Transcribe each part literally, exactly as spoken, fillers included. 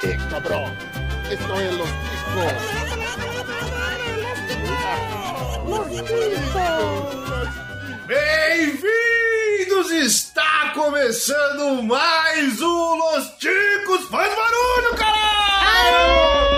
Eh, cabrón, esto es Los Ticos. Bem-vindos! Está começando mais um Los Ticos! Faz barulho, caralho!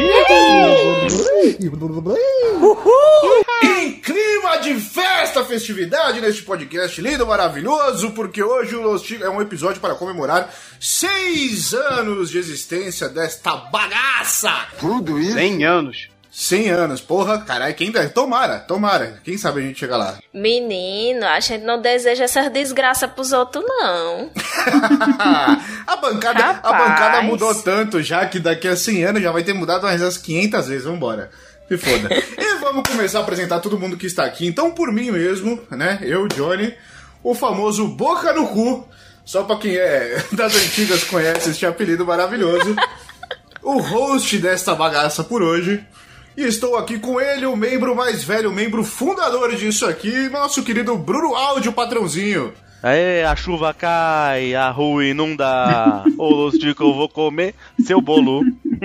Em clima de festa, festividade neste podcast lindo, maravilhoso, porque hoje o Los Ticos é um episódio para comemorar seis anos de existência desta bagaça! Tudo isso? cem anos. cem anos, porra, caralho, quem deve? Tomara, tomara. Quem sabe a gente chega lá. Menino, a gente não deseja essas desgraças pros outros, não. a, bancada, a bancada mudou tanto já que daqui a cem anos já vai ter mudado umas quinhentas vezes. Vambora. Se foda. E vamos começar a apresentar todo mundo que está aqui. Então, por mim mesmo, né, eu, Johnny, o famoso Boca no Cu, só pra quem é das antigas conhece este apelido maravilhoso, o host desta bagaça por hoje. E estou aqui com ele, o membro mais velho, o membro fundador disso aqui, nosso querido Bruno Áudio, patrãozinho. Aê, a chuva cai, a rua inunda, ô Los Ticos, eu vou comer seu bolo.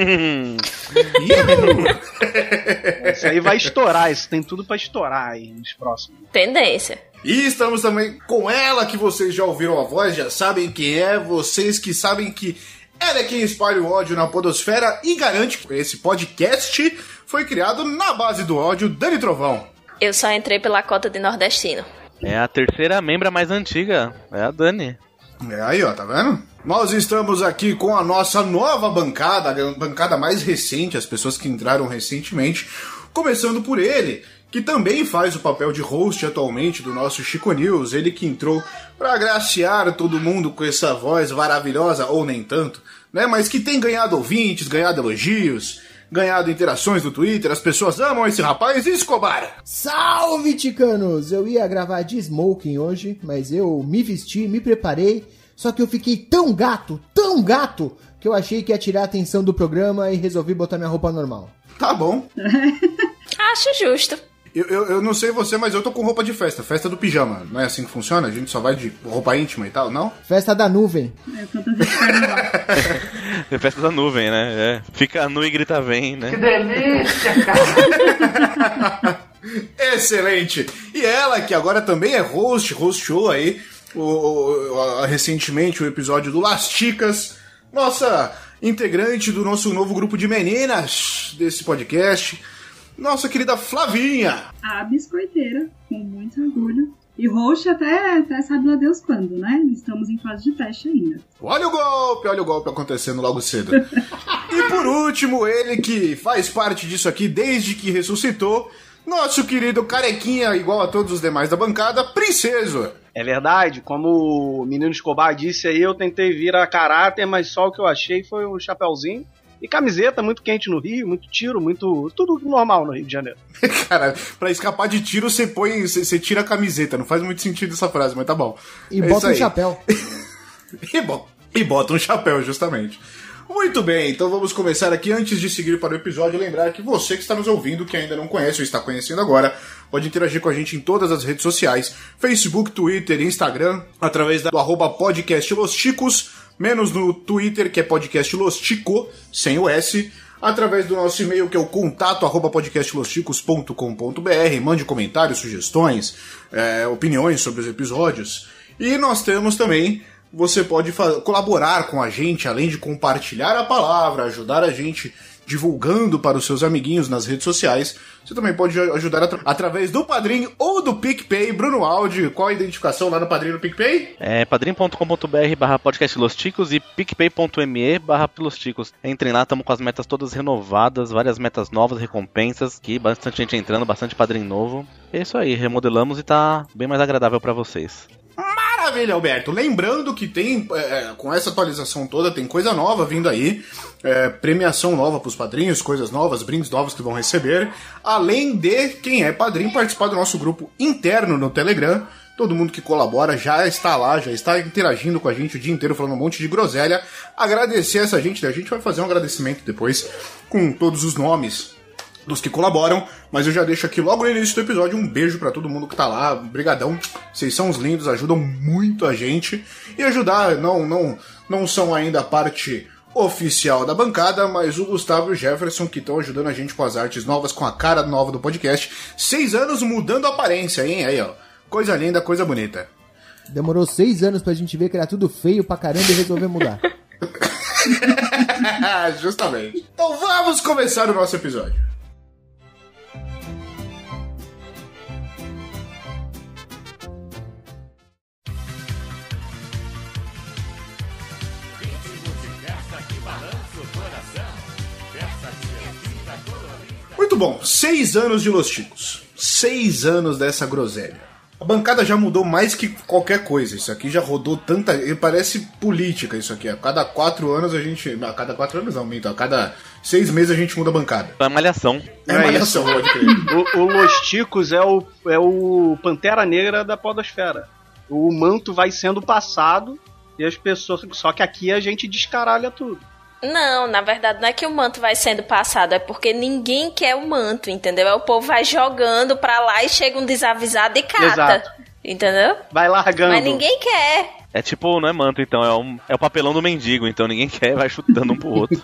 Isso aí vai estourar, isso tem tudo pra estourar aí nos próximos. Tendência. E estamos também com ela, que vocês já ouviram a voz, já sabem quem é, vocês que sabem que ela é quem espalha o ódio na podosfera e garante que esse podcast foi criado na base do ódio, Dani Trovão. Eu só entrei pela cota de nordestino. É a terceira membra mais antiga, é a Dani. É aí, ó, tá vendo? Nós estamos aqui com a nossa nova bancada, a bancada mais recente, as pessoas que entraram recentemente, começando por ele, que também faz o papel de host atualmente do nosso Chico News, ele que entrou pra agraciar todo mundo com essa voz maravilhosa, ou nem tanto, né? Mas que tem ganhado ouvintes, ganhado elogios, ganhado interações no Twitter, as pessoas amam esse rapaz. Escobar! Salve, ticanos! Eu ia gravar de smoking hoje, mas eu me vesti, me preparei, só que eu fiquei tão gato, tão gato, que eu achei que ia tirar a atenção do programa e resolvi botar minha roupa normal. Tá bom. Acho justo. Eu, eu, eu não sei você, mas eu tô com roupa de festa, festa do pijama. Não é assim que funciona? A gente só vai de roupa íntima e tal, não? Festa da nuvem. É, fantasia de carnaval. É festa da nuvem, né? É. Fica nu e grita vem, né? Que delícia, cara! Excelente! E ela, que agora também é host, hostou aí o, o, recentemente o episódio do Las Ticas, nossa integrante do nosso novo grupo de meninas desse podcast, nossa querida Flavinha. A biscoiteira, com muito orgulho. E roxo até, até sabe lá Deus quando, né? Estamos em fase de teste ainda. Olha o golpe, olha o golpe acontecendo logo cedo. E por último, ele que faz parte disso aqui desde que ressuscitou, nosso querido carequinha, igual a todos os demais da bancada, Princeso. É verdade, como o menino Escobar disse aí, eu tentei vir a caráter, mas só o que eu achei foi um chapéuzinho e camiseta, muito quente no Rio, muito tiro, muito tudo normal no Rio de Janeiro. Cara, pra escapar de tiro, você põe, você, você tira a camiseta, não faz muito sentido essa frase, mas tá bom. E é bota um chapéu. e, bo- e bota um chapéu, justamente. Muito bem, então vamos começar aqui. Antes de seguir para o episódio, lembrar que você que está nos ouvindo, que ainda não conhece ou está conhecendo agora, pode interagir com a gente em todas as redes sociais, Facebook, Twitter e Instagram, através do arroba podcast Los Ticos, menos no Twitter, que é podcast Los Tico, sem o S, através do nosso e-mail, que é o contato arroba podcastlosticos ponto com ponto b r, mande comentários, sugestões, é, opiniões sobre os episódios. E nós temos também... Você pode fa- colaborar com a gente, além de compartilhar a palavra, ajudar a gente divulgando para os seus amiguinhos nas redes sociais. Você também pode ajudar atra- através do Padrim ou do PicPay. Bruno Aldi, qual a identificação lá no Padrim e no PicPay? É padrim ponto com ponto b r barra podcast Los Ticos e picpay ponto me barra Los Ticos. Entrem lá, estamos com as metas todas renovadas, várias metas novas, recompensas, que bastante gente entrando, bastante padrinho novo. É isso aí, remodelamos e tá bem mais agradável para vocês. Maravilha, Alberto. Lembrando que tem, é, com essa atualização toda, tem coisa nova vindo aí, é, premiação nova pros padrinhos, coisas novas, brindes novos que vão receber, além de quem é padrinho participar do nosso grupo interno no Telegram. Todo mundo que colabora já está lá, já está interagindo com a gente o dia inteiro, falando um monte de groselha. Agradecer essa gente, né? A gente vai fazer um agradecimento depois com todos os nomes dos que colaboram, mas eu já deixo aqui logo no início do episódio um beijo pra todo mundo que tá lá, brigadão, vocês são os lindos, ajudam muito a gente, e ajudar não, não, não são ainda a parte oficial da bancada, mas o Gustavo e o Jefferson que estão ajudando a gente com as artes novas, com a cara nova do podcast. Seis anos mudando a aparência, hein? Aí, ó. Coisa linda, coisa bonita. Demorou seis anos pra gente ver que era tudo feio pra caramba e resolver mudar. Justamente. Então vamos começar o nosso episódio. Muito bom, seis anos de Los Chicos. Seis anos dessa groselha. A bancada já mudou mais que qualquer coisa. Isso aqui já rodou tanta... Parece política isso aqui. A cada quatro anos a gente... A cada quatro anos não, minto. A cada seis meses a gente muda a bancada. É malhação. É malhação, pode crer. O, o Los Chicos é o, é o Pantera Negra da podosfera. O manto vai sendo passado e as pessoas... Só que aqui a gente descaralha tudo. Não, na verdade não é que o manto vai sendo passado, é porque ninguém quer o manto, entendeu? É o povo vai jogando pra lá e chega um desavisado e cata. Exato. Entendeu? Vai largando. Mas ninguém quer. É tipo, não é manto então, é, um, é o papelão do mendigo, então ninguém quer, vai chutando um pro outro.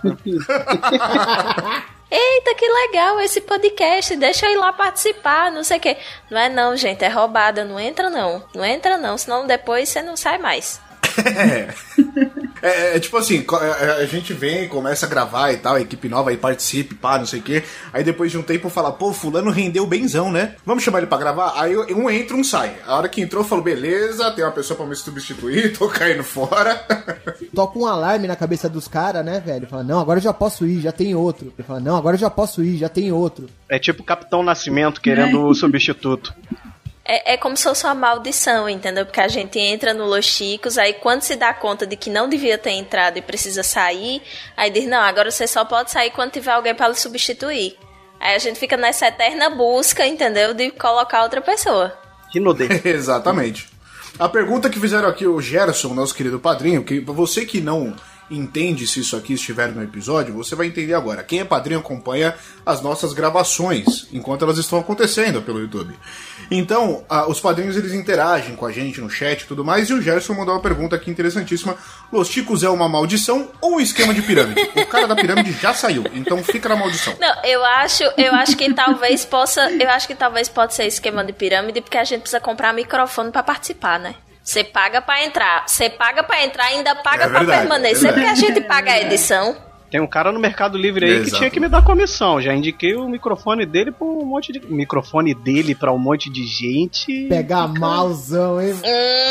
Eita, que legal esse podcast, deixa eu ir lá participar, não sei o quê. Não é não, gente, é roubada, não entra não. Não entra não, senão depois você não sai mais. É. É, é tipo assim, a gente vem, começa a gravar e tal, a equipe nova aí participe, pá, não sei o que. Aí depois de um tempo fala, pô, fulano rendeu benzão, né? Vamos chamar ele pra gravar? Aí um entra, um sai. A hora que entrou, falou, beleza, tem uma pessoa pra me substituir, tô caindo fora. Toca um alarme na cabeça dos caras, né, velho? Fala, não, agora eu já posso ir, já tem outro. Ele fala, não, agora eu já posso ir, já tem outro. É tipo o Capitão Nascimento querendo o substituto. É, é como se fosse uma maldição, entendeu? Porque a gente entra no Los Chicos, aí quando se dá conta de que não devia ter entrado e precisa sair, aí diz, não, agora você só pode sair quando tiver alguém para lhe substituir. Aí a gente fica nessa eterna busca, entendeu? De colocar outra pessoa. Que nudez. Exatamente. A pergunta que fizeram aqui o Gerson, nosso querido padrinho, que você que não entende se isso aqui estiver no episódio, você vai entender agora. Quem é padrinho acompanha as nossas gravações enquanto elas estão acontecendo pelo YouTube. Então, a, os padrinhos eles interagem com a gente no chat e tudo mais, e o Gerson mandou uma pergunta aqui interessantíssima. Los Chicos é uma maldição ou um esquema de pirâmide? O cara da pirâmide já saiu, então fica na maldição. Não, eu acho, eu acho que talvez possa, eu acho que talvez pode ser esquema de pirâmide, porque a gente precisa comprar microfone pra participar, né? Você paga pra entrar, você paga pra entrar e ainda paga é pra verdade, permanecer, é porque a gente paga a edição. Tem um cara no Mercado Livre aí Exato. que tinha que me dar comissão. Já indiquei o microfone dele pra um monte de... Microfone dele pra um monte de gente. Pegar malzão, hein?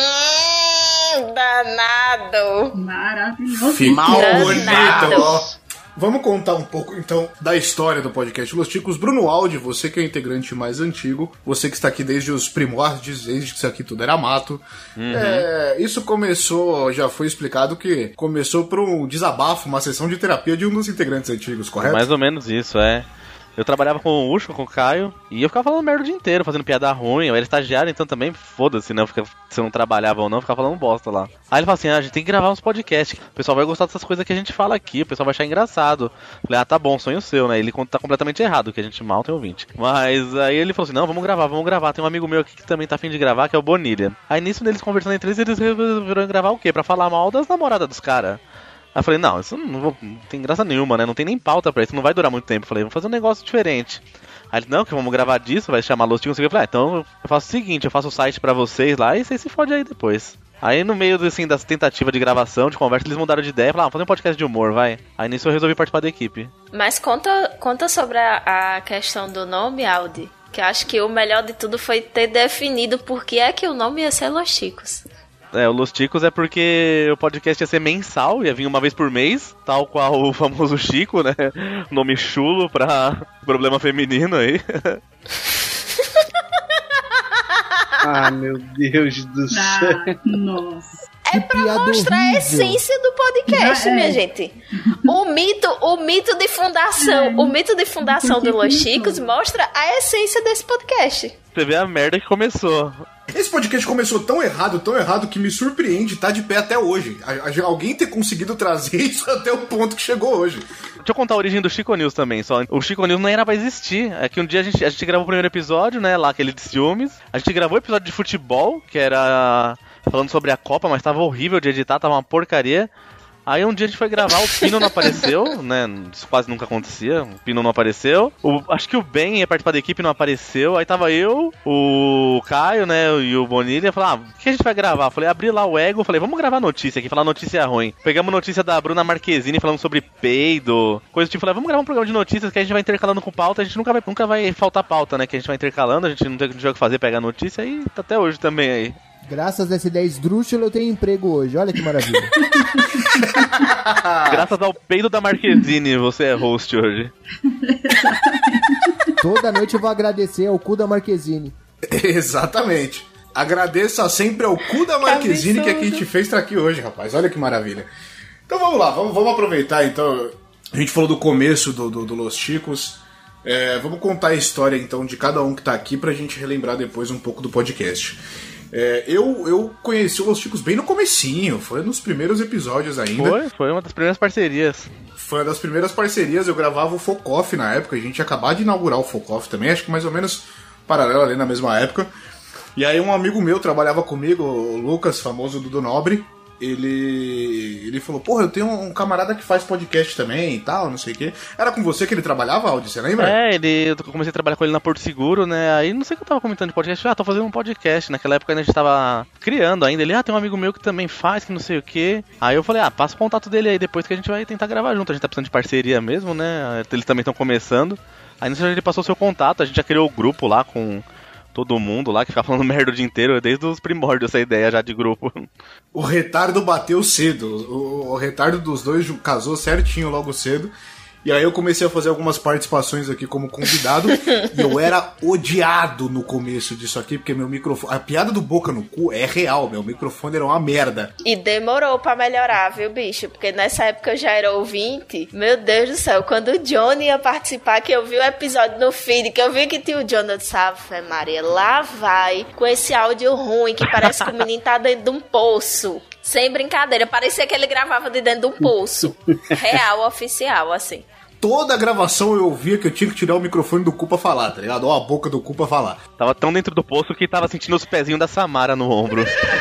Hum, danado. Maravilhoso. Mal bonito. Vamos contar um pouco, então, da história do podcast Los Chicos. Bruno Aldi, você que é o integrante mais antigo, você que está aqui desde os primórdios, desde que isso aqui tudo era mato. Uhum. É, isso começou, já foi explicado que começou por um desabafo, uma sessão de terapia de um dos integrantes antigos, correto? Mais ou menos isso, é. Eu trabalhava com o Ucho, com o Caio, e eu ficava falando merda o dia inteiro, fazendo piada ruim. Eu era estagiário, então também foda-se, né? Se eu não trabalhava ou não, eu ficava falando bosta lá. Aí ele falou assim, ah, a gente tem que gravar uns podcasts. O pessoal vai gostar dessas coisas que a gente fala aqui, o pessoal vai achar engraçado. Falei, ah, tá bom, sonho seu, né? Ele tá completamente errado, que a gente mal tem ouvinte. Mas aí ele falou assim, não, vamos gravar, vamos gravar. Tem um amigo meu aqui que também tá afim de gravar, que é o Bonilha. Aí nisso deles conversando entre eles, eles resolveram gravar o quê? Pra falar mal das namoradas dos caras. Aí eu falei, não, isso não, vou, não tem graça nenhuma, né? Não tem nem pauta pra isso, não vai durar muito tempo. Eu falei, vamos fazer um negócio diferente. Aí ele, não, que vamos gravar disso, vai chamar Los Chicos. Eu falei, ah, então eu faço o seguinte, eu faço o site pra vocês lá e vocês se fodem aí depois. Aí no meio assim, das tentativas de gravação, de conversa, eles mudaram de ideia e falaram, ah, vamos fazer um podcast de humor, vai. Aí nisso eu resolvi participar da equipe. Mas conta, conta sobre a, a questão do nome, Aldi. Que eu acho que o melhor de tudo foi ter definido por que é que o nome ia ser Los Chicos. É, o Los Chicos é porque o podcast ia ser mensal, ia vir uma vez por mês, tal qual o famoso Chico, né? Nome chulo pra problema feminino aí. Ah, meu Deus do céu. Ah, nossa. É pra mostrar a essência do podcast, é. minha gente. O mito, o mito de fundação, é. o mito de fundação do Los Chicos mostra a essência desse podcast. Você vê a merda que começou. Esse podcast começou tão errado, tão errado, que me surpreende estar de pé até hoje. A, a, alguém ter conseguido trazer isso até o ponto que chegou hoje. Deixa eu contar a origem do Chico News também, só. O Chico News não era pra existir. É que um dia a gente, a gente gravou o primeiro episódio, né, lá aquele de ciúmes. A gente gravou o episódio de futebol, que era falando sobre a Copa, mas tava horrível de editar, tava uma porcaria. Aí um dia a gente foi gravar, o Pino não apareceu, né? Isso quase nunca acontecia. O Pino não apareceu. O, acho que o Ben ia participar da equipe, não apareceu. Aí tava eu, o Caio, né? E o Bonilha. Falaram, ah, o que a gente vai gravar? Falei, abri lá o Ego. Falei, vamos gravar notícia aqui, falar notícia ruim. Pegamos notícia da Bruna Marquezine falando sobre peido, coisa tipo. Falei, vamos gravar um programa de notícias que a gente vai intercalando com pauta. A gente nunca vai, nunca vai faltar pauta, né? Que a gente vai intercalando, a gente não tem o que fazer, pegar notícia. E tá até hoje também aí. Graças a essa ideia esdrúxula eu tenho emprego hoje, olha que maravilha. Graças ao peido da Marquezine, você é host hoje. Toda noite eu vou agradecer ao cu da Marquezine. Exatamente. Agradeça sempre ao cu da Marquezine que, que a gente fez estar aqui hoje, rapaz. Olha que maravilha. Então vamos lá, vamos, vamos aproveitar então. A gente falou do começo do, do, do Los Chicos. É, vamos contar a história então de cada um que tá aqui pra gente relembrar depois um pouco do podcast. É, eu, eu conheci o Los Chicos bem no comecinho, foi nos primeiros episódios ainda. Foi, foi uma das primeiras parcerias. Foi uma das primeiras parcerias, eu gravava o Focoff na época, a gente ia acabar de inaugurar o Focoff também, acho que mais ou menos paralelo ali na mesma época. E aí um amigo meu trabalhava comigo, o Lucas, famoso Dudu Nobre, ele ele falou, porra, eu tenho um camarada que faz podcast também e tal, não sei o quê. Era com você que ele trabalhava, Aldi, você lembra? É, ele, eu comecei a trabalhar com ele na Porto Seguro, né, aí não sei o que eu tava comentando de podcast, ah, tô fazendo um podcast, naquela época ainda a gente tava criando ainda, ele, ah, tem um amigo meu que também faz, que não sei o quê. Aí eu falei, ah, passa o contato dele aí depois que a gente vai tentar gravar junto, a gente tá precisando de parceria mesmo, né, eles também estão começando. Aí não sei se ele passou o seu contato, a gente já criou o grupo lá com todo mundo lá que fica falando merda o dia inteiro, desde os primórdios essa ideia já de grupo. O retardo bateu cedo, o, o retardo dos dois casou certinho logo cedo. E aí eu comecei a fazer algumas participações aqui como convidado. E eu era odiado no começo disso aqui, porque meu microfone... A piada do boca no cu é real, meu microfone era uma merda. E demorou pra melhorar, viu, bicho? Porque nessa época eu já era ouvinte. Meu Deus do céu, quando o Johnny ia participar, que eu vi o episódio no feed, que eu vi que tinha o Johnny, eu disse, Ave Maria, lá vai, com esse áudio ruim, que parece que o menino tá dentro de um poço. Sem brincadeira, parecia que ele gravava de dentro de um poço. Real, oficial, assim. Toda a gravação eu ouvia que eu tinha que tirar o microfone do cu pra falar, tá ligado? Ou a boca do cu pra falar. Tava tão dentro do poço que tava sentindo os pezinhos da Samara no ombro.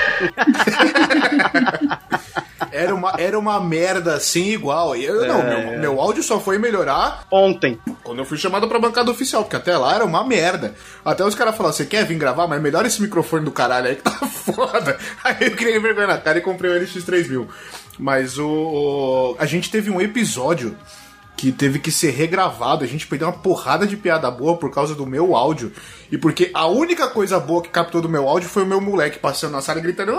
Era uma, era uma merda assim igual. E eu, é... não, meu, meu áudio só foi melhorar ontem, quando eu fui chamado pra bancada oficial, porque até lá era uma merda. Até os caras falaram, você quer vir gravar? Mas melhora esse microfone do caralho aí que tá foda. Aí eu criei vergonha na cara e comprei o L X três mil. Mas o, o... a gente teve um episódio que teve que ser regravado, a gente perdeu uma porrada de piada boa por causa do meu áudio. E porque a única coisa boa que captou do meu áudio foi o meu moleque passando na sala gritando,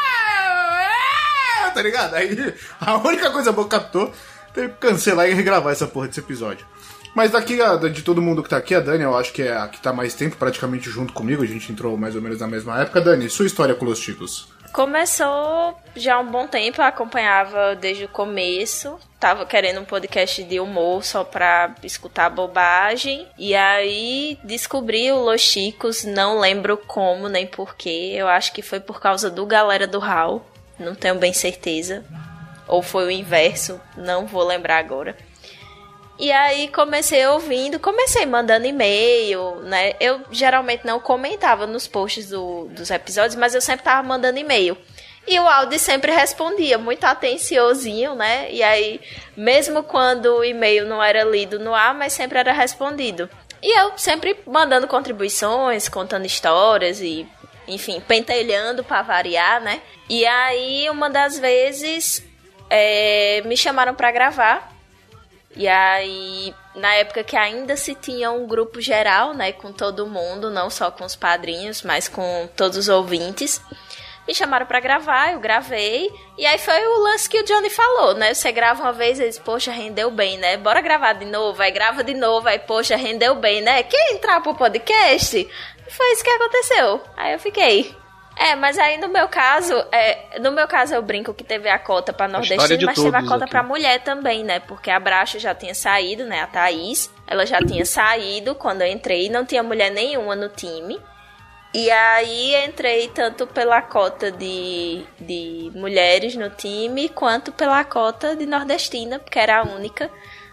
tá ligado? Aí a única coisa boa que captou, teve que cancelar e regravar essa porra desse episódio. Mas daqui, de todo mundo que tá aqui, a Dani, eu acho que é a que tá mais tempo praticamente junto comigo, a gente entrou mais ou menos na mesma época. Dani, sua história com Los Chicos? Começou já há um bom tempo, eu acompanhava desde o começo. Tava querendo um podcast de humor só pra escutar bobagem. E aí descobri o Los Chicos, não lembro como nem porquê. Eu acho que foi por causa do Galera do Hall, não tenho bem certeza. Ou foi o inverso, não vou lembrar agora. E aí comecei ouvindo, comecei mandando e-mail, né? Eu geralmente não comentava nos posts do, dos episódios, mas eu sempre tava mandando e-mail. E o Aldi sempre respondia, muito atenciosinho, né? E aí, mesmo quando o e-mail não era lido no ar, mas sempre era respondido. E eu sempre mandando contribuições, contando histórias e, enfim, pentelhando pra variar, né? E aí, uma das vezes, é, me chamaram pra gravar. E aí, na época que ainda se tinha um grupo geral, né, com todo mundo, não só com os padrinhos, mas com todos os ouvintes, me chamaram pra gravar, eu gravei, e aí foi o lance que o Johnny falou, né, você grava uma vez e diz, poxa, rendeu bem, né, bora gravar de novo, aí grava de novo, aí, poxa, rendeu bem, né, quer entrar pro podcast? E foi isso que aconteceu, aí eu fiquei... É, mas aí no meu caso, é, no meu caso eu brinco que teve a cota pra nordestino, mas teve a cota aqui pra mulher também, né? Porque a Bracha já tinha saído, né? A Thaís, ela já tinha saído quando eu entrei, não tinha mulher nenhuma no time. E aí entrei tanto pela cota de, de mulheres no time, quanto pela cota de nordestina, porque era a única.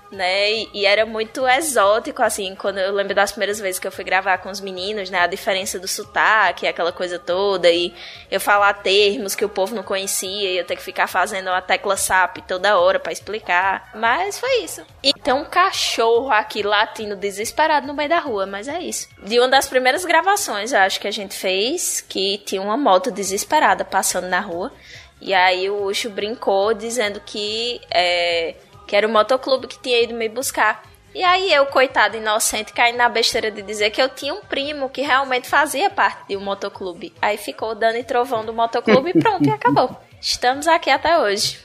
né? E, e era muito exótico, assim, quando eu lembro das primeiras vezes que eu fui gravar com os meninos, né? A diferença do sotaque, aquela coisa toda, e eu falar termos que o povo não conhecia, e eu ter que ficar fazendo a tecla S A P toda hora pra explicar. Mas foi isso. E tem um cachorro aqui latindo desesperado no meio da rua, mas é isso. De uma das primeiras gravações, eu acho que a gente fez, que tinha uma moto desesperada passando na rua, e aí o Ucho brincou dizendo que... É, que era o motoclube que tinha ido me buscar. E aí eu, coitada, inocente, caí na besteira de dizer que eu tinha um primo que realmente fazia parte de um motoclube. Aí ficou Dani Trovão do motoclube e pronto, e acabou. Estamos aqui até hoje.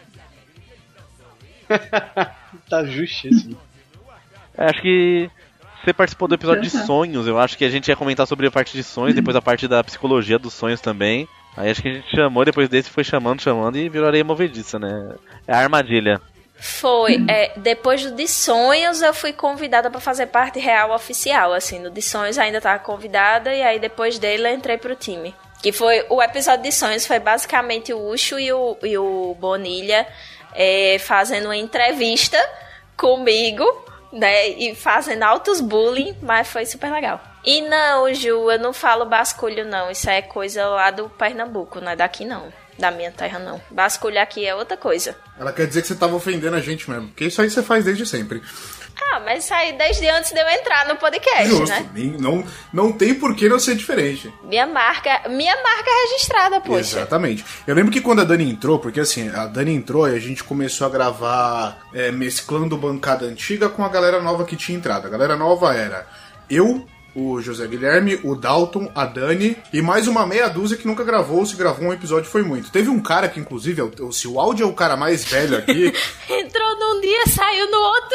Tá justíssimo. Acho que você participou do episódio de sonhos. Eu acho que a gente ia comentar sobre a parte de sonhos, depois a parte da psicologia dos sonhos também. Aí acho que a gente chamou, depois desse foi chamando, chamando e virou areia movediça, né? É a armadilha. Foi, é, depois do de sonhos eu fui convidada pra fazer parte real oficial, assim, no de sonhos ainda tava convidada e aí depois dele eu entrei pro time. Que foi, o episódio de sonhos foi basicamente o Ucho e o, e o Bonilha é, fazendo uma entrevista comigo, né, e fazendo altos bullying, mas foi super legal. E não, Ju, eu não falo basculho não, isso é coisa lá do Pernambuco, não é daqui não. Da minha terra, não. Basculho aqui é outra coisa. Ela quer dizer que você tava ofendendo a gente mesmo. Porque isso aí você faz desde sempre. Ah, mas isso aí desde antes de eu entrar no podcast, Justo, né? Não, não tem por que não ser diferente. Minha marca, minha marca é registrada, poxa. Exatamente. Eu lembro que quando a Dani entrou, porque assim, a Dani entrou e a gente começou a gravar é, mesclando bancada antiga com a galera nova que tinha entrado. A galera nova era eu, o José Guilherme, o Dalton, a Dani e mais uma meia dúzia que nunca gravou. Se gravou um episódio foi muito. Teve um cara que, inclusive, se o áudio é o cara mais velho aqui... Entrou num dia, saiu no outro.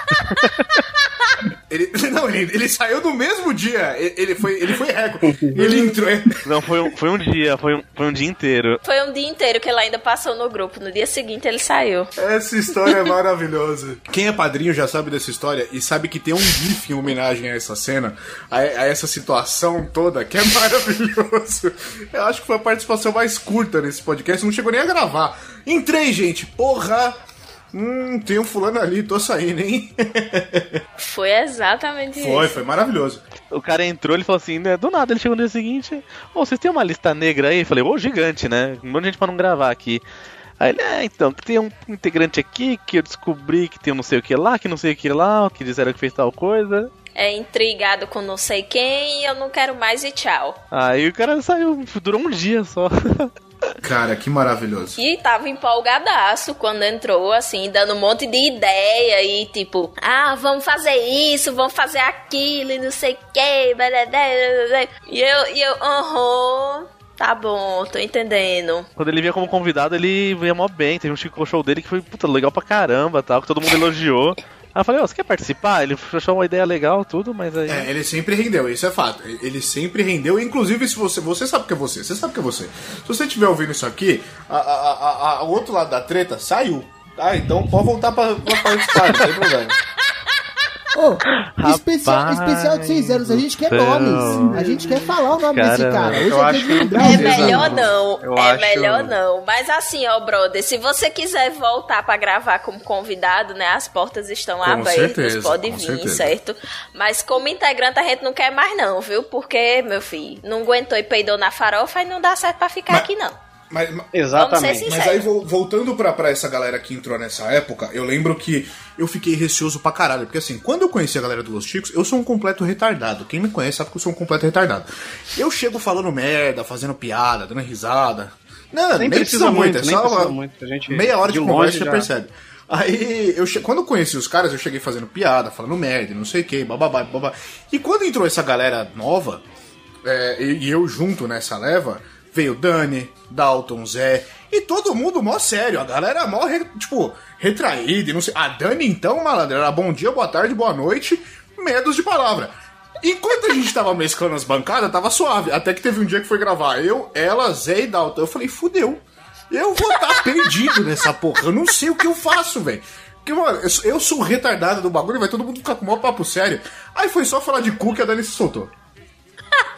ele, não, ele, ele saiu no mesmo dia. Ele, ele foi, ele foi recorde. Ele entrou... Não, foi um, foi um dia, foi um, foi um dia inteiro. Foi um dia inteiro que ele ainda passou no grupo. No dia seguinte ele saiu. Essa história é maravilhosa. Quem é padrinho já sabe dessa história e sabe que tem um gif em homenagem a essa cena, a, a essa situação toda, que é maravilhoso. Eu acho que foi a participação mais curta nesse podcast, não chegou nem a gravar. Entrei, gente, porra! Hum, tem um fulano ali, tô saindo, hein? Foi exatamente isso. Foi, foi maravilhoso. O cara entrou, ele falou assim, né, do nada, ele chegou no dia seguinte, ô, oh, vocês têm uma lista negra aí? Eu falei, ô, oh, gigante, né? Um monte de gente pra não gravar aqui. Aí ele, é, então, tem um integrante aqui que eu descobri que tem um não sei o que lá, que não sei o que lá, que disseram que fez tal coisa. É intrigado com não sei quem, eu não quero mais e tchau. Aí o cara saiu, durou um dia só. Cara, que maravilhoso. E tava empolgadaço quando entrou, assim, dando um monte de ideia e tipo, ah, vamos fazer isso, vamos fazer aquilo e não sei o que. E eu, e eu, aham, uhum, tá bom, tô entendendo. Quando ele vinha como convidado, ele vinha mó bem, teve um Chico Show dele que foi, puta, legal pra caramba, tal, que todo mundo elogiou. Aí eu falei, ó, você quer participar? Ele achou uma ideia legal, tudo, mas aí... É, ele sempre rendeu, isso é fato. Ele sempre rendeu, inclusive se você... Você sabe que é você, você sabe que é você. Se você estiver ouvindo isso aqui, a, a, a, a, o outro lado da treta saiu. Tá? Então pode voltar pra, pra participar, não tem problema. Ô, oh, especial, especial de seis anos, a gente quer nomes. A gente quer falar o nome cara, desse cara. Hoje eu é acho dia de que É melhor não. Eu é acho... melhor não. Mas assim, ó, brother, se você quiser voltar pra gravar como convidado, né? As portas estão com abertas, certeza, pode com vir, certeza. certo? Mas como integrante a gente não quer mais não, viu? Porque, meu filho, não aguentou e peidou na farofa e não dá certo pra ficar mas, aqui não. Mas, mas, Exatamente. mas aí, voltando pra, pra essa galera que entrou nessa época, eu lembro que eu fiquei receoso pra caralho. Porque assim, quando eu conheci a galera do Los Chicos, eu sou um completo retardado. Quem me conhece sabe que eu sou um completo retardado. Eu chego falando merda, fazendo piada, dando risada. Não, nem, nem precisa, precisa muito, muito, é só precisa muito. A gente, meia hora de, de conversa, você já percebe. Aí, eu che... quando eu conheci os caras, eu cheguei fazendo piada, falando merda, não sei o que, bababá, babá. E quando entrou essa galera nova, é, e eu junto nessa leva, veio Dani, Dalton, Zé, e todo mundo mó sério, a galera mó, re, tipo, retraída, e não sei. A Dani, então, malandro, era bom dia, boa tarde, boa noite, medos de palavra. Enquanto a gente tava mesclando as bancadas, tava suave, até que teve um dia que foi gravar eu, ela, Zé e Dalton. Eu falei, fudeu, eu vou estar perdido nessa porra, eu não sei o que eu faço, velho. Porque, mano, eu, eu sou o retardado do bagulho, vai todo mundo ficar com o maior papo sério. Aí foi só falar de cu que a Dani se soltou.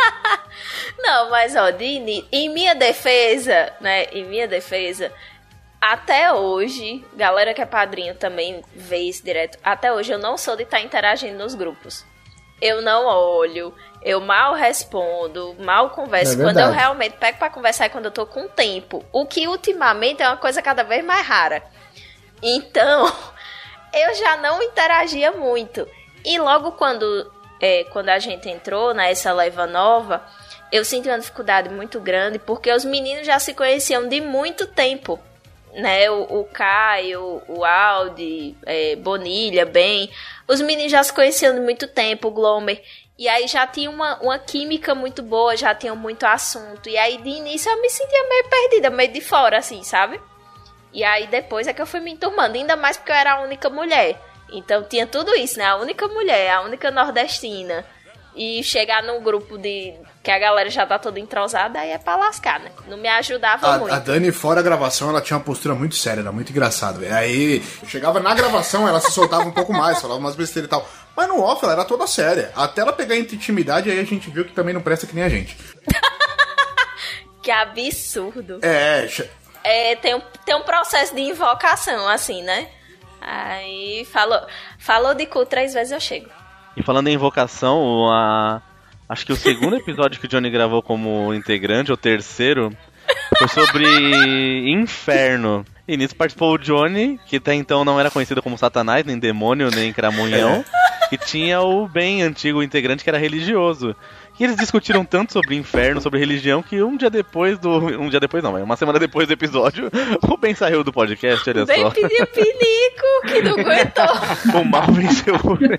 Não, mas ó, de, em minha defesa, né, em minha defesa, Até hoje, galera que é padrinho também vê isso direto. Até hoje eu não sou de estar interagindo nos grupos. Eu não olho, eu mal respondo, mal converso. É quando eu realmente pego pra conversar é quando eu tô com tempo. O que ultimamente é uma coisa cada vez mais rara. Então, eu já não interagia muito. E logo quando, é, quando a gente entrou nessa leva nova, eu senti uma dificuldade muito grande, porque os meninos já se conheciam de muito tempo. Né, o, o Caio, o Aldi, é, Bonilha, Ben, os meninos já se conheciam de muito tempo, o Glomer, e aí já tinha uma, uma química muito boa, já tinham muito assunto, e aí de início eu me sentia meio perdida, meio de fora, assim, sabe? E aí depois é que eu fui me enturmando, ainda mais porque eu era a única mulher, então tinha tudo isso, né, a única mulher, a única nordestina, e chegar num grupo de que a galera já tá toda entrosada, aí é pra lascar, né? Não me ajudava a, muito. A Dani, fora a gravação, ela tinha uma postura muito séria, era muito engraçado. E aí, chegava na gravação, ela se soltava um pouco mais, falava umas besteiras e tal. Mas no off, ela era toda séria. Até ela pegar intimidade, aí a gente viu que também não presta que nem a gente. Que absurdo. É, é tem, um, tem um processo de invocação, assim, né? Aí, falou, falou de cu três vezes, eu chego. E falando em invocação, a... acho que o segundo episódio que o Johnny gravou como integrante, ou terceiro, foi sobre inferno. E nisso participou o Johnny, que até então não era conhecido como Satanás, nem demônio, nem cramunhão. É. E tinha o bem antigo integrante que era religioso. E eles discutiram tanto sobre inferno, sobre religião, que um dia depois do... Um dia depois não, mas uma semana depois do episódio, o Ben saiu do podcast, olha bem só. Bem pediu pinico, que não aguentou. O mal venceu.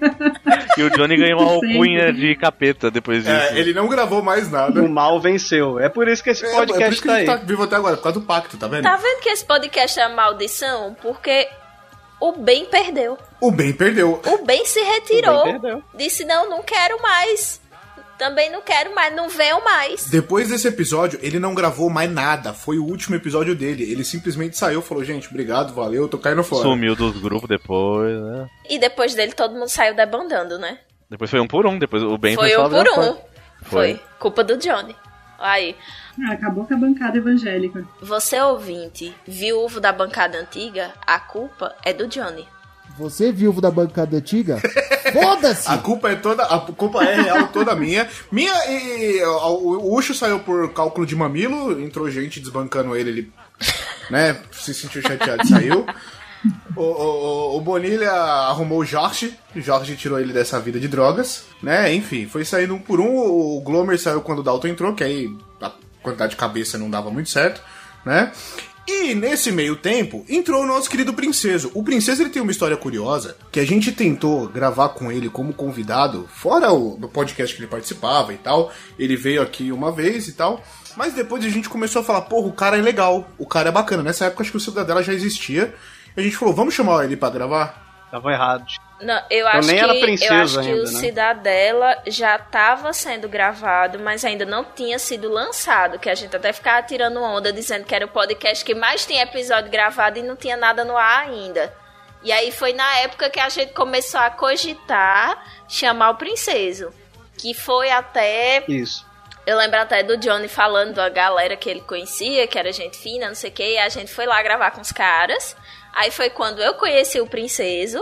E o Johnny ganhou uma alcunha de capeta depois disso. É, ele não gravou mais nada. O mal venceu. É por isso que esse podcast é, é por isso que tá a gente aí. tá vivo até agora, por causa do pacto, tá vendo? Tá vendo que esse podcast é maldição? Porque o Ben perdeu. O Ben perdeu. O Ben se retirou. O Ben perdeu. Disse, não, não quero mais. Também não quero mais, não venham mais. Depois desse episódio, ele não gravou mais nada. Foi o último episódio dele. Ele simplesmente saiu, falou, gente, obrigado, valeu, tô caindo fora. Sumiu dos grupos depois, né? E depois dele, todo mundo saiu debandando, né? Depois foi um por um, depois o Ben foi foi um por um. Foi. foi. Culpa do Johnny. Aí. Ah, acabou com a bancada evangélica. Você, ouvinte, viúvo da bancada antiga, a culpa é do Johnny. Você, viúvo da bancada antiga? Foda-se! A culpa é toda, a culpa é real toda minha. Minha e, e o, o Ucho saiu por cálculo de mamilo, entrou gente desbancando ele, ele, né, se sentiu chateado e saiu. O, o, o Bonilha arrumou o Jorge, o Jorge tirou ele dessa vida de drogas, né, enfim, foi saindo um por um. O Glomer saiu quando o Dalton entrou, que aí a quantidade de cabeça não dava muito certo, né. E nesse meio tempo, entrou o nosso querido Princeso. O Princeso, ele tem uma história curiosa, que a gente tentou gravar com ele como convidado, fora o do podcast que ele participava e tal. Ele veio aqui uma vez e tal, mas depois a gente começou a falar, porra, o cara é legal, o cara é bacana. Nessa época, acho que o Cidadela já existia. E a gente falou, vamos chamar ele pra gravar? Tava errado. Não, eu acho nem que, era princesa eu acho que ainda, o né? Cidadela já estava sendo gravado, mas ainda não tinha sido lançado, que a gente até ficava tirando onda, dizendo que era o podcast que mais tinha episódio gravado e não tinha nada no ar ainda. E aí foi na época que a gente começou a cogitar chamar o Princeso, que foi até... Isso. Eu lembro até do Johnny falando da galera que ele conhecia, que era gente fina, não sei o que, e a gente foi lá gravar com os caras. Aí foi quando eu conheci o Princeso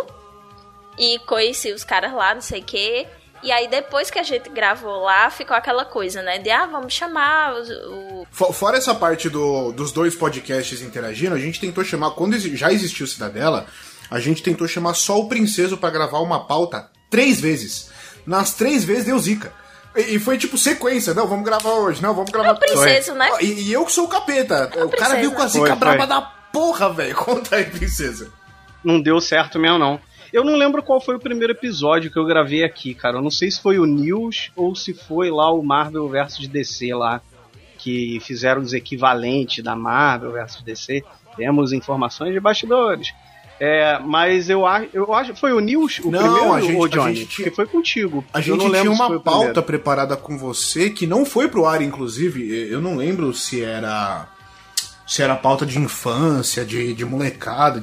e conheci os caras lá, não sei o que. E aí depois que a gente gravou lá, ficou aquela coisa, né? De, ah, vamos chamar o... o... Fora essa parte do, dos dois podcasts interagindo, a gente tentou chamar, quando já existiu o Cidadela, a gente tentou chamar só o Princeso pra gravar uma pauta três vezes. Nas três vezes deu zica. E foi tipo sequência, não, vamos gravar hoje, não, vamos gravar... É o Princeso, né? E, e eu que sou o capeta. É o, o cara viu com a zica foi, braba foi. da porra, velho. Conta aí, Princesa. Não deu certo mesmo, não. Eu não lembro qual foi o primeiro episódio que eu gravei aqui, cara. Eu não sei se foi o News ou se foi lá o Marvel versus D C lá, que fizeram os equivalentes da Marvel versus D C. Temos informações de bastidores. É, mas eu acho, eu acho, foi o News o não, primeiro, a gente, ou Johnny? A gente tinha, porque foi contigo. A eu gente não tinha uma pauta primeiro. preparada com você que não foi pro ar, inclusive. Eu não lembro se era se era pauta de infância, de, de molecada, de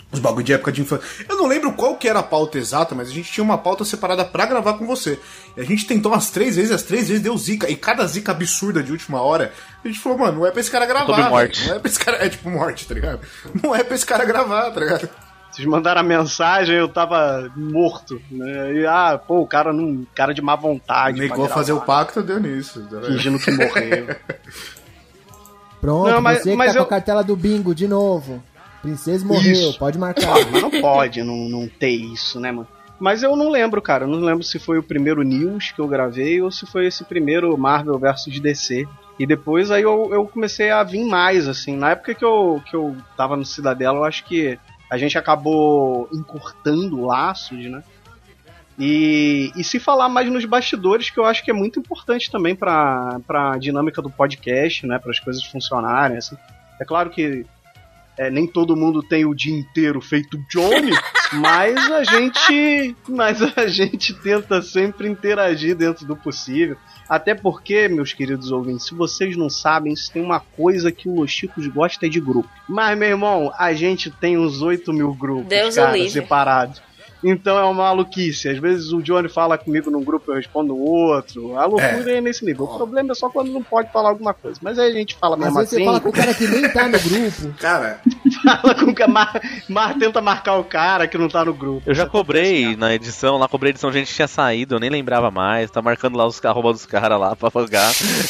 Os bagulho de época de infância. Eu não lembro qual que era a pauta exata, mas a gente tinha uma pauta separada pra gravar com você. E a gente tentou umas três vezes, as três vezes deu zica. E cada zica absurda de última hora, a gente falou, mano, não é pra esse cara gravar. Sobre morte. Véio. Não é pra esse cara. É tipo morte, tá ligado? Não é pra esse cara gravar, tá ligado? Vocês mandaram a mensagem, eu tava morto, né? E, ah, pô, o cara não. Cara de má vontade. Negou fazer o pacto, deu nisso. Tá fingindo que morreu. Pronto, não, mas, você que mas tá eu... com a cartela do bingo de novo. Princesa morreu, isso. Pode marcar. Ah, mas não pode não, não ter isso, né, mano? Mas eu não lembro, cara. Eu não lembro se foi o primeiro News que eu gravei ou se foi esse primeiro Marvel versus D C. E depois aí eu, eu comecei a vir mais, assim. Na época que eu, que eu tava no Cidadela, eu acho que a gente acabou encurtando laços, né? E, e se falar mais nos bastidores, que eu acho que é muito importante também pra, pra dinâmica do podcast, né? Para as coisas funcionarem, assim. É claro que É, nem todo mundo tem o dia inteiro feito Johnny, mas a gente mas a gente tenta sempre interagir dentro do possível. Até porque, meus queridos ouvintes, se vocês não sabem, se tem uma coisa que o Los Chicos gosta é de grupo. Mas, meu irmão, a gente tem uns oito mil grupos, Deus cara, separados. Então é uma maluquice. Às vezes o Johnny fala comigo num grupo, eu respondo no outro. A loucura é, é nesse nível. O problema é só quando não pode falar alguma coisa. Mas aí a gente fala mesmo Às vezes assim. você fala com o cara que nem tá no grupo. Cara... Fala com o cara, mar, mar, tenta marcar o cara que não tá no grupo. Eu já cobrei na edição, lá cobrei a edição, a gente tinha saído, eu nem lembrava mais. Tá marcando lá os arroba dos caras lá pra pagar.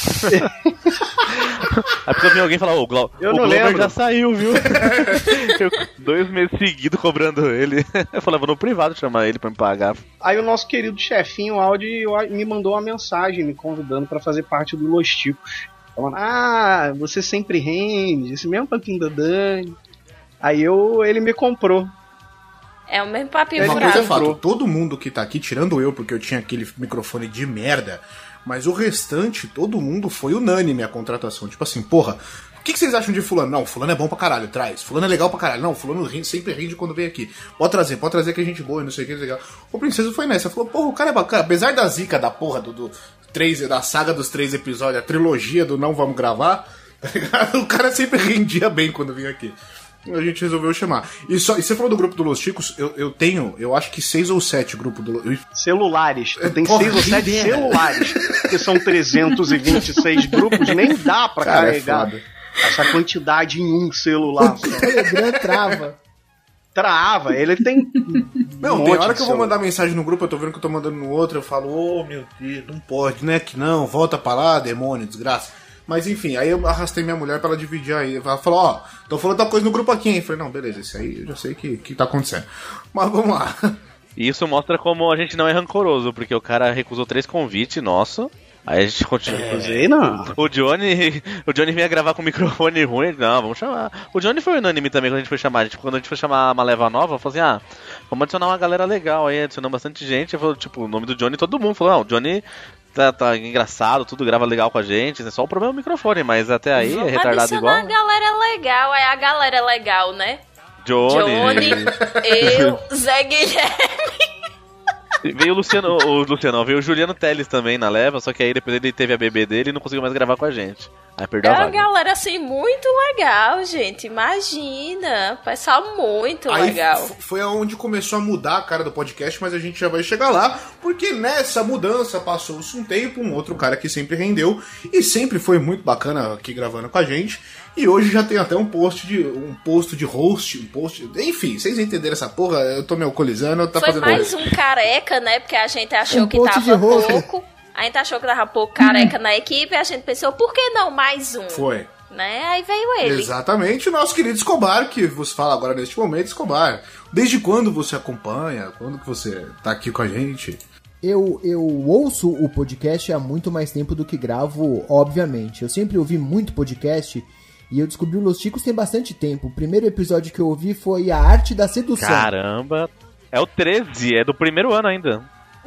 Aí precisa vir alguém falar, ô, Glau, eu o não Glauber lembro. já saiu, viu? Eu, dois meses seguidos cobrando ele. Eu falei, vou no privado chamar ele pra me pagar. Aí o nosso querido chefinho, o Audi, me mandou uma mensagem me convidando pra fazer parte do Los Chicos. Falando, ah, você sempre rende, esse mesmo papinho da Dani. Aí eu, ele me comprou. É o mesmo papinho É, uma coisa é furado. fato, todo mundo que tá aqui, tirando eu, porque eu tinha aquele microfone de merda, mas o restante, todo mundo foi unânime a contratação. Tipo assim, porra, o que, que vocês acham de fulano? Não, fulano é bom pra caralho, traz. Fulano é legal pra caralho. Não, fulano rende, sempre rende quando vem aqui. Pode trazer, pode trazer que a gente boa, não sei o que, legal. O Princesa foi nessa, falou, porra, o cara é bacana. Apesar da zica da porra do, do três, da saga dos três episódios, a trilogia do Não Vamos Gravar, tá ligado? O cara sempre rendia bem quando vinha aqui. A gente resolveu chamar. E, só, e você falou do grupo do Los Chicos, eu, eu tenho, eu acho que seis ou sete grupos do Los Celulares. Tem Porra, seis ou sete ideia. celulares. Que são trezentos e vinte e seis grupos, nem dá pra Cara, carregar é essa quantidade em um celular O só. Telegram trava. Trava, ele tem. Não, um tem monte hora de que eu vou celular. mandar mensagem no grupo, eu tô vendo que eu tô mandando no outro, eu falo, ô oh, meu Deus, não pode, né? Que não, volta pra lá, demônio, desgraça. Mas enfim, aí eu arrastei minha mulher pra ela dividir aí. Ela falou, ó, oh, tô falando tal coisa no grupo aqui, hein? Eu falei, não, beleza, isso aí eu já sei que, que tá acontecendo. Mas vamos lá. E isso mostra como a gente não é rancoroso, porque o cara recusou três convites nosso. Aí a gente continua. Recusei, não. O Johnny, o Johnny vinha gravar com o microfone ruim. Não, vamos chamar. O Johnny foi unânime também quando a gente foi chamar. Tipo, quando a gente foi chamar uma leva nova, falou assim: ah, vamos adicionar uma galera legal aí. Adicionou bastante gente. Eu falei, tipo, o nome do Johnny, todo mundo falou: não, o Johnny tá, tá engraçado, tudo grava legal com a gente. É só o problema é o microfone, mas até aí é retardado Adicionar igual. a galera legal, é a galera legal, né? Johnny. Johnny, eu, Zé Guilherme. Veio o Luciano, o Luciano, veio o Juliano Teles também na leva, só que aí depois ele teve a bebê dele e não conseguiu mais gravar com a gente. Aí perdeu É a uma vaga. galera assim muito legal, gente. Imagina. Pessoal muito Aí legal. f- foi aonde começou a mudar a cara do podcast, mas a gente já vai chegar lá, porque nessa mudança passou-se um tempo, um outro cara que sempre rendeu e sempre foi muito bacana aqui gravando com a gente. E hoje já tem até um post de um post de host, um post, enfim, vocês entenderam essa porra? Eu tô me alcoolizando, tá Foi fazendo mais um careca, né? Porque a gente achou Um que post de tava rosto. pouco. A gente achou que tava pouco careca na equipe e a gente pensou, por que não mais um? Foi. Né? Aí veio ele. Exatamente, o nosso querido Escobar, que vos fala agora neste momento. Escobar, desde quando você acompanha? Quando que você tá aqui com a gente? Eu, eu ouço o podcast há muito mais tempo do que gravo, obviamente. Eu sempre ouvi muito podcast e eu descobri o Los Chicos tem bastante tempo. O primeiro episódio que eu ouvi foi A Arte da Sedução. Caramba, é o treze, é do primeiro ano ainda.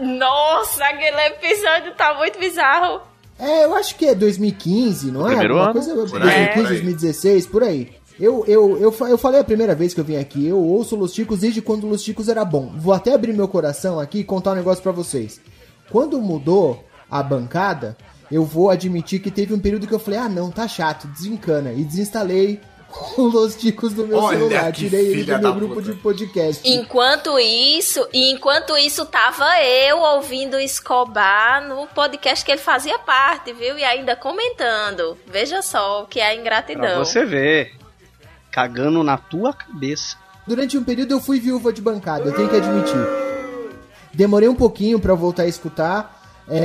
Nossa, aquele episódio tá muito bizarro. É, eu acho que é dois mil e quinze, não é? Primeiro Alguma ano. coisa Por aí, dois mil e por quinze, aí. dois mil e dezesseis, por aí. Eu, eu, eu, fa- eu falei a primeira vez que eu vim aqui, eu ouço Los Chicos desde quando Los Chicos era bom. Vou até abrir meu coração aqui e contar um negócio pra vocês. Quando mudou a bancada, eu vou admitir que teve um período que eu falei, ah não, tá chato, desencana. E desinstalei o Los Ticos do meu Olha celular. que Tirei ele filha do meu da grupo puta. de podcast. Enquanto isso, e enquanto isso, tava eu ouvindo o Escobar no podcast que ele fazia parte, viu? E ainda comentando. Veja só o que é a ingratidão. Pra você ver. Cagando na tua cabeça. Durante um período eu fui viúva de bancada, eu tenho que admitir. Demorei um pouquinho pra voltar a escutar.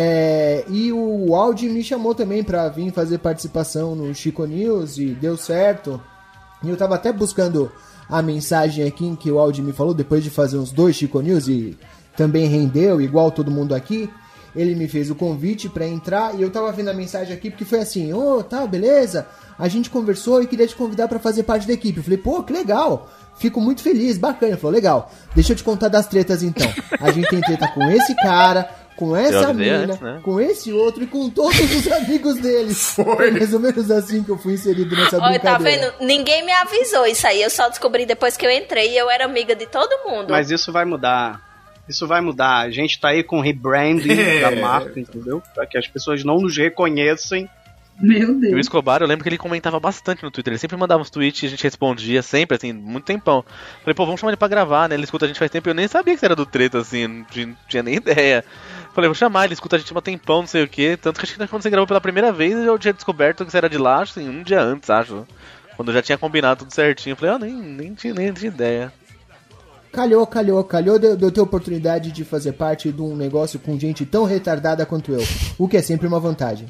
É, e o Aldi me chamou também pra vir fazer participação no Chico News e deu certo. E eu tava até buscando a mensagem aqui em que o Aldi me falou, depois de fazer uns dois Chico News e também rendeu, igual todo mundo aqui. Ele me fez o convite pra entrar e eu tava vendo a mensagem aqui porque foi assim: ô, oh, tá, beleza, a gente conversou e queria te convidar pra fazer parte da equipe. Eu falei, pô, que legal, fico muito feliz, bacana. Ele falou, legal, deixa eu te contar das tretas então. A gente tem treta com esse cara, com essa mina, antes, né? com esse outro e com todos os amigos dele. Foi mais ou menos assim que eu fui inserido nessa Olha, tá brincadeira. vendo? Ninguém me avisou isso aí, eu só descobri depois que eu entrei e eu era amiga de todo mundo. Mas isso vai mudar. Isso vai mudar. A gente tá aí com rebranding É. da marca, entendeu? Pra que as pessoas não nos reconheçam. Meu E o Deus. Escobar, eu lembro que ele comentava bastante no Twitter. Ele sempre mandava uns tweets e a gente respondia sempre, assim, muito tempão. Falei, pô, vamos chamar ele pra gravar, né? Ele escuta a gente faz tempo e eu nem sabia que você era do Treta, assim, não tinha, não tinha nem ideia. Falei, vou chamar, ele escuta a gente há um tempão, não sei o quê. Tanto que acho que quando você gravou pela primeira vez, eu tinha descoberto que você era de lá, assim, um dia antes, acho. Quando eu já tinha combinado tudo certinho. Eu falei, ah, nem, nem, tinha, nem tinha ideia. Calhou, calhou, calhou de eu ter oportunidade de fazer parte de um negócio com gente tão retardada quanto eu. O que é sempre uma vantagem.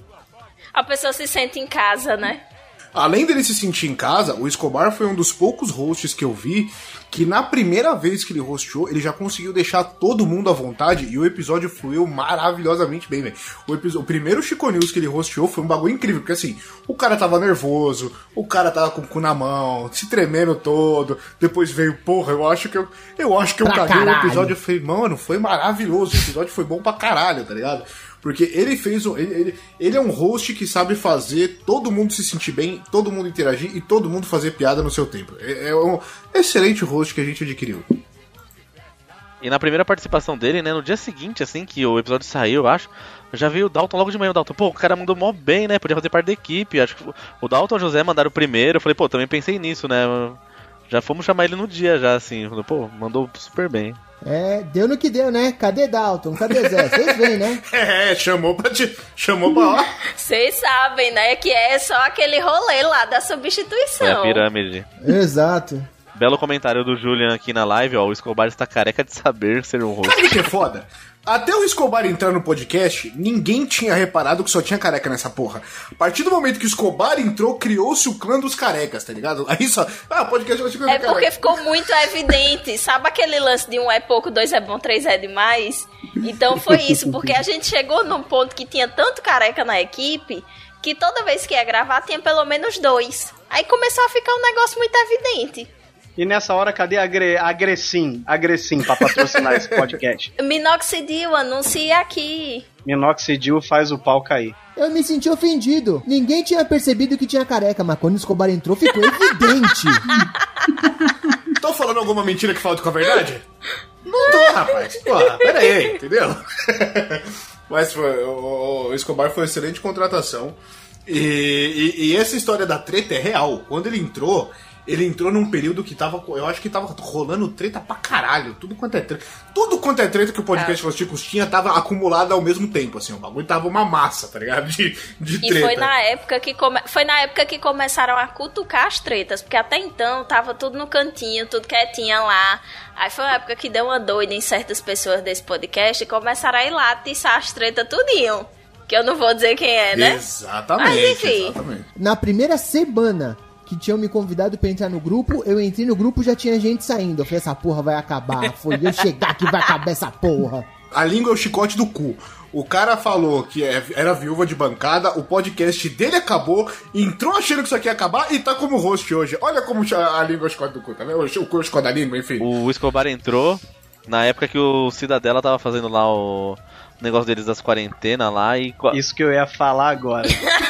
A pessoa se sente em casa, né? Além dele se sentir em casa, o Escobar foi um dos poucos hosts que eu vi que na primeira vez que ele hosteou, ele já conseguiu deixar todo mundo à vontade e o episódio fluiu maravilhosamente bem, velho. O, episo- o primeiro Chico News que ele hosteou foi um bagulho incrível, porque assim, o cara tava nervoso, o cara tava com o cu na mão, se tremendo todo, depois veio, porra, eu acho que eu, eu acho que eu Pra caguei o caralho. episódio. Eu falei, mano, foi maravilhoso, o episódio foi bom pra caralho, tá ligado? Porque ele fez. o- Ele, ele, ele é um host que sabe fazer todo mundo se sentir bem, todo mundo interagir e todo mundo fazer piada no seu tempo. É, é um excelente host que a gente adquiriu. E na primeira participação dele, né, no dia seguinte, assim, que o episódio saiu, eu acho, já veio o Dalton logo de manhã. O Dalton, pô, o cara mandou mó bem, né, podia fazer parte da equipe. Acho que o Dalton e o José mandaram o primeiro. Eu falei, pô, também pensei nisso, né. Já fomos chamar ele no dia, já, assim. Falei, pô, mandou super bem. É, deu no que deu, né? Cadê Dalton? Cadê Zé? Vocês veem, né? É, chamou pra te. Chamou pra lá. Vocês sabem, né? Que é só aquele rolê lá da Foi a substituição. pirâmide. Exato. Belo comentário do Julian aqui na live, ó. O Escobar está careca de saber ser um host. Sabe o que é foda? Até o Escobar entrar no podcast, ninguém tinha reparado que só tinha careca nessa porra. A partir do momento que o Escobar entrou, criou-se o clã dos carecas, tá ligado? Aí só. Ah, podcast vai ficar É porque ficou muito evidente. Sabe aquele lance de um é pouco, dois é bom, três é demais? Então foi isso, porque a gente chegou num ponto que tinha tanto careca na equipe que toda vez que ia gravar tinha pelo menos dois. Aí começou a ficar um negócio muito evidente. E nessa hora, cadê a Gre- a Grecim? A Grecim pra patrocinar esse podcast. Minoxidil, anuncia aqui. Minoxidil faz o pau cair. Eu me senti ofendido. Ninguém tinha percebido que tinha careca, mas quando o Escobar entrou ficou evidente. Tô falando alguma mentira que falta com a verdade? Não tô, rapaz. Porra, pera aí, entendeu? Mas foi, o, o Escobar foi uma excelente contratação. E, e, e essa história da treta é real. Quando ele entrou, ele entrou num período que tava. Eu acho que tava rolando treta pra caralho. Tudo quanto é treta. Tudo quanto é treta que o podcast Los Ticos tinha tava acumulado ao mesmo tempo, assim. O bagulho tava uma massa, tá ligado? De, de E treta. foi na época que come... foi na época que começaram a cutucar as tretas, porque até então tava tudo no cantinho, tudo quietinho lá. Aí foi uma época que deu uma doida em certas pessoas desse podcast e começaram a ir lá atiçar as tretas tudinho. Que eu não vou dizer quem é, né? Exatamente, Mas, enfim. exatamente. Na primeira semana que tinham me convidado pra entrar no grupo, eu entrei no grupo e já tinha gente saindo. Eu falei, essa porra vai acabar. Foi eu chegar que vai acabar essa porra. A língua é o chicote do cu. O cara falou que é- era viúva de bancada, o podcast dele acabou, entrou achando que isso aqui ia acabar e tá como host hoje. Olha como a língua é o chicote do cu, tá vendo? O cu é o chicote da língua, enfim. O Escobar entrou na época que o Cidadela tava fazendo lá o negócio deles das quarentenas lá e... Isso que eu ia falar agora.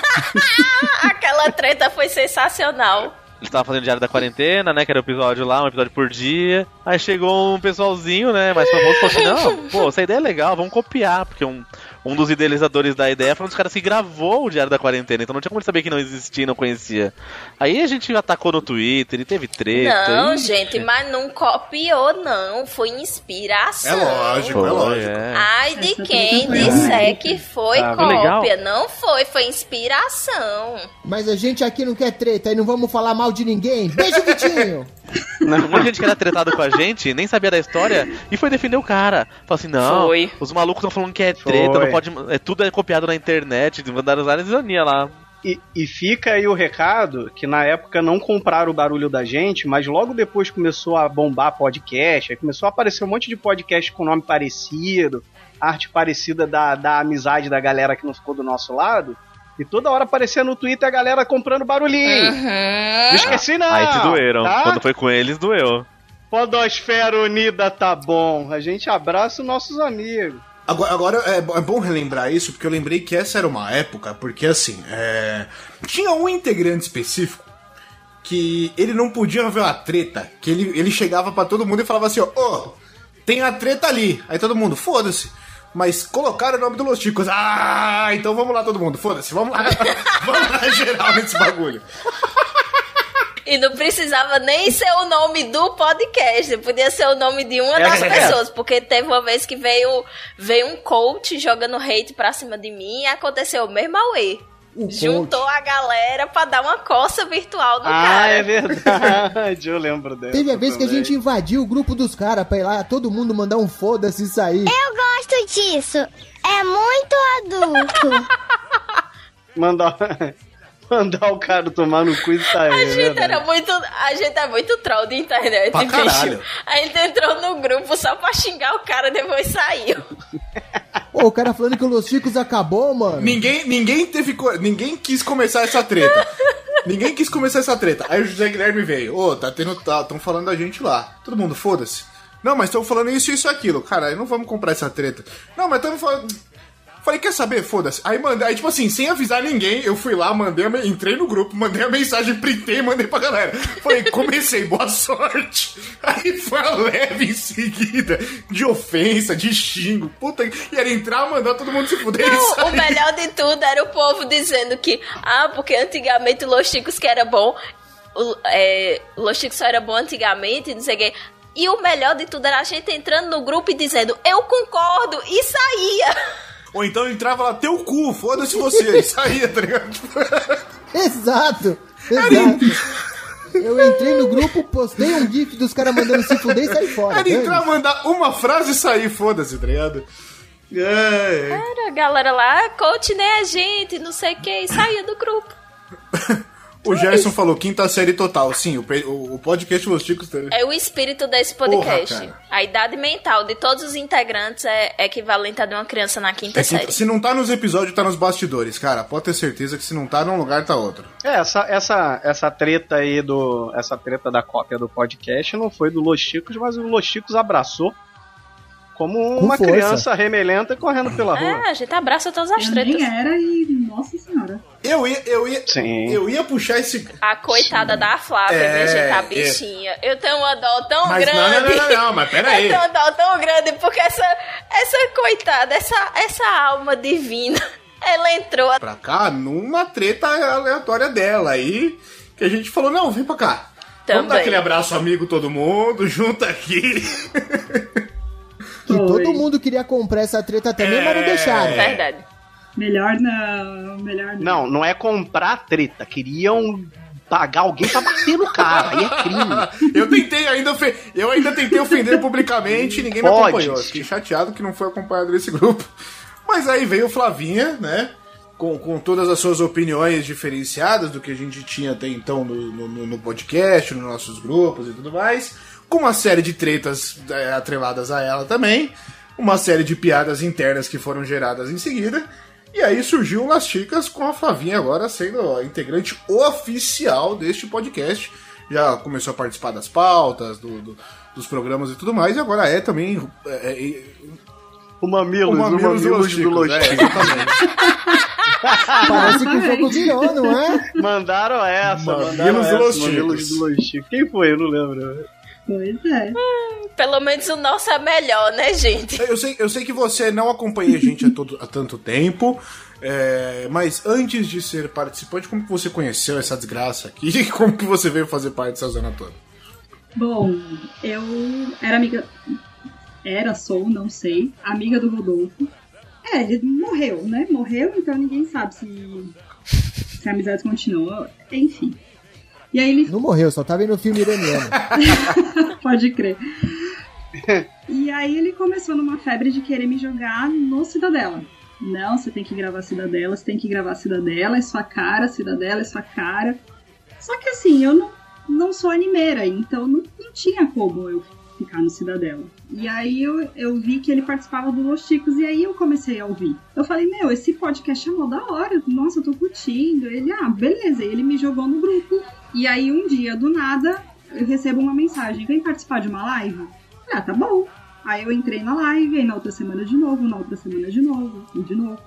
Aquela treta foi sensacional. Ele tava fazendo Diário da Quarentena, né? Que era o episódio lá, um episódio por dia. Aí chegou um pessoalzinho, né? Mais famoso, falou assim, não, pô, essa ideia é legal, vamos copiar. Porque um, um dos idealizadores da ideia foi um dos caras que gravou o Diário da Quarentena, então não tinha como ele saber que não existia, não conhecia. Aí a gente atacou no Twitter e teve treta. Não, e... gente, mas não copiou, não. Foi inspiração. É lógico, Foi, é lógico. é. Ai de Essa quem treta foi disser legal. que foi Ah, foi legal. cópia. Não foi, foi inspiração. Mas a gente aqui não quer treta e não vamos falar mal de ninguém. Beijo, Vitinho! Um monte de gente que era tretado com a gente, nem sabia da história, e foi defender o cara. Falou assim, não, Foi. os malucos estão falando que é treta, Foi. não pode. É, tudo é copiado na internet, mandaram várias ironias lá. E, e fica aí o recado que na época não compraram o barulho da gente, mas logo depois começou a bombar podcast, aí começou a aparecer um monte de podcast com nome parecido, arte parecida da, da amizade da galera que não ficou do nosso lado, e toda hora aparecia no Twitter a galera comprando barulhinho. Uhum. Não esqueci não! Aí te doeram. tá? Quando foi com eles, doeu. Podosfera unida tá bom, a gente abraça os nossos amigos. Agora, agora é, bo- é bom relembrar isso, porque eu lembrei que essa era uma época, porque assim, é, tinha um integrante específico que ele não podia ver uma treta, que ele, ele chegava pra todo mundo e falava assim, ó, ô, tem a treta ali. Aí todo mundo, foda-se. Mas colocaram o nome do Los Chicos. Ah, então vamos lá todo mundo, foda-se, vamos lá. Vamos lá geral nesse bagulho. E não precisava nem ser o nome do podcast, podia ser o nome de uma das É. pessoas, porque teve uma vez que veio, veio um coach jogando hate pra cima de mim e aconteceu o mesmo auê. O Juntou a galera pra dar uma coça virtual no Ah, cara. é verdade, eu lembro dessa. Teve a vez que a também. gente invadiu o grupo dos caras pra ir lá, todo mundo mandar um foda-se e sair. Eu gosto disso. É muito adulto. Mandar, mandar o cara tomar no cu e sair. A é gente verdade. era muito. A gente é muito troll de internet, Pra bicho. caralho. A gente entrou no grupo só pra xingar o cara e depois saiu. Ô, o cara falando que o Los Chicos acabou, mano. Ninguém, ninguém teve. co- Ninguém quis começar essa treta. Ninguém quis começar essa treta. Aí o José Guilherme veio. Ô, tá tendo. Tão falando da gente lá. Todo mundo, foda-se. Não, mas estão falando isso, isso e aquilo. Cara, aí não vamos comprar essa treta. Não, mas estamos falando. Falei, quer saber? Foda-se. Aí mandei, aí tipo assim, sem avisar ninguém, eu fui lá, mandei a me... entrei no grupo, mandei a mensagem, printei e mandei pra galera. Falei, comecei, boa sorte. Aí foi a leve em seguida, de ofensa, de xingo. Puta, e era entrar, mandar todo mundo se fuder e Não, o sair. melhor de tudo era o povo dizendo que, ah, porque antigamente o Los Chicos que era bom, o é, Los Chicos só era bom antigamente, não sei o quê. E o melhor de tudo era a gente entrando no grupo e dizendo, eu concordo, e saía. Ou então entrava lá, teu cu, foda-se você, e saía, tá ligado? Tipo, Exato, exato. Eu entrei no grupo, postei um gif dos caras mandando se fuder e saí fora. era entrar, dane-se. mandar uma frase e sair, foda-se, tá ligado? É, Era a galera lá, coach nem a gente, não sei o que, e saía do grupo. o Gerson falou, quinta série total. Sim, o, pe- o, o podcast Los Chicos... tá- É o espírito desse podcast. Porra, cara. A idade mental de todos os integrantes é equivalente a de uma criança na quinta É que, série. se não tá nos episódios, tá nos bastidores, cara. Pode ter certeza que se não tá num lugar, tá outro. É, essa, essa, essa treta aí do. Essa treta da cópia do podcast não foi do Los Chicos, mas o Los Chicos abraçou como Com uma força. criança remelenta correndo pela rua. É, a gente abraça todas as Eu tretas. nem era e, nossa senhora. Eu ia, eu ia, Sim. eu ia puxar esse... A coitada da Flávia, É, minha gente, a é. bichinha. Eu tenho uma dó tão Mas não, grande. não, não, não, não, mas pera aí. Eu tenho uma dó tão grande porque essa, essa coitada, essa, essa alma divina, ela entrou. Pra cá numa treta aleatória dela. Aí que a gente falou, não, vem pra cá. Vamos dar Também. aquele abraço amigo todo mundo, junta aqui. Que Foi. todo mundo queria comprar essa treta também, mas não É. deixaram. Verdade. Melhor não, melhor não. Não, não é comprar treta. Queriam pagar alguém pra bater no cara. Aí é crime. Eu tentei ainda, ofe- eu ainda tentei ofender publicamente e ninguém me Pode. acompanhou. Fiquei chateado que não foi acompanhado desse grupo. Mas aí veio Flavinha, né? Com, com todas as suas opiniões diferenciadas do que a gente tinha até então no, no, no podcast, nos nossos grupos e tudo mais. Com uma série de tretas é, atreladas a ela também. Uma série de piadas internas que foram geradas em seguida. E aí surgiu o Las Chicas com a Flavinha agora sendo a integrante oficial deste podcast. Já começou a participar das pautas, do, do- dos programas e tudo mais. E agora é também... É, é, O Mamilos, o o Mamilos Mamilos, do do Los Los Chicos, é, Chicos. exatamente. Parece que o jogo virou, não é? Mandaram essa, Mamilos mandaram do essa. Los Mamilos Chicos. do Los Chicos. Quem foi? Eu não lembro. Pois é. Hum, pelo menos o nosso é melhor, né, gente? Eu sei, eu sei que você não acompanha a gente há, todo, há tanto tempo, é, mas antes de ser participante, como que você conheceu essa desgraça aqui? Como que você veio fazer parte dessa zona toda? Bom, eu era amiga... Era, sou, não sei, amiga do Rodolfo. É, ele morreu, né? Morreu, então ninguém sabe se, se a amizade continuou. Enfim. E aí ele... Não morreu, só tá vendo o filme iraniano. Pode crer. E aí ele começou numa febre de querer me jogar no Cidadela. Não, você tem que gravar Cidadela, você tem que gravar Cidadela, é sua cara, Cidadela é sua cara. Só que assim, eu não, não sou animeira, então não, não tinha como eu ficar no Cidadela. E aí eu, eu vi que ele participava do Los Chicos e aí eu comecei a ouvir. Eu falei, meu, esse podcast é mó da hora, nossa, eu tô curtindo. Ele, ah, beleza, ele me jogou no grupo. E aí um dia, do nada, eu recebo uma mensagem, vem participar de uma live? Ah, tá bom. Aí eu entrei na live, aí na outra semana de novo, na outra semana de novo, e de novo.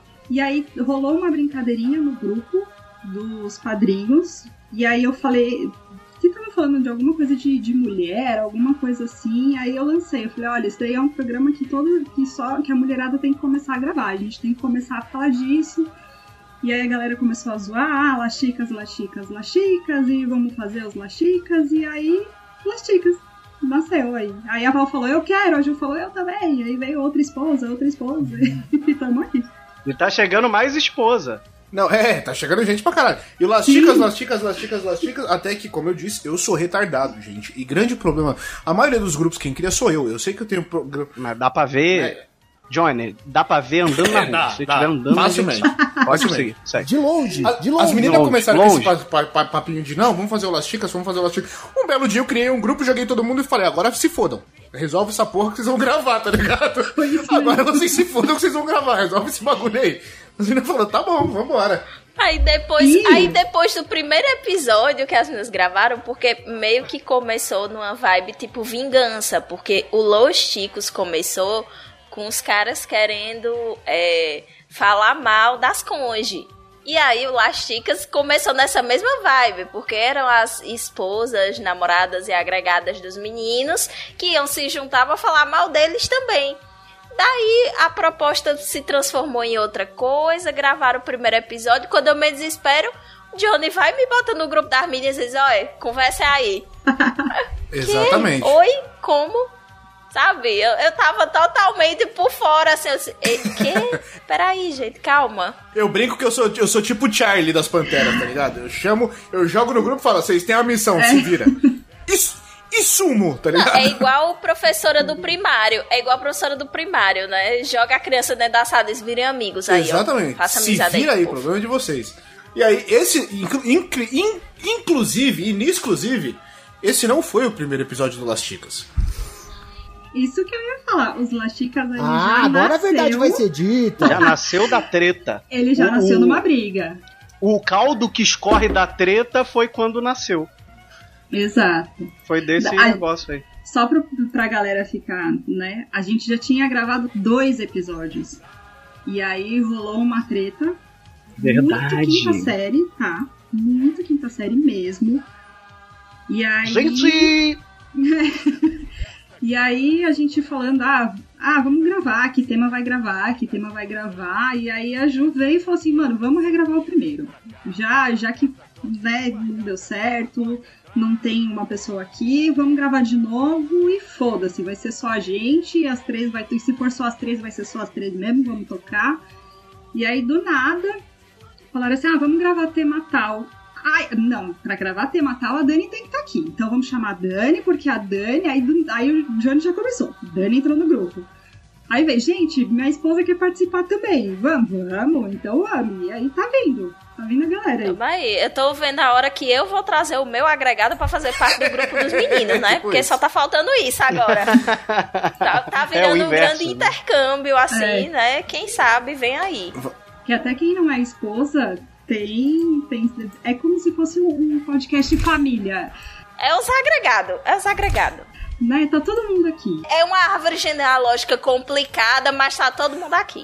E aí rolou uma brincadeirinha no grupo dos padrinhos, e aí eu falei... que tava falando de alguma coisa de, de mulher, alguma coisa assim, aí eu lancei, eu falei, olha, isso daí é um programa que todo que só que a mulherada tem que começar a gravar, a gente tem que começar a falar disso. E aí a galera começou a zoar, ah, Las Chicas, Las Chicas, Las Chicas, e vamos fazer os Las Chicas, e aí Las Chicas nasceu aí. Aí a Val falou, eu quero, a Ju falou, eu também, aí veio outra esposa, outra esposa, e tamo aqui. E tá chegando mais esposa. Não, é, tá chegando gente pra caralho. E o Las Chicas, Las Chicas, Las Chicas, Las Chicas, até que, como eu disse, eu sou retardado, gente. E grande problema, a maioria dos grupos quem cria sou eu. Eu sei que eu tenho programa. Mas dá pra ver, é. Johnny, dá pra ver andando na rua. Dá, Se dá, estiver andando, facilmente. Pode seguir, segue. De longe, de longe. As meninas longe, começaram longe. com esse pa, pa, papinho de não, vamos fazer o Las Chicas, vamos fazer o Las Chicas. Um belo dia eu criei um grupo, joguei todo mundo e falei, agora se fodam. Resolve essa porra que vocês vão gravar, tá ligado? Agora vocês se fodam que vocês vão gravar, resolve esse bagulho aí. As meninas falaram, tá bom, vambora. Aí depois, aí depois do primeiro episódio que as meninas gravaram, porque meio que começou numa vibe tipo vingança, porque o Los Chicos começou com os caras querendo é, falar mal das conge. E aí o Las Chicas começou nessa mesma vibe, porque eram as esposas, namoradas e agregadas dos meninos que iam se juntar pra falar mal deles também. Daí a proposta se transformou em outra coisa, gravaram o primeiro episódio, quando eu me desespero, Johnny vai e me bota no grupo das meninas e diz, olha, conversa aí. Exatamente. Que? Oi? Como? Sabe? Eu, eu tava totalmente por fora, assim, eu disse, que? Peraí, gente, calma. Eu brinco que eu sou, eu sou tipo o Charlie das Panteras, tá ligado? Eu chamo, eu jogo no grupo e falo, vocês têm uma missão, é. se vira. Isso, e sumo, tá ligado? Não, é igual professora do primário, é igual a professora do primário, né? Joga a criança dentro da sala, eles virem amigos aí, exatamente. Ó, faça se amizade vira aí, aí, o problema é de vocês. E aí, esse, inclu, inclu, in, inclusive, inexclusive, esse não foi o primeiro episódio do Las Chicas. Isso que eu ia falar, os Las Chicas aí ah, já agora nasceu, a verdade vai ser dita. Já nasceu da treta. Ele já o, nasceu numa briga. O caldo que escorre da treta foi quando nasceu. Exato. Foi desse a, negócio aí. Só pra, pra galera ficar, né? A gente já tinha gravado dois episódios. E aí rolou uma treta. Verdade. Muito quinta série, tá? Muito quinta série mesmo. E aí... Gente! E aí a gente falando, ah, ah, vamos gravar, que tema vai gravar, que tema vai gravar. E aí a Ju veio e falou assim, mano, vamos regravar o primeiro. Já, já que, né, não deu certo, não tem uma pessoa aqui, vamos gravar de novo e foda-se, vai ser só a gente, as três vai, e se for só as três, vai ser só as três mesmo, vamos tocar. E aí do nada, falaram assim, ah, vamos gravar tema tal. Ai, não, pra gravar tema tal, a Dani tem que estar aqui. Então vamos chamar a Dani, porque a Dani... Aí, aí o Johnny já começou. Dani entrou no grupo. Aí veio, gente, minha esposa quer participar também. Vamos, vamos, então vamos. E aí tá vendo. Tá vendo a galera aí. Toma aí. Eu tô vendo a hora que eu vou trazer o meu agregado pra fazer parte do grupo dos meninos, né? Porque só tá faltando isso agora. Tá, tá virando é inverso, um grande né? intercâmbio, assim, é. né? Quem sabe, vem aí. Que até quem não é esposa... Tem, tem. É como se fosse um podcast de família. É os agregados, é os agregados. Né? Tá todo mundo aqui. É uma árvore genealógica complicada, mas tá todo mundo aqui.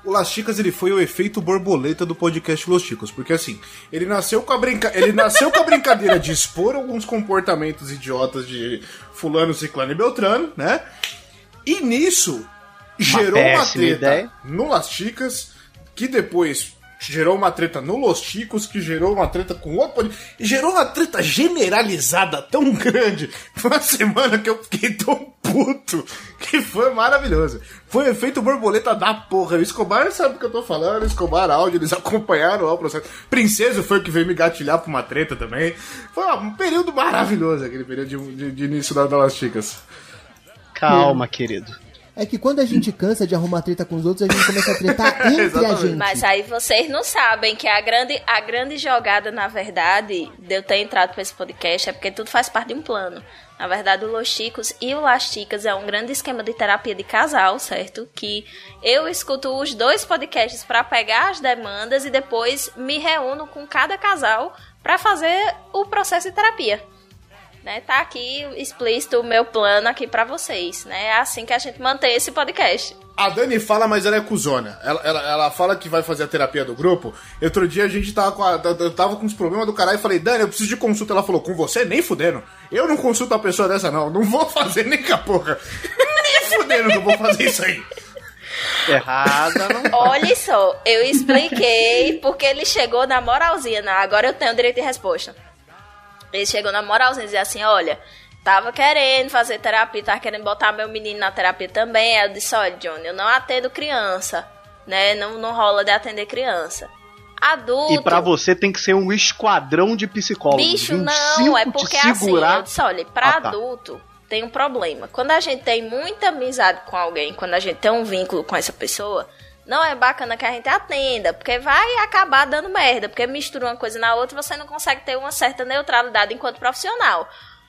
O Las Chicas, ele foi o efeito borboleta do podcast Los Chicos, porque assim, ele nasceu com a, brinca... ele nasceu com a brincadeira de expor alguns comportamentos idiotas de fulano, ciclano e beltrano, né? E nisso, gerou uma, uma treta ideia. no Las Chicas, que depois gerou uma treta no Los Chicos, que gerou uma treta com outro podcast, e gerou uma treta generalizada tão grande, foi uma semana que eu fiquei tão puto, que foi maravilhoso. Foi o efeito borboleta da porra. O Escobar sabe o que eu tô falando, Escobar áudio, eles acompanharam lá o processo. Princesa foi o que veio me gatilhar pra uma treta também. Foi um período maravilhoso, aquele período de, de, de início da, da Las Chicas. Calma, hum. querido. É que quando a gente cansa de arrumar treta com os outros, a gente começa a tretar entre a gente. Mas aí vocês não sabem que a grande, a grande jogada, na verdade, de eu ter entrado pra esse podcast é porque tudo faz parte de um plano. Na verdade, o Los Chicos e o Las Chicas é um grande esquema de terapia de casal, certo? Que eu escuto os dois podcasts pra pegar as demandas e depois me reúno com cada casal pra fazer o processo de terapia. Né, tá aqui explícito o meu plano aqui pra vocês, né? É assim que a gente mantém esse podcast. A Dani fala, mas ela é cuzona. Ela, ela, ela fala que vai fazer a terapia do grupo. Outro dia a gente tava com, a, eu tava com uns problemas do caralho e falei, Dani, eu preciso de consulta. Ela falou, com você? Nem fudendo. Eu não consulto uma pessoa dessa, não. Não vou fazer nem com a porra. Nem fudendo que eu vou fazer isso aí. Errada, não. Olha só, eu expliquei porque ele chegou na moralzinha. Não, agora eu tenho o direito de resposta. Ele chegou na moralzinha e dizia assim, olha, tava querendo fazer terapia, tava querendo botar meu menino na terapia também. Aí eu disse, olha, Johnny, eu não atendo criança, né? Não, não rola de atender criança. Adulto... E pra você tem que ser um esquadrão de psicólogos. Bicho, não, é porque assim, eu disse, olha, pra ah, tá. adulto tem um problema. Quando a gente tem muita amizade com alguém, quando a gente tem um vínculo com essa pessoa... Não é bacana que a gente atenda, porque vai acabar dando merda, porque mistura uma coisa na outra e você não consegue ter uma certa neutralidade enquanto profissional.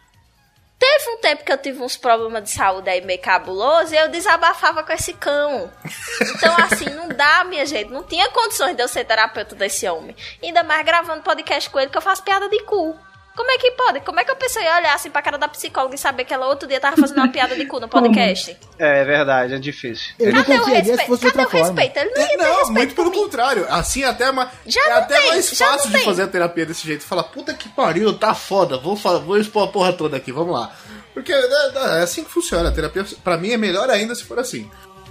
Teve um tempo que eu tive uns problemas de saúde aí meio cabuloso e eu desabafava com esse cão. Então, assim, não dá, minha gente, não tinha condições de eu ser terapeuta desse homem. Ainda mais gravando podcast com ele que eu faço piada de cu. Como é que pode? Como é que a pessoa ia olhar assim pra cara da psicóloga e saber que ela outro dia tava fazendo uma piada de cu no podcast? É, é verdade, é difícil. Eu não confiaria se fosse de outra forma. Respeito? Ele não ia é, ter não, respeito muito pelo mim. contrário. Assim até, ma... já é até tem, mais fácil de tem. fazer a terapia desse jeito. Falar, puta que pariu, tá foda, vou, fa... vou expor a porra toda aqui, vamos lá. Porque é, é assim que funciona. A terapia, pra mim, é melhor ainda se for assim.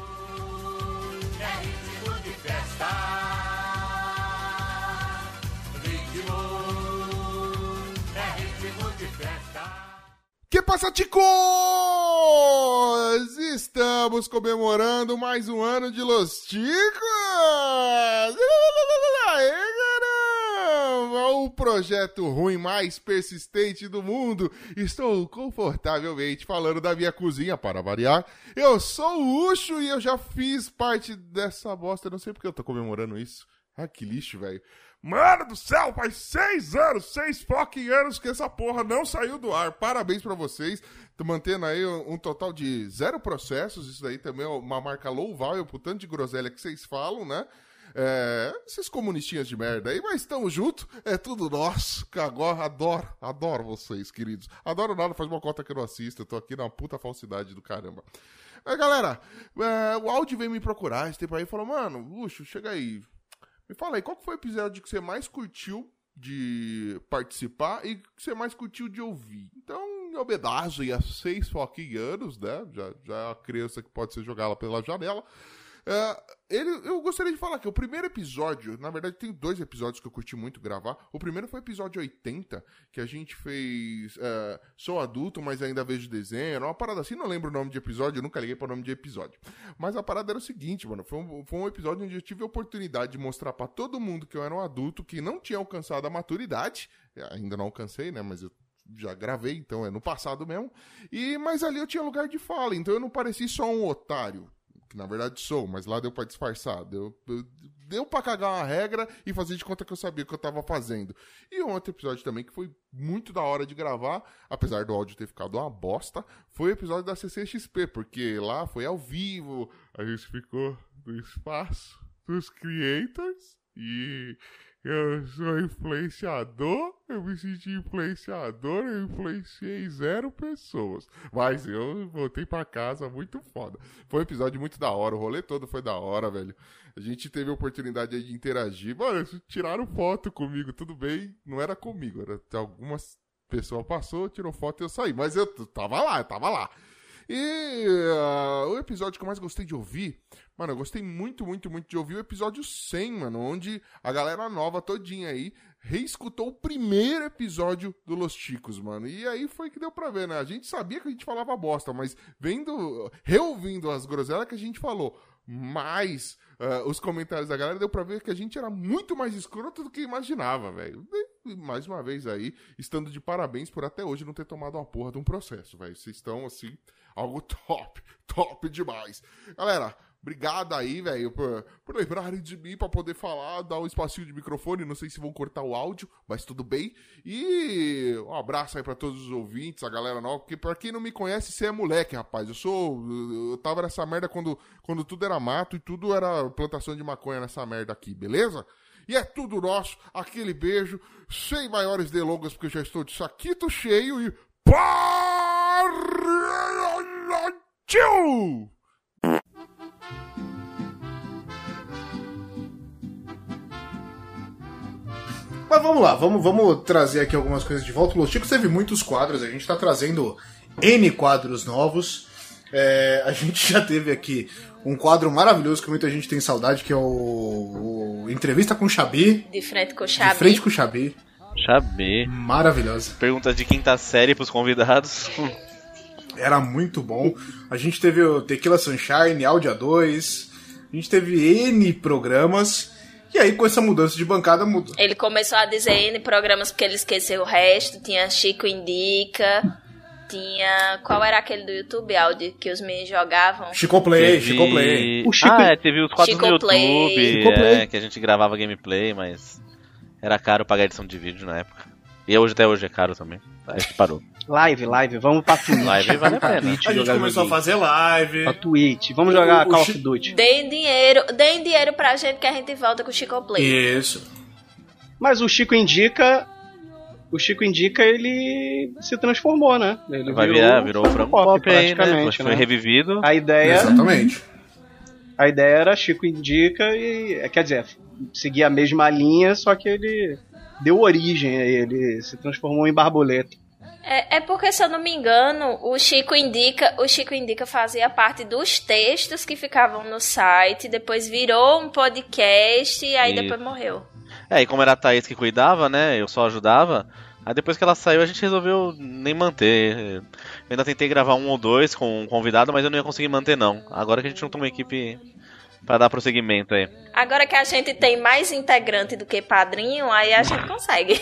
Que passa, ticos? Estamos comemorando mais um ano de Los Chicos! Aê, caramba! O projeto ruim mais persistente do mundo. Estou confortavelmente falando da minha cozinha, para variar. Eu sou o Ucho e eu já fiz parte dessa bosta. Não sei porque eu tô comemorando isso. Ah, que lixo, velho. Mano do céu, faz seis anos, seis fucking anos que essa porra não saiu do ar. Parabéns pra vocês. Tô mantendo aí um, um total de zero processos. Isso daí também é uma marca louvável pro tanto de groselha que vocês falam, né? É, esses comunistinhas de merda aí, mas tamo junto, é tudo nosso. Agora adoro, adoro vocês, queridos. Adoro nada, faz uma cota que eu não assisto. Eu tô aqui na puta falsidade do caramba. Mas galera, é, o Audi veio me procurar esse tempo aí e falou, mano, Luxo, chega aí. Me fala aí, qual que foi o episódio que você mais curtiu de participar e que você mais curtiu de ouvir? Então, em homenagem a seis fucking anos, né? Já, já é uma criança que pode ser jogada pela janela. Uh, ele, eu gostaria de falar que o primeiro episódio, na verdade tem dois episódios que eu curti muito gravar. O primeiro foi o episódio oitenta, que a gente fez uh, Sou adulto, mas ainda vejo desenho. Era uma parada assim, não lembro o nome de episódio, eu nunca liguei para o nome de episódio. Mas a parada era o seguinte, mano, foi um, foi um episódio onde eu tive a oportunidade de mostrar para todo mundo que eu era um adulto que não tinha alcançado a maturidade. Ainda não alcancei, né, mas eu já gravei, então é no passado mesmo. E, mas ali eu tinha lugar de fala, então eu não parecia só um otário. Que na verdade sou, mas lá deu pra disfarçar. Deu, deu, deu pra cagar uma regra e fazer de conta que eu sabia o que eu tava fazendo. E um outro episódio também que foi muito da hora de gravar, apesar do áudio ter ficado uma bosta, foi o episódio da C C X P, porque lá foi ao vivo, a gente ficou no espaço dos creators e eu sou influenciador, eu me senti influenciador, eu influenciei zero pessoas. Mas eu voltei pra casa muito foda. Foi um episódio muito da hora, o rolê todo foi da hora, velho. A gente teve a oportunidade aí de interagir. Mano, tiraram foto comigo, tudo bem, não era comigo, era algumas pessoas passou, tirou foto e eu saí. Mas eu tava lá, eu tava lá. E uh, o episódio que eu mais gostei de ouvir, mano, eu gostei muito, muito, muito de ouvir o episódio cem, mano, onde a galera nova todinha aí reescutou o primeiro episódio do Los Chicos, mano. E aí foi que deu pra ver, né? A gente sabia que a gente falava bosta, mas vendo, reouvindo as groselhas que a gente falou, mais uh, os comentários da galera, deu pra ver que a gente era muito mais escroto do que imaginava, velho. Mais uma vez aí, estando de parabéns por até hoje não ter tomado uma porra de um processo, velho. Vocês estão, assim, algo top, top demais. Galera, obrigado aí, velho, por, por lembrarem de mim pra poder falar, dar um espacinho de microfone. Não sei se vão cortar o áudio, mas tudo bem. E um abraço aí pra todos os ouvintes, a galera nova, porque pra quem não me conhece, você é moleque, rapaz. Eu sou... Eu tava nessa merda quando, quando tudo era mato e tudo era plantação de maconha nessa merda aqui, beleza? E é tudo nosso, aquele beijo, sem maiores delongas, porque eu já estou de saquito cheio e... Partiu! Mas vamos lá, vamos, vamos trazer aqui algumas coisas de volta. O Los Chicos teve muitos quadros, a gente tá trazendo N quadros novos. É, a gente já teve aqui um quadro maravilhoso que muita gente tem saudade, que é o, o Entrevista com o Xabi. De frente com o Xabi. De frente com o Xabi. Xabi. Maravilhosa. Pergunta de quinta série pros convidados. Era muito bom. A gente teve o Tequila Sunshine, Áudio A dois. A gente teve N programas. E aí, com essa mudança de bancada, mudou. Ele começou a dizer N programas porque ele esqueceu o resto. Tinha Chico Indica... Tinha... Qual era aquele do YouTube, Audi, que os meninos jogavam? Chico Play, teve... Chico Play. O Chico... Ah, é, teve os quadros Chico no Play. YouTube, Chico Play. É, que a gente gravava gameplay, mas era caro pagar edição de vídeo na época. E hoje, até hoje é caro também. A gente parou. Live, live, vamos pra Twitch. Live vale a pena. Twitch, A gente jogar começou joguinho. a fazer live. Pra Twitch. Vamos jogar O- o Call Chi- of Duty. Deem dinheiro, deem dinheiro pra gente que a gente volta com o Chico Play. Isso. Mas o Chico Indica... O Chico Indica, ele se transformou, né? Ele Vai virou, virar, virou o frango pop aí, né? praticamente, Foi né? revivido. A ideia, Exatamente. a ideia era Chico Indica e... Quer dizer, seguir a mesma linha, só que ele deu origem a ele. Se transformou em Barboleta. É, é porque, se eu não me engano, o Chico Indica, o Chico Indica fazia parte dos textos que ficavam no site, depois virou um podcast e aí Isso. depois morreu. É, e como era a Thaís que cuidava, né? Eu só ajudava. Aí depois que ela saiu, a gente resolveu nem manter. Eu ainda tentei gravar um ou dois com um convidado, mas eu não ia conseguir manter, não. Agora que a gente juntou uma equipe pra dar prosseguimento aí. Agora que a gente tem mais integrante do que padrinho, aí a gente consegue.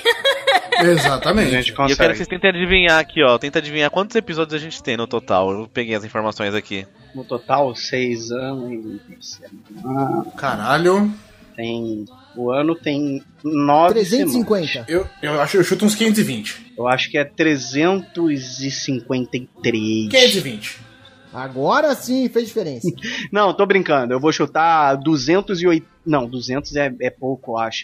A Exatamente. gente E eu quero que consegue. vocês tentem adivinhar aqui, ó. Tenta adivinhar quantos episódios a gente tem no total. Eu peguei as informações aqui. No total, seis anos. Ah, Caralho. tem... O ano tem nove trezentos e semanas. cinquenta. Eu, eu acho que eu chuto uns quinhentos e vinte. Eu acho que é trezentos e cinquenta e três. quinhentos e vinte. Agora sim fez diferença. Não, tô brincando. Eu vou chutar duzentos e oito. Não, duzentos é, é pouco, eu acho.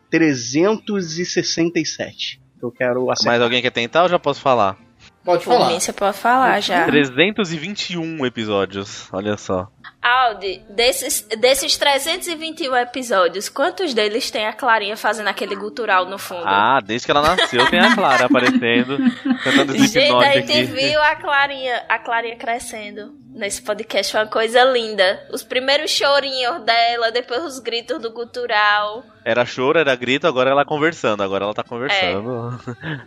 trezentos e sessenta e sete. Eu quero acertar. Mais alguém quer tentar ou já posso falar? Pode Por falar. mim, você pode falar já. trezentos e vinte e um episódios, olha só. Audi, desses, desses trezentos e vinte e um episódios, quantos deles tem a Clarinha fazendo aquele gutural no fundo? Ah, desde que ela nasceu tem a Clara aparecendo, cantando Gente, Slipknot a gente aqui. viu a Clarinha, a Clarinha crescendo nesse podcast, foi uma coisa linda. Os primeiros chorinhos dela, depois os gritos do gutural. Era choro, era grito, agora ela conversando, agora ela tá conversando.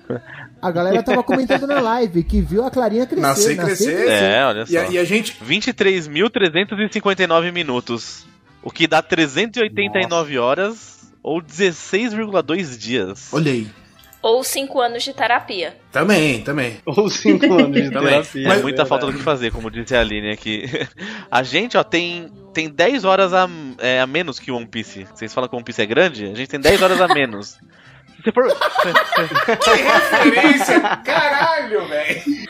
A galera tava comentando na live que viu a Clarinha crescer. Nascer e crescer. É, olha E a, só. e a gente. vinte e três mil trezentos e cinquenta e nove minutos, o que dá trezentos e oitenta e nove horas ou dezesseis vírgula dois dias. Olha aí. Ou cinco anos de terapia. Também, também. Ou cinco anos de Também. terapia. É Mas- muita falta do que fazer, como disse a Aline aqui. A gente, ó, tem, tem dez horas a, é, a menos que o One Piece. Vocês falam que o One Piece é grande? A gente tem dez horas a menos. Se você for... Que referência! Caralho, velho!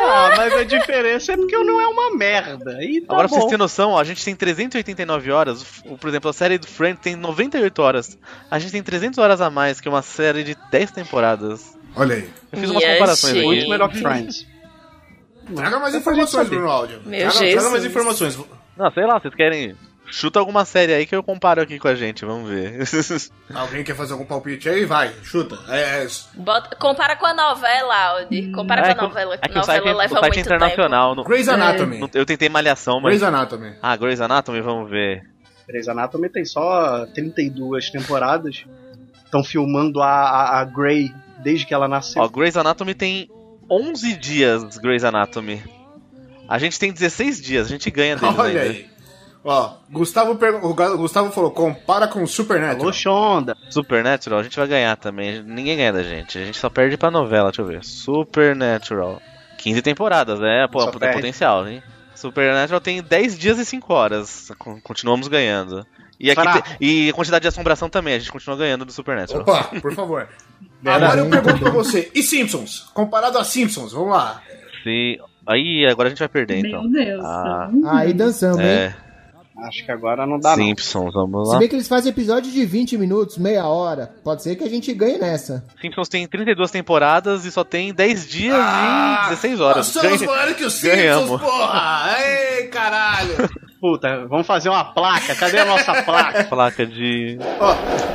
Ah, mas a diferença é porque eu não é uma merda. E tá Agora, bom. pra vocês terem noção, ó, a gente tem trezentas e oitenta e nove horas. O- Por exemplo, a série do Friends tem noventa e oito horas. A gente tem trezentas horas a mais que uma série de dez temporadas. Olha aí. Eu fiz umas Minha comparações gente. aqui. Muito melhor que Friends. Traga mais informações, Bruno Áudio. Meu Traga, traga Jesus. mais informações. Não, sei lá, vocês querem... Chuta alguma série aí que eu comparo aqui com a gente, vamos ver. Alguém quer fazer algum palpite aí? Vai, chuta. É, é... Bota, compara com a novela, Audi. Compara É, com a novela. É que o novela site, leva o site muito internacional. No, Grey's Anatomy. no- eu tentei Malhação, mas... Grey's Anatomy. Ah, Grey's Anatomy, vamos ver. Grey's Anatomy tem só trinta e duas temporadas. Estão filmando a, a, a Grey desde que ela nasceu. Ó, Grey's Anatomy tem onze dias, Grey's Anatomy. A gente tem dezesseis dias, a gente ganha deles Olha ainda. aí. Ó, Gustavo, per... o Ga- Gustavo falou, compara com Alô, Supernatural. Shonda. Supernatural, a gente vai ganhar também. Ninguém ganha da gente. A gente só perde pra novela, deixa eu ver. Supernatural. quinze temporadas, né? Pô, Só tem perde. potencial, hein? Supernatural tem dez dias e cinco horas. Con- Continuamos ganhando. E, aqui Fraco. tem- e a quantidade de assombração também, a gente continua ganhando do Supernatural. Opa, por favor. Agora eu pergunto pra você, e Simpsons? Comparado a Simpsons, vamos lá. Se... Aí, agora a gente vai perder, então. Meu Deus. Ah, então, Aí dançamos, hein? É, Acho que agora não dá, não. Simpsons, vamos Se lá. bem que eles fazem episódio de vinte minutos, meia hora. Pode ser que a gente ganhe nessa. Simpsons tem trinta e duas temporadas e só tem dez dias Ah, e dezesseis horas. Nós somos Ganha- maiores que os Simpsons, ganhamos. porra! Ei, caralho! Puta, vamos fazer uma placa. Cadê a nossa placa? Placa de Ó,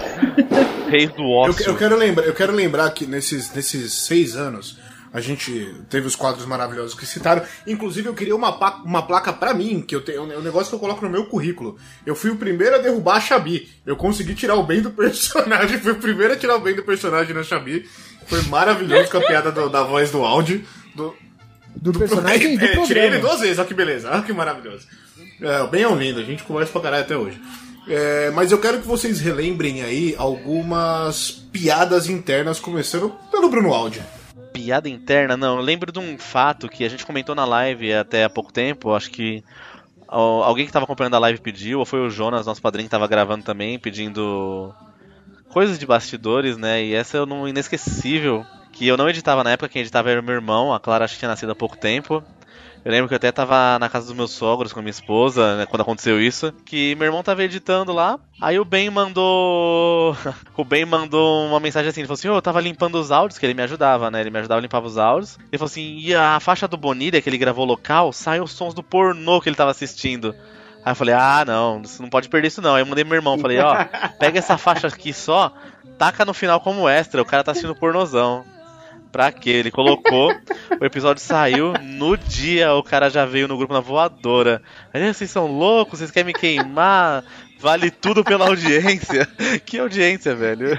Reis do eu, Ócio. eu quero lembrar, eu quero lembrar que nesses, nesses seis anos a gente teve os quadros maravilhosos que citaram. Inclusive, eu queria uma, pa- uma placa pra mim, que eu tenho, é um negócio que eu coloco no meu currículo. Eu fui o primeiro a derrubar a Xabi. Eu consegui tirar o bem do personagem, fui o primeiro a tirar o bem do personagem na Xabi. Foi maravilhoso com a piada do- da voz do áudio. Do, Do personagem e do É, tirei ele programa. duas vezes, olha que beleza, olha que maravilhoso. É, o bem é um lindo, a gente conversa pra caralho até hoje. É, mas eu quero que vocês relembrem aí algumas piadas internas, começando pelo Bruno Áudio. Piada interna, não. Eu lembro de um fato que a gente comentou na live até há pouco tempo. Acho que ó, alguém que estava acompanhando a live pediu, ou foi o Jonas, nosso padrinho, que estava gravando também, pedindo coisas de bastidores, né? E essa é um inesquecível, que eu não editava na época, quem editava era o meu irmão. A Clara acho que tinha nascido há pouco tempo. Eu lembro que eu até tava na casa dos meus sogros com a minha esposa, né, quando aconteceu isso. Que meu irmão tava editando lá. Aí o Ben mandou. O Ben mandou uma mensagem assim: ele falou assim, ô, eu tava limpando os áudios, que ele me ajudava, né? Ele me ajudava a limpar os áudios. Ele falou assim, e a faixa do Bonilha que ele gravou local, saiu os sons do pornô que ele tava assistindo. Aí eu falei, ah, não, você não pode perder isso não. Aí eu mandei pro meu irmão, falei, ó, pega essa faixa aqui só, taca no final como extra, o cara tá assistindo pornozão. Pra quê? Ele colocou, o episódio saiu, no dia o cara já veio no grupo na voadora. Aí, vocês são loucos, vocês querem me queimar? Vale tudo pela audiência. Que audiência, velho.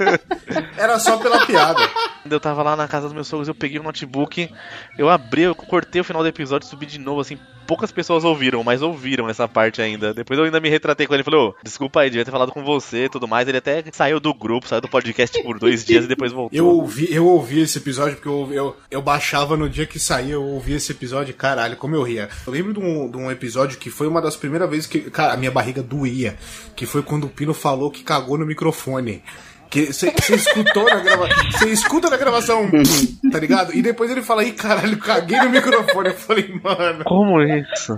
Era só pela piada. Quando eu tava lá na casa dos meus sogros, eu peguei o notebook, eu abri, eu cortei o final do episódio e subi de novo, assim, poucas pessoas ouviram, mas ouviram essa parte ainda. Depois eu ainda me retratei com ele, falei, ô, desculpa aí, devia ter falado com você e tudo mais. Ele até saiu do grupo, saiu do podcast por dois dias e depois voltou. Eu ouvi, eu ouvi esse episódio porque eu, eu, eu baixava no dia que saía, eu ouvi esse episódio, caralho, como eu ria. Eu lembro de um, de um episódio que foi uma das primeiras vezes que, cara, a minha barriga doía, que foi quando o Pino falou que cagou no microfone. Que você escutou na gravação, você escuta na gravação, tá ligado? E depois ele fala, ih, caralho, caguei no microfone. Eu falei, mano... Como isso?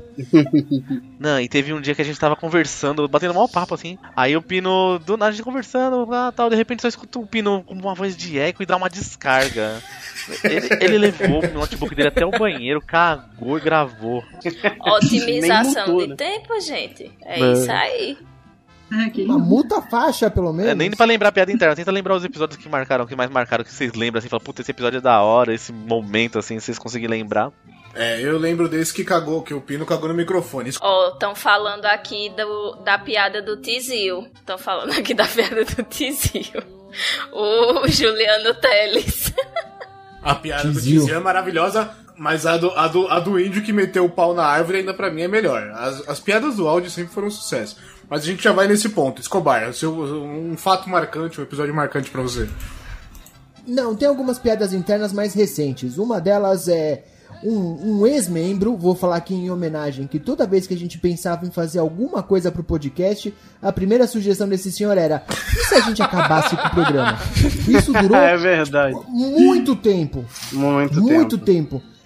Não, e teve um dia que a gente tava conversando, batendo um maior papo assim. Aí o Pino, do nada a gente conversando, ah, tal, de repente só escuta o Pino com uma voz de eco e dá uma descarga. Ele, ele levou o notebook dele até o banheiro, cagou e gravou. Otimização Nem mutou, de né? tempo, gente. É Não. isso aí. Ah, que Uma lindo. multa faixa, pelo menos. É, nem pra lembrar a piada interna, tenta lembrar os episódios que marcaram, que mais marcaram, que vocês lembram, assim, fala, puta, esse episódio é da hora, esse momento, assim, vocês conseguirem lembrar. É, eu lembro desse que cagou, que o Pino cagou no microfone. Ó, estão falando aqui do, da piada do Tizil. Estão falando aqui da piada do Tizil. O Juliano Teles. A piada Tizil. do Tizil é maravilhosa, mas a do, a, do, a do índio que meteu o pau na árvore ainda pra mim é melhor. As, as piadas do áudio sempre foram um sucesso. Mas a gente já vai nesse ponto. Escobar, o seu, um fato marcante, um episódio marcante pra você. Não, tem algumas piadas internas mais recentes. Uma delas é um, um ex-membro, vou falar aqui em homenagem, que toda vez que a gente pensava em fazer alguma coisa pro podcast, a primeira sugestão desse senhor era: e se a gente acabasse com o programa? Isso durou É verdade. muito tempo. Muito, Muito tempo. tempo.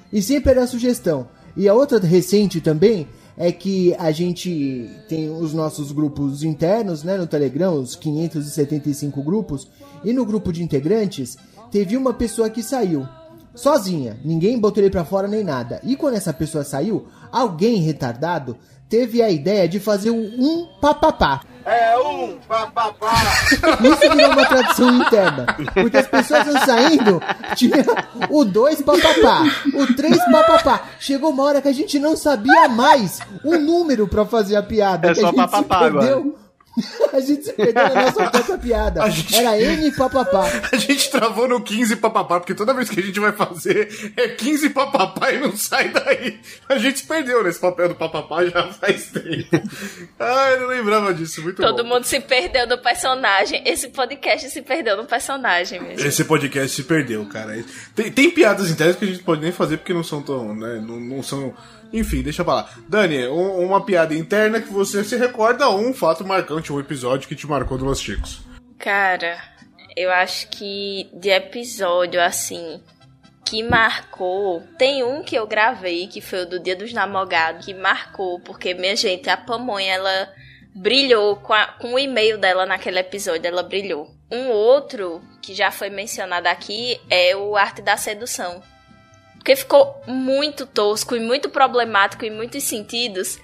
e sempre era sugestão. E a outra recente também é que a gente tem os nossos grupos internos, né, no Telegram, os quinhentos e setenta e cinco grupos, e no grupo de integrantes teve uma pessoa que saiu sozinha, ninguém botou ele pra fora nem nada. E quando essa pessoa saiu, alguém retardado teve a ideia de fazer um, um papapá. É um papapá. Isso virou uma tradição interna, porque as pessoas iam saindo, tinha o dois papapá, o três papapá. Chegou uma hora que a gente não sabia mais o número pra fazer a piada. É só a gente papapá se perdeu. agora. A gente se perdeu na nossa própria piada. A gente- Era N papapá. A gente travou no quinze papapá, porque toda vez que a gente vai fazer é quinze papapá e não sai daí. A gente se perdeu nesse papel do papapá já faz tempo. Ai, eu não lembrava disso, muito Todo bom. mundo se perdeu no personagem. Esse podcast se perdeu no personagem mesmo. Esse podcast se perdeu, cara. Tem, tem piadas internas que a gente pode nem fazer porque não são tão, né, não, não são... Enfim, deixa pra lá. Dani, um- uma piada interna que você se recorda ou um fato marcante, um episódio que te marcou do Los Chicos. Cara, eu acho que de episódio assim que marcou, tem um que eu gravei que foi o do Dia dos Namorados, que marcou porque minha gente, a Pamonha ela brilhou com, a, com o e-mail dela naquele episódio, ela brilhou. Um outro que já foi mencionado aqui é o Arte da Sedução. Porque ficou muito tosco e muito problemático em muitos sentidos.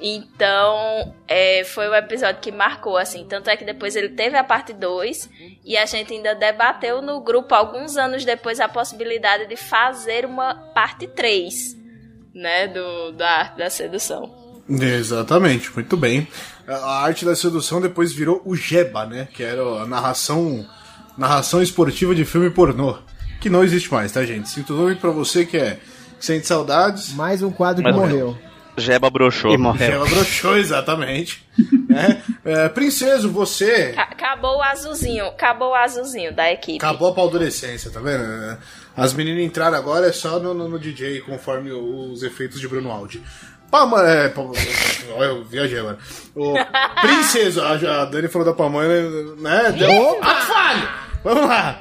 Então, é, foi o episódio que marcou, assim. Tanto é que depois ele teve a parte dois. E a gente ainda debateu no grupo, alguns anos depois, a possibilidade de fazer uma parte três, né? Do, da Arte da Sedução. Exatamente, muito bem. A arte da sedução depois virou o Jeba, né? Que era a narração, narração esportiva de filme pornô. Que não existe mais, tá, gente? Sinto muito pra você que é que sente saudades. Mais um quadro que Mas- morreu. Jeba broxou. E morreu. Jeba broxou, exatamente. né? É, Princeso, você... Ca- Acabou o azulzinho, acabou o azulzinho da equipe. Acabou a paldurecência, tá vendo? As meninas entraram agora é só no, no, no D J, conforme os efeitos de Bruno Aldi. Pamonha, é, Pam- Olha, eu viajei agora. O Princeso, a, a Dani falou da Pamonha, né? Deu... Ah, falho! Vamos lá!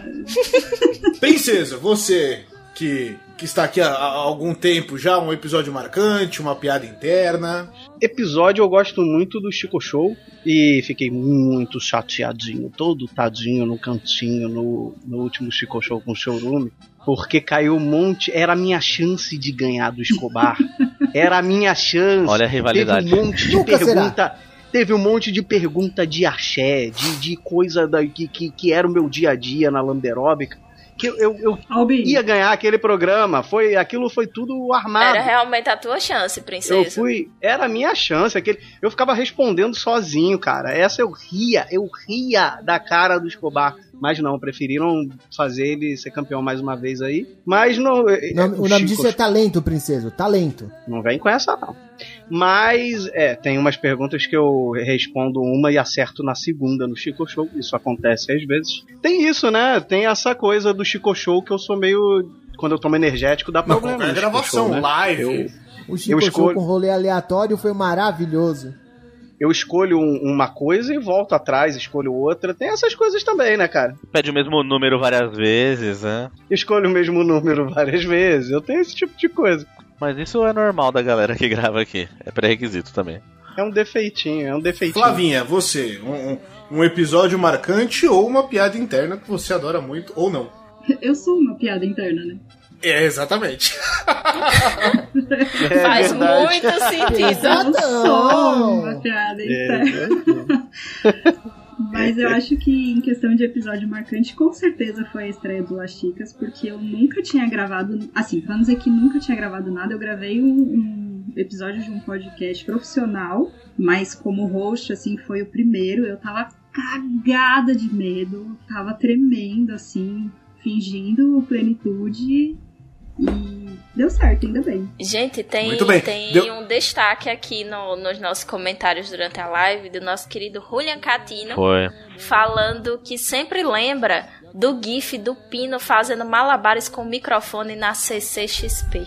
Princeso, você que, que está aqui há, há algum tempo já, um episódio marcante, uma piada interna. Episódio eu gosto muito do Chico Show e fiquei muito chateadinho, todo tadinho no cantinho no, no último Chico Show com o Showroom, porque caiu um monte, era a minha chance de ganhar do Escobar, era a minha chance. Olha a rivalidade. Teve um monte de Nunca pergunta, teve um monte de pergunta de axé, de, de coisa da, que, que, que era o meu dia a dia na lamberóbica, que eu, eu, eu Albin, ia ganhar aquele programa, foi, aquilo foi tudo armado. Era realmente a tua chance, princesa. Eu fui, era a minha chance, aquele, eu ficava respondendo sozinho, cara. Essa eu ria, eu ria da cara do Escobar. Mas não, preferiram fazer ele ser campeão mais uma vez aí. Mas não. O nome, o nome Chico- disso é talento, princeso. Talento. Não vem com essa, não. Mas, é, tem umas perguntas que eu respondo uma e acerto na segunda no Chico Show. Isso acontece às vezes. Tem isso, né? Tem essa coisa do Chico Show que eu sou meio. Quando eu tomo energético, dá Não, problema. qualquer no Chico gravação, Show, né? live. Eu, O Chico Eu Show escolho- com rolê aleatório foi maravilhoso. eu escolho um- uma coisa e volto atrás, escolho outra. Tem essas coisas também, né, cara? Pede o mesmo número várias vezes, né? Escolho o mesmo número várias vezes. Eu tenho esse tipo de coisa. Mas isso é normal da galera que grava aqui. É pré-requisito também. É um defeitinho, é um defeitinho. Flavinha, você, um, um- um episódio marcante ou uma piada interna que você adora muito ou não? eu sou uma piada interna, né? É, exatamente. É Faz verdade. muito sentido. Exato. Eu sou uma piada É, interna. Mas eu acho que em questão de episódio marcante, com certeza foi a estreia do Las Chicas, porque eu nunca tinha gravado, assim, pra não dizer que nunca tinha gravado nada, eu gravei um, um episódio de um podcast profissional, mas como host, assim, foi o primeiro, eu tava cagada de medo, tava tremendo, assim, fingindo plenitude, e deu certo, ainda bem. Gente, tem, Muito bem. tem Deu- um destaque aqui no- nos nossos comentários durante a live do nosso querido Julian Catino, Foi. falando que sempre lembra do gif do Pino fazendo malabares com o microfone na C C X P.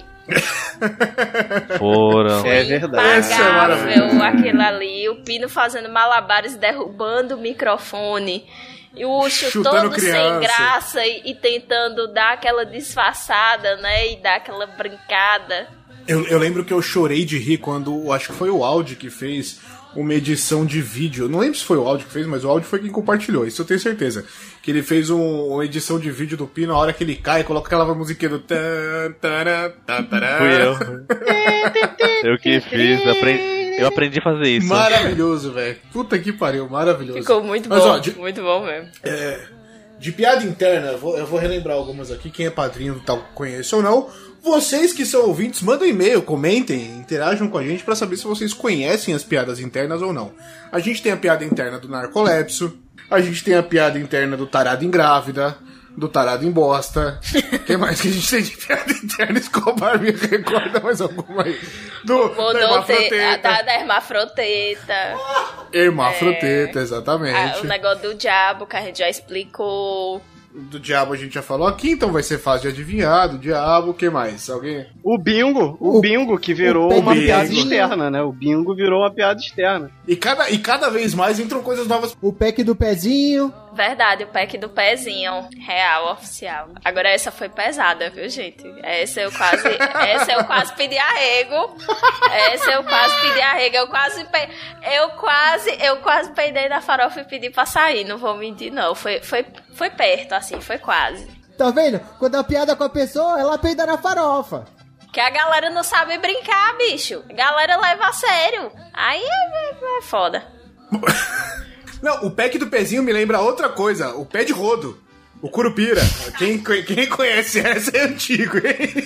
Foram. É verdade. Essa é Impagável maravilhosa. aquele ali, o Pino fazendo malabares, derrubando o microfone. E o Ucho Chutando todo criança. sem graça e, e tentando dar aquela disfarçada, né? E dar aquela brincada. Eu, eu lembro que eu chorei de rir quando, acho que foi o Audi que fez uma edição de vídeo. Eu não lembro se foi o Audi que fez, mas o Audi foi quem compartilhou, isso eu tenho certeza. Que ele fez um, uma edição de vídeo do Pi na hora que ele cai, coloca aquela musiquinha do... tan, taran, tan, taran. Fui eu. Eu que fiz, aprendi, eu aprendi a fazer isso. Maravilhoso, velho. Puta que pariu, maravilhoso. Ficou muito Mas, bom, ó, de, muito bom mesmo. É, de piada interna, eu vou, eu vou relembrar algumas aqui, quem é padrinho tal conhece ou não. Vocês que são ouvintes, mandem e-mail, comentem, interajam com a gente pra saber se vocês conhecem as piadas internas ou não. A gente tem a piada interna do narcolepso, a gente tem a piada interna do tarado em grávida, do tarado em bosta. O que mais que a gente tem de piada interna? Escobar me recorda mais alguma aí. Do, da hermafroteta. Da, da hermafroteta. Hermafroteta, é, exatamente. A, o negócio do diabo que a gente já explicou. Do diabo a gente já falou aqui, então vai ser fácil de adivinhar. Do diabo, o que mais? Alguém? O bingo, o, o bingo que virou o uma bingo. piada externa, né? O bingo virou uma piada externa. E cada, e cada vez mais entram coisas novas. O pack do pezinho. Verdade, o pack do pezinho. Real, oficial. Agora essa foi pesada, viu, gente? Essa eu quase. Essa eu quase pedi arrego. Essa eu quase pedi arrego. Eu quase. Pe... Eu quase. Eu quase peidei na farofa e pedi pra sair. Não vou mentir, não. Foi, foi, foi perto, assim, foi quase. Tá vendo? Quando a piada com a pessoa, ela peida na farofa. Que a galera não sabe brincar, bicho. A galera leva a sério. Aí é, é foda. Não, o pack do pezinho me lembra outra coisa. O pé de rodo. O curupira. Quem, quem conhece essa é antigo,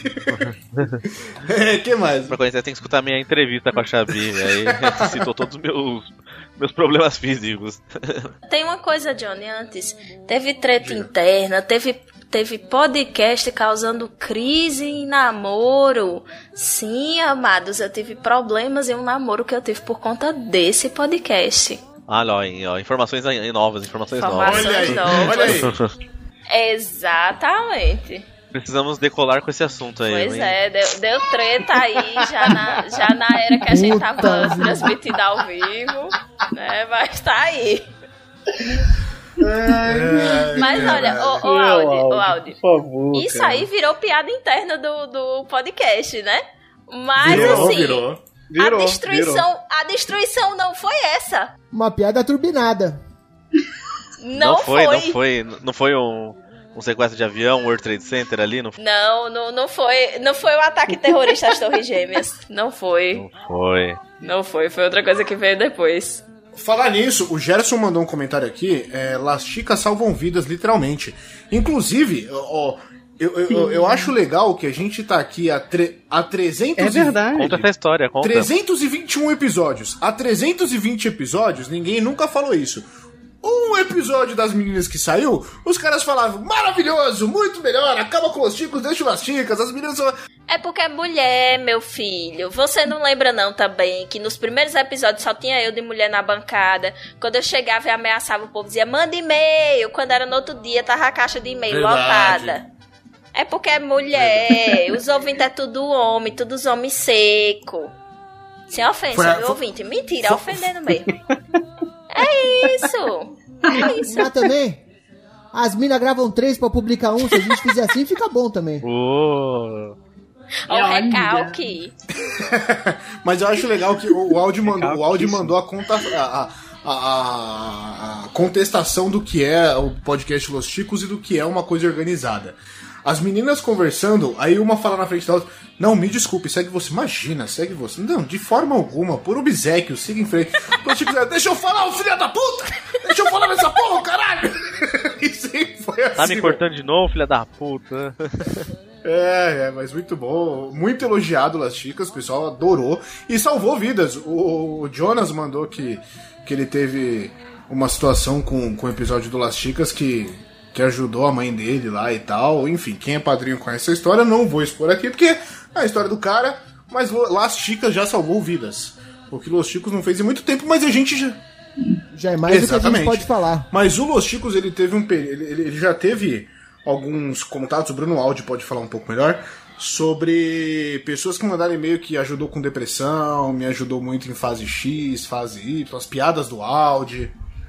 hein? É, que mais? Pra conhecer, tem que escutar minha entrevista com a Xabi. Aí citou todos os meus, meus problemas físicos. Tem uma coisa, Johnny, antes. Teve treta interna, teve... Teve podcast causando crise em namoro. Sim, amados, eu tive problemas em um namoro que eu tive por conta desse podcast. Olha, ó, ó, informações novas, informações, informações novas. Olha aí, novas. olha aí. Exatamente. Precisamos decolar com esse assunto aí. Pois hein? é, deu, deu treta aí já na, já na era que a gente tava transmitindo ao vivo, né? Mas tá aí. É, Mas olha, o, o Meu Audi, o Audi, Audi. por favor, Isso cara. aí virou piada interna do, do podcast, né? Mas Virou, assim, virou. Virou, a destruição, virou. a destruição não foi essa. Uma piada turbinada. Não, Não foi, foi. não foi, não foi um, um sequestro de avião, um World Trade Center ali, não foi? Não, não, não foi, não foi o ataque terrorista às Torres Gêmeas. Não foi. Não foi. Não foi, foi outra coisa que veio depois. Falar nisso, o Gerson mandou um comentário aqui, é, Las Chicas salvam vidas, literalmente. Inclusive, ó, eu, eu, eu, eu acho legal que a gente tá aqui há, tre- há trezentos É verdade. Conta essa história, conta. trezentos e vinte e um episódios. Há trezentos e vinte episódios, ninguém nunca falou isso. Um episódio das meninas que saiu, os caras falavam, maravilhoso, muito melhor, acaba com os chicos, deixa as chicas, as meninas são... É porque é mulher, meu filho. Você não lembra não também que nos primeiros episódios só tinha eu de mulher na bancada. Quando eu chegava e ameaçava o povo, dizia, manda e-mail. Quando era no outro dia, tava a caixa de e-mail Verdade. lotada. É porque é mulher. Os ouvintes é tudo homem, tudo os homens seco. Sem ofensa, Foi a- viu, foi- ouvinte? Mentira, foi- ofendendo mesmo. É isso. É isso. Mas também, as minas gravam três pra publicar um. Se a gente fizer assim, fica bom também. Oh. Ó, o Olha. recalque. Mas eu acho legal que o, o Audi mandou, o Audi Recalquíssimo. mandou a, conta, a, a, a, a contestação do que é o podcast Los Chicos e do que é uma coisa organizada. As meninas conversando, aí uma fala na frente da outra, não, me desculpe, segue você. Imagina, segue você. Não, de forma alguma, por obséquio, siga em frente. Los Chicos, deixa eu falar, ô filha da puta! Deixa eu falar nessa porra, caralho! E sempre foi assim. Tá me cortando de novo, filha da puta. É, é, mas muito bom. Muito elogiado, Las Chicas, o pessoal adorou. E salvou vidas. O, o Jonas mandou que, que ele teve uma situação com, com o episódio do Las Chicas que, que ajudou a mãe dele lá e tal. Enfim, quem é padrinho conhece essa história, não vou expor aqui, porque é a história do cara, mas Las Chicas já salvou vidas. O que Los Chicos não fez em muito tempo, mas a gente já... Já é mais do que a Exatamente. gente pode falar. Mas o Los Chicos, ele teve um peri- ele, ele ele já teve alguns contatos, o Bruno Aldi pode falar um pouco melhor, sobre pessoas que mandaram e-mail que ajudou com depressão, me ajudou muito em fase X, fase Y, as piadas do Aldi.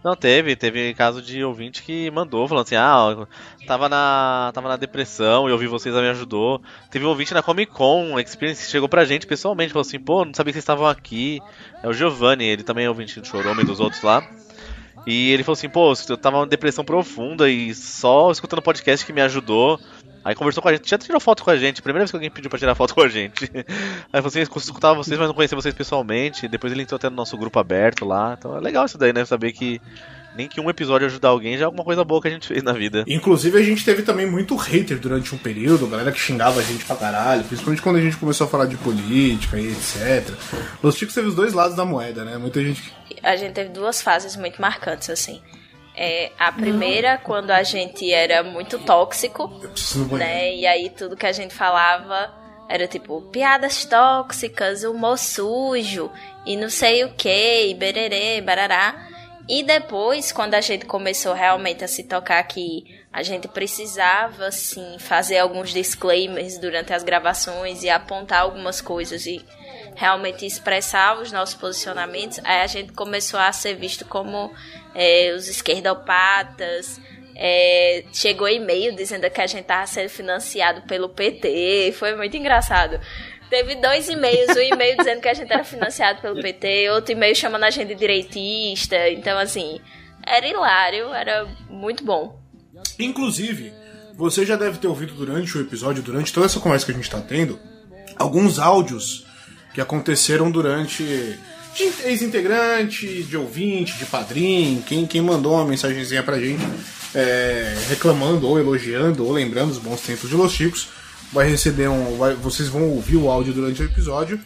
Não, teve, teve caso de ouvinte que mandou, falando assim, ah, tava na, tava na depressão e ouvi vocês, me ajudou. Teve um ouvinte na Comic Con Experience que chegou pra gente pessoalmente, falou assim, pô, não sabia que vocês estavam aqui. É o Giovanni, ele também é ouvinte do Chorome e dos outros lá. E ele falou assim, pô, eu tava numa depressão profunda e só escutando o podcast que me ajudou. Aí conversou com a gente, já tirou foto com a gente, primeira vez que alguém pediu pra tirar foto com a gente. Aí falou assim, eu escutava vocês, mas não conhecia vocês pessoalmente. Depois ele entrou até no nosso grupo aberto lá. Então é legal isso daí, né? Saber que nem que um episódio ajudar alguém já é alguma coisa boa que a gente fez na vida. Inclusive a gente teve também muito hater durante um período, galera que xingava a gente pra caralho, principalmente quando a gente começou a falar de política e etcétera. Los Ticos teve os dois lados da moeda, né? Muita gente... A gente teve duas fases muito marcantes, assim. É, a primeira, quando a gente era muito tóxico, né? E aí tudo que a gente falava era tipo, piadas tóxicas, humor sujo, e não sei o que, e bererê, barará. E depois, quando a gente começou realmente a se tocar que a gente precisava, assim, fazer alguns disclaimers durante as gravações e apontar algumas coisas e realmente expressar os nossos posicionamentos, aí a gente começou a ser visto como é, os esquerdopatas. É, chegou e-mail dizendo que a gente estava sendo financiado pelo P T, foi muito engraçado. Teve dois e-mails, um e-mail dizendo que a gente era financiado pelo P T, outro e-mail chamando a gente de direitista. Então, assim, era hilário, era muito bom. Inclusive, você já deve ter ouvido durante o episódio, durante toda essa conversa que a gente tá tendo, alguns áudios que aconteceram durante... de ex-integrante, de ouvinte, de padrinho, quem, quem mandou uma mensagenzinha pra gente é, reclamando, ou elogiando, ou lembrando os bons tempos de Los Chicos, vai receber um... Vai, vocês vão ouvir o áudio durante o episódio.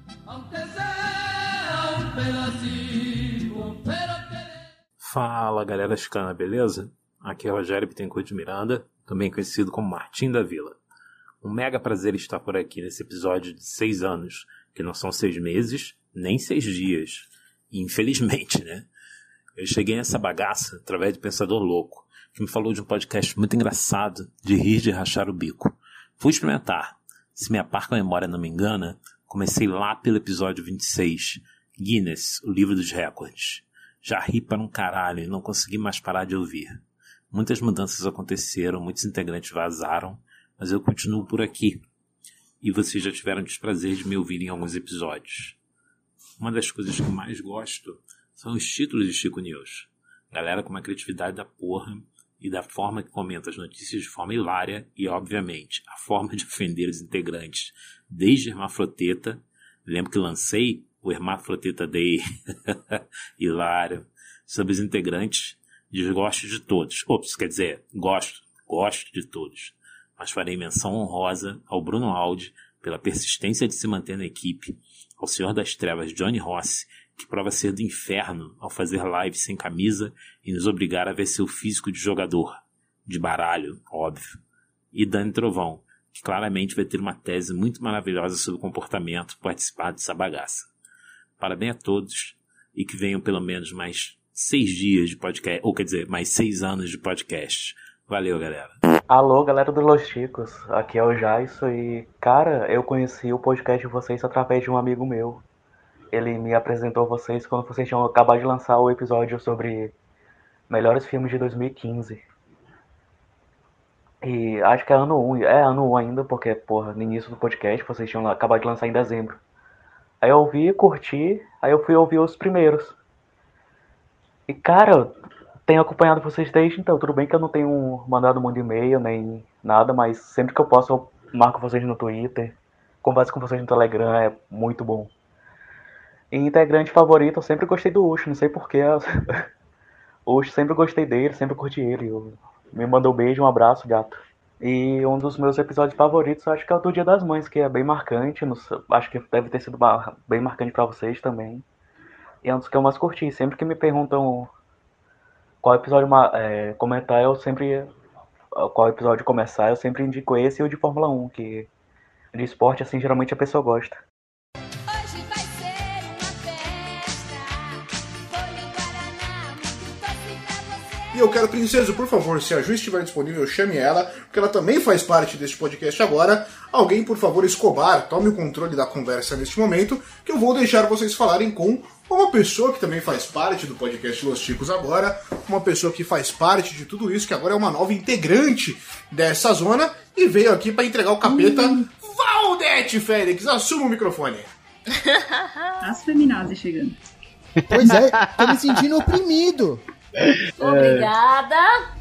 Fala, galera chicana, beleza? Aqui é o Rogério Bittencourt de Miranda, também conhecido como Martim da Vila. Um mega prazer estar por aqui nesse episódio de seis anos, que não são seis meses, nem seis dias. E, infelizmente, né? Eu cheguei nessa bagaça através do Pensador Louco, que me falou de um podcast muito engraçado, de rir de rachar o bico. Fui experimentar. Se minha parca memória não me engana, comecei lá pelo episódio vinte e seis, Guinness, o livro dos recordes. Já ri para um caralho e não consegui mais parar de ouvir. Muitas mudanças aconteceram, muitos integrantes vazaram, mas eu continuo por aqui. E vocês já tiveram o desprazer de me ouvir em alguns episódios. Uma das coisas que eu mais gosto são os títulos de Chico News. Galera com uma criatividade da porra e da forma que comenta as notícias de forma hilária e, obviamente, a forma de ofender os integrantes. Desde Hermafroteta, lembro que lancei o Hermafroteta Day, hilário, sobre os integrantes, desgosto de todos. Ops, quer dizer, gosto, gosto de todos. Mas farei menção honrosa ao Bruno Aldi pela persistência de se manter na equipe, ao Senhor das Trevas Johnny Rossi, que prova ser do inferno ao fazer live sem camisa e nos obrigar a ver seu físico de jogador, de baralho, óbvio, e Dani Trovão, que claramente vai ter uma tese muito maravilhosa sobre o comportamento participar dessa bagaça. Parabéns a todos e que venham pelo menos mais seis dias de podcast, ou quer dizer, mais seis anos de podcast. Valeu, galera. Alô, galera do Los Chicos, aqui é o Jaisso e, cara, eu conheci o podcast de vocês através de um amigo meu. Ele me apresentou vocês quando vocês tinham acabado de lançar o episódio sobre melhores filmes de dois mil e quinze. E acho que é ano um, é ano um ainda, porque, porra, no início do podcast vocês tinham acabado de lançar em dezembro. Aí eu ouvi, curti, aí eu fui ouvir os primeiros. E, cara, tenho acompanhado vocês desde então. Tudo bem que eu não tenho mandado muito e-mail nem nada, mas sempre que eu posso eu marco vocês no Twitter, converso com vocês no Telegram, é muito bom. E integrante favorito, eu sempre gostei do Ucho, não sei porquê. O Ucho, sempre gostei dele, sempre curti ele. Eu... Me mandou um beijo, um abraço, gato. E um dos meus episódios favoritos, acho que é o do Dia das Mães, que é bem marcante. No... Acho que deve ter sido bem marcante pra vocês também. E é um dos que eu mais curti. Sempre que me perguntam qual episódio é, comentar, eu sempre... Qual episódio começar, eu sempre indico esse e o de Fórmula um, que de esporte, assim, geralmente a pessoa gosta. E eu quero, Princesa, por favor, se a Ju estiver disponível, chame ela, porque ela também faz parte deste podcast agora. Alguém, por favor, Escobar, tome o controle da conversa neste momento, que eu vou deixar vocês falarem com uma pessoa que também faz parte do podcast Los Ticos agora, uma pessoa que faz parte de tudo isso, que agora é uma nova integrante dessa zona, e veio aqui para entregar o capeta. Hum. Valdete Félix, assuma o microfone. As feminazes chegando. Pois é, tô me sentindo oprimido. Obrigada.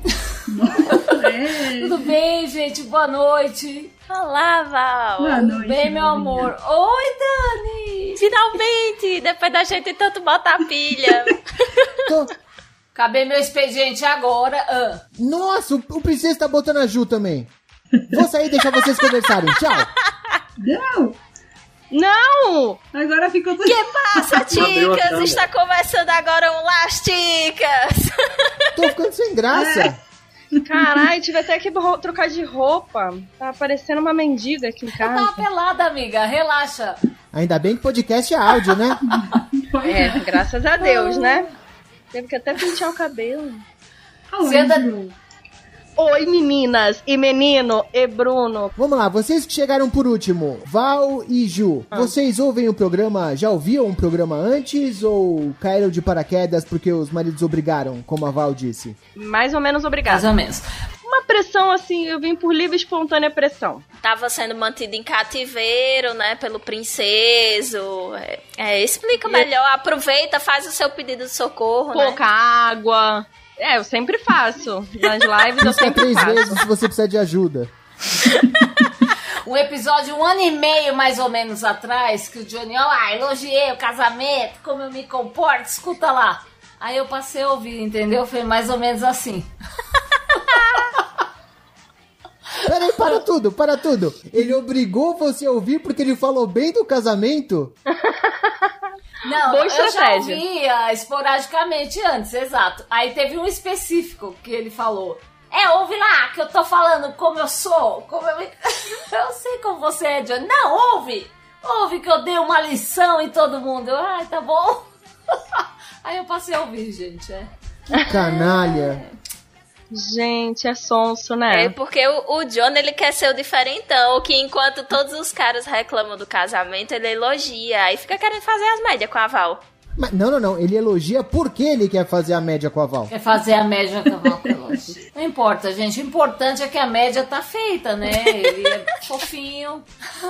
É. Tudo bem, gente? Boa noite. Olá, Val. Boa Tudo noite, bem, meu Maria. amor? Oi, Dani. Finalmente, depois da gente tanto botar pilha. Tô... Acabei meu expediente agora. Ah. Nossa, o, o Princesa tá botando a Ju também. Vou sair e deixar vocês conversarem. Tchau. Não! Não! Agora ficou tudo... Que passa, Ticas? Está começando agora um Las Ticas. Tô ficando sem graça. Caralho, tive até que ro- trocar de roupa. Tá parecendo uma mendiga aqui em Eu casa. tava pelada, amiga. Relaxa. Ainda bem que podcast é áudio, né? É, graças a Deus, né? Teve que até pentear o cabelo. Você anda... Oi, meninas e menino e Bruno. Vamos lá, vocês que chegaram por último, Val e Ju, ah. vocês ouvem o programa, já ouviam o programa antes ou caíram de paraquedas porque os maridos obrigaram, como a Val disse? Mais ou menos obrigada. Mais ou menos. Uma pressão assim, eu vim por livre e espontânea pressão. Tava sendo mantido em cativeiro, né, pelo princeso. É, é, explica melhor, aproveita, faz o seu pedido de socorro, Pouca né? água... É, eu sempre faço. Nas lives eu Isso é sempre três faço. vezes se você precisar de ajuda. Um episódio, um ano e meio mais ou menos atrás, que o Johnny, ó, ah, elogiei o casamento, como eu me comporto, escuta lá. Aí eu passei a ouvir, entendeu? Foi mais ou menos assim. Peraí, para tudo, para tudo. Ele obrigou você a ouvir porque ele falou bem do casamento? Não, Boa eu estratégia. já ouvia esporadicamente antes, exato. Aí teve um específico que ele falou. É, ouve lá, que eu tô falando como eu sou, como eu... eu sei como você é, Johnny. Não, ouve! Ouve que eu dei uma lição em todo mundo. Eu, ai, tá bom. Aí eu passei a ouvir, gente, é. Que canalha. Gente, é sonso, né? É porque o, o John, ele quer ser o diferentão, que enquanto todos os caras reclamam do casamento, ele elogia. Aí fica querendo fazer as médias com a Val. Mas, não, não, não. Ele elogia porque ele quer fazer a média com a Val. Quer fazer a média com a Val. Não importa, gente. O importante é que a média tá feita, né? Ele é fofinho.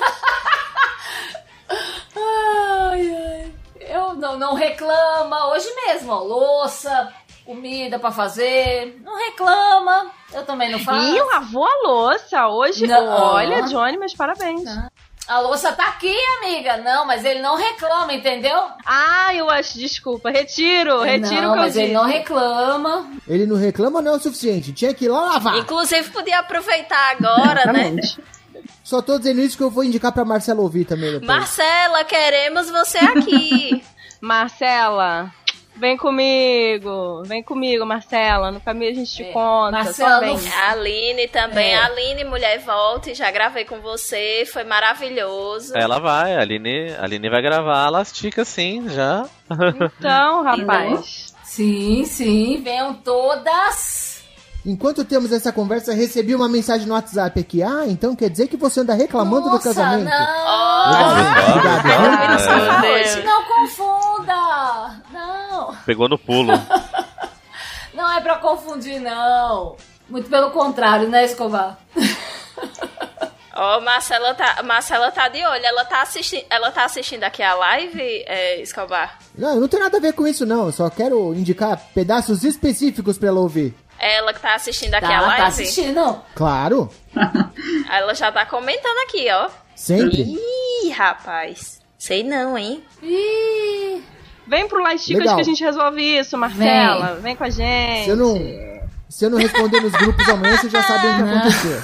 Ai, ai. Eu não, não reclama. Hoje mesmo, ó, louça... Comida pra fazer, não reclama, eu também não faço. Ih, lavou a louça hoje? Não. Olha, Johnny, meus parabéns. Não. A louça tá aqui, amiga. Não, mas ele não reclama, entendeu? Ah, eu acho, desculpa, retiro, retiro não, o que eu mas disse. ele não reclama. Ele não reclama não é o suficiente, tinha que ir lá lavar. Inclusive, podia aproveitar agora, né? Só tô dizendo isso que eu vou indicar pra Marcela ouvir também depois. Marcela, queremos você aqui. Marcela... Vem comigo, vem comigo, Marcela. No caminho a gente te é. conta. Marcela, vem. A Aline também. É. A Aline, mulher, volte. Já gravei com você, foi maravilhoso. Ela vai, a Aline, a Aline vai gravar a Lastica, sim, já. Então, rapaz. Sim, sim, venham todas. Enquanto temos essa conversa, recebi uma mensagem no WhatsApp aqui. Ah, então quer dizer que você anda reclamando Nossa, do casamento? Não, Oh, obrigado. hoje. Não confunda. Não. Pegou no pulo. Não é pra confundir, não. Muito pelo contrário, né, Escobar? Ó, oh, Marcela tá, Marcela tá de olho. Ela tá, assisti ela tá assistindo aqui a live, é, Escobar? Não, não tem nada a ver com isso, não. Eu só quero indicar pedaços específicos pra ela ouvir. Ela que tá assistindo aqui Tá, a live? tá assistindo. Claro. Ela já tá comentando aqui, ó. Sempre. Ih, rapaz. Sei não, hein? Ih. Vem pro Las Ticas que a gente resolve isso, Marcela. Vem, Vem com a gente. Se eu não, se eu não responder nos grupos amanhã, vocês já sabem o que aconteceu.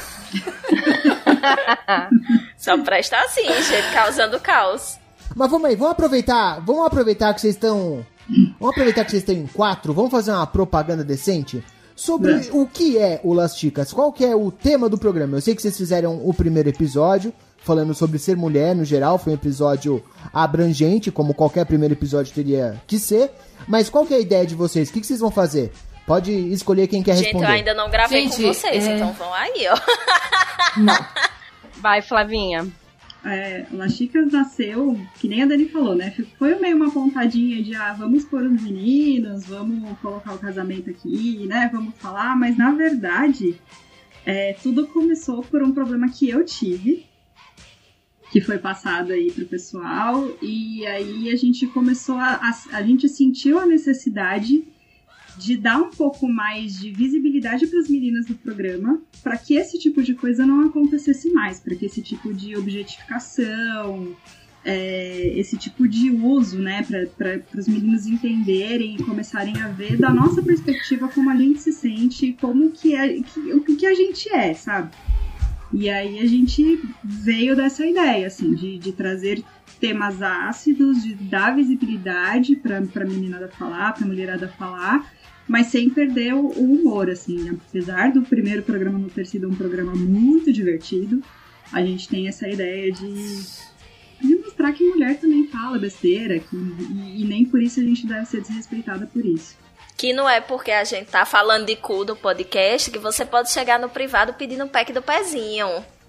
Só presta assim, gente, causando caos. Mas vamos aí, vamos aproveitar, vamos aproveitar que vocês estão... Vamos aproveitar que vocês têm quatro, vamos fazer uma propaganda decente sobre é. o que é o Las Ticas, qual que é o tema do programa. Eu sei que vocês fizeram o primeiro episódio, falando sobre ser mulher no geral, foi um episódio abrangente, como qualquer primeiro episódio teria que ser, mas qual que é a ideia de vocês? O que, que vocês vão fazer? Pode escolher quem quer Gente, responder. eu ainda não gravei Gente, com vocês, é... então vão aí, ó. Não. Vai, Flavinha. É, o Las Chicas nasceu, que nem a Dani falou, né? Foi meio uma pontadinha de, ah, vamos pôr os meninos, vamos colocar o casamento aqui, né? Vamos falar, mas na verdade, é, tudo começou por um problema que eu tive, que foi passado aí pro pessoal, e aí a gente começou a, a, a gente sentiu a necessidade de dar um pouco mais de visibilidade para as meninas do programa, para que esse tipo de coisa não acontecesse mais, para que esse tipo de objetificação, é, esse tipo de uso, né, para os meninos entenderem e começarem a ver da nossa perspectiva como a gente se sente, como que é, que, o que a gente é, sabe? E aí a gente veio dessa ideia, assim, de, de trazer temas ácidos, de dar visibilidade para a meninada falar, para a mulherada falar, mas sem perder o, o humor, assim. Apesar do primeiro programa não ter sido um programa muito divertido, a gente tem essa ideia de, de mostrar que mulher também fala besteira, que, e, e nem por isso a gente deve ser desrespeitada por isso. Que não é porque a gente tá falando de cu no podcast que você pode chegar no privado pedindo um pack do pezinho.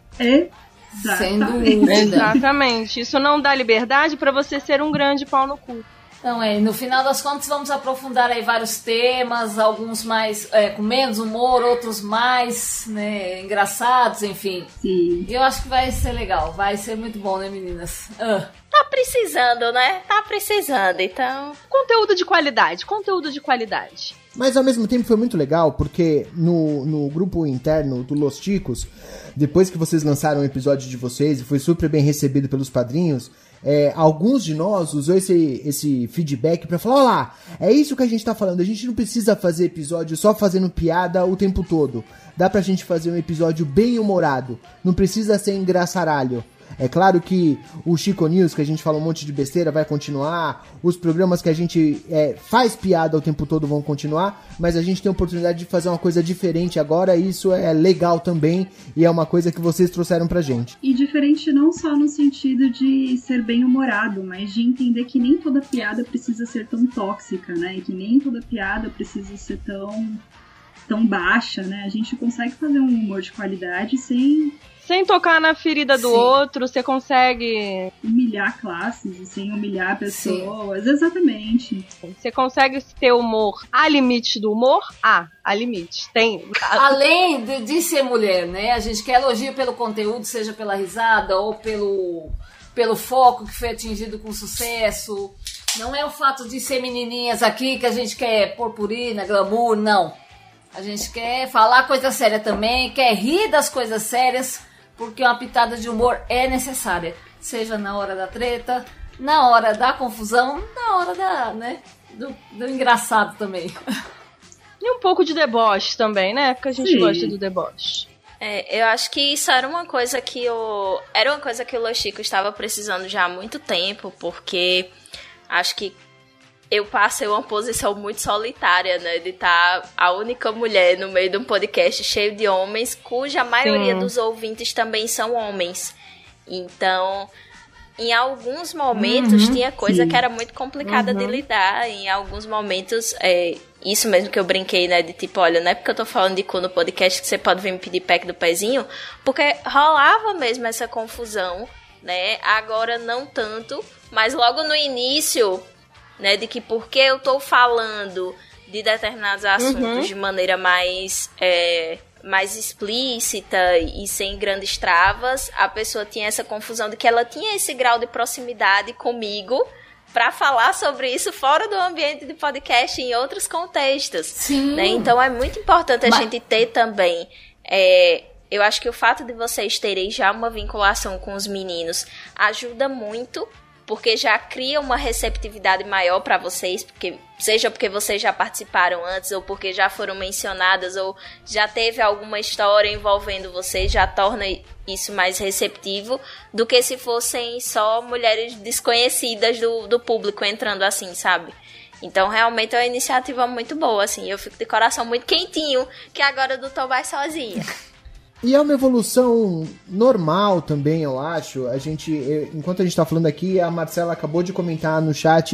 Exatamente. Exatamente. Isso não dá liberdade pra você ser um grande pau no cu. Então, é, no final das contas, vamos aprofundar aí vários temas, alguns mais é, com menos humor, outros mais, né, engraçados, enfim. Sim. E eu acho que vai ser legal, vai ser muito bom, né, meninas? Ah. Tá precisando, né? Tá precisando, então... Conteúdo de qualidade, conteúdo de qualidade. Mas ao mesmo tempo foi muito legal, porque no, no grupo interno do Los Ticos, depois que vocês lançaram o episódio de vocês e foi super bem recebido pelos padrinhos, é, alguns de nós usou esse, esse feedback pra falar, ó lá, é isso que a gente tá falando, a gente não precisa fazer episódio só fazendo piada o tempo todo. Dá pra gente fazer um episódio bem humorado, não precisa ser engraçaralho. É claro que o Chico News, que a gente fala um monte de besteira, vai continuar. Os programas que a gente é, faz piada o tempo todo vão continuar. Mas a gente tem a oportunidade de fazer uma coisa diferente agora. E isso é legal também. E é uma coisa que vocês trouxeram pra gente. E diferente não só no sentido de ser bem humorado, mas de entender que nem toda piada precisa ser tão tóxica, né? E que nem toda piada precisa ser tão, tão baixa, né? A gente consegue fazer um humor de qualidade sem... Sem tocar na ferida do Sim. outro, você consegue... humilhar classes, sem humilhar pessoas, Sim. exatamente. Você consegue ter humor. Há limite do humor? Há, há limite. Tem. Além de, de ser mulher, né? A gente quer elogio pelo conteúdo, seja pela risada ou pelo, pelo foco que foi atingido com sucesso. Não é o fato de ser menininhas aqui que a gente quer purpurina, glamour, não. A gente quer falar coisa séria também, quer rir das coisas sérias, porque uma pitada de humor é necessária. Seja na hora da treta, na hora da confusão, na hora da, né, do, do engraçado também. E um pouco de deboche também, né? Porque a gente Sim. gosta do deboche. É, eu acho que isso era uma coisa que o... Era uma coisa que o Los Chico estava precisando já há muito tempo, porque acho que eu passei uma posição muito solitária, né? De estar a única mulher no meio de um podcast cheio de homens, cuja maioria Sim. dos ouvintes também são homens. Então, em alguns momentos, uhum, tinha coisa sim. que era muito complicada uhum. de lidar. Em alguns momentos, é, isso mesmo que eu brinquei, né? De tipo, olha, não é porque eu tô falando de cu no podcast que você pode vir me pedir pack do pezinho, porque rolava mesmo essa confusão, né? Agora não tanto, mas logo no início... Né, de que porque eu tô falando de determinados assuntos uhum. de maneira mais, é, mais explícita e sem grandes travas, a pessoa tinha essa confusão de que ela tinha esse grau de proximidade comigo para falar sobre isso fora do ambiente de podcast em outros contextos. Sim. Né? Então é muito importante a Mas... gente ter também... É, eu acho que o fato de vocês terem já uma vinculação com os meninos ajuda muito, porque já cria uma receptividade maior para vocês, porque, seja porque vocês já participaram antes, ou porque já foram mencionadas, ou já teve alguma história envolvendo vocês, já torna isso mais receptivo, do que se fossem só mulheres desconhecidas do, do público entrando assim, sabe? Então, realmente, é uma iniciativa muito boa, assim, eu fico de coração muito quentinho, que agora eu não tô mais sozinha. E é uma evolução normal também, eu acho. A gente, enquanto a gente tá falando aqui, a Marcela acabou de comentar no chat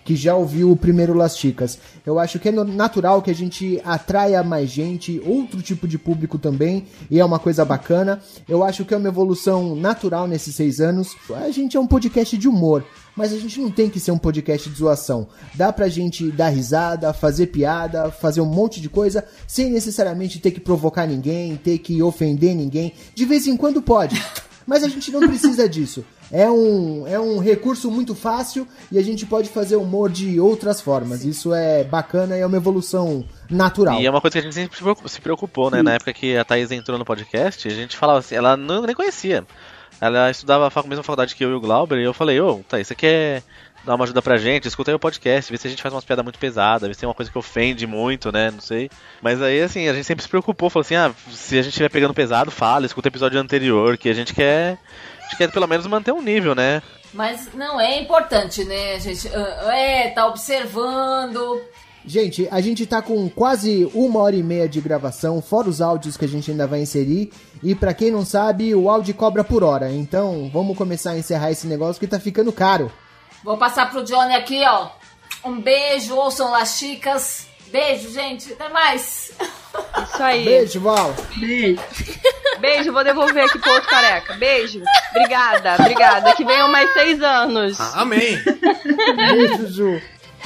que já ouviu o primeiro Las Chicas. Eu acho que é natural que a gente atraia mais gente, outro tipo de público também, e é uma coisa bacana. Eu acho que é uma evolução natural nesses seis anos. A gente é um podcast de humor, mas a gente não tem que ser um podcast de zoação. Dá pra gente dar risada, fazer piada, fazer um monte de coisa, sem necessariamente ter que provocar ninguém, ter que ofender ninguém. De vez em quando pode, mas a gente não precisa disso. É um, é um recurso muito fácil e a gente pode fazer humor de outras formas. Isso é bacana e é uma evolução natural. E é uma coisa que a gente sempre se preocupou, né? Sim. Na época que a Thaís entrou no podcast, a gente falava assim, ela não, nem conhecia. Ela estudava a mesma faculdade que eu e o Glauber, e eu falei, ô, Thaís, você quer dar uma ajuda pra gente? Escuta aí o podcast, vê se a gente faz umas piadas muito pesadas, vê se tem uma coisa que ofende muito, né? Não sei. Mas aí, assim, a gente sempre se preocupou, falou assim, ah, se a gente estiver pegando pesado, fala, escuta o episódio anterior, que a gente quer... A gente quer pelo menos manter um nível, né? Mas não é importante, né, gente? É, tá observando. Gente, a gente tá com quase uma hora e meia de gravação, fora os áudios que a gente ainda vai inserir. E pra quem não sabe, o áudio cobra por hora. Então, vamos começar a encerrar esse negócio que tá ficando caro. Vou passar pro Johnny aqui, ó. Um beijo, ouçam Las Chicas. Beijo, gente. Até mais. Isso aí. Beijo, Val. Beijo. Beijo, vou devolver aqui pro outro careca. Beijo. Obrigada, obrigada. Que venham mais seis anos. Ah, amém. Beijo, Ju.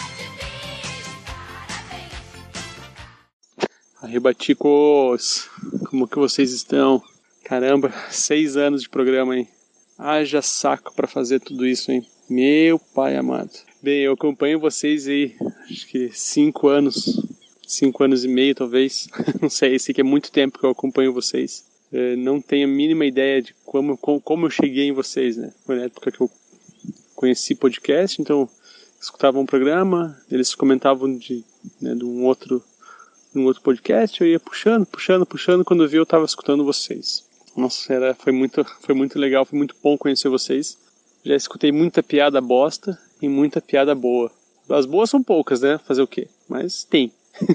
Arrebaticos, como que vocês estão? Caramba, seis anos de programa, hein? Haja saco pra fazer tudo isso, hein? Meu pai amado. Bem, eu acompanho vocês aí, acho que cinco anos, cinco anos e meio talvez, não sei, sei que é muito tempo que eu acompanho vocês. Eu não tenho a mínima ideia de como, como, como eu cheguei em vocês, né? Foi na época que eu conheci podcast, então escutava um programa, eles comentavam de, né, de um outro, de um outro podcast, eu ia puxando, puxando, puxando, quando eu vi eu estava escutando vocês. Nossa, era, foi, muito, foi muito legal, foi muito bom conhecer vocês. Já escutei muita piada bosta e muita piada boa. As boas são poucas, né? Fazer o quê? Mas tem.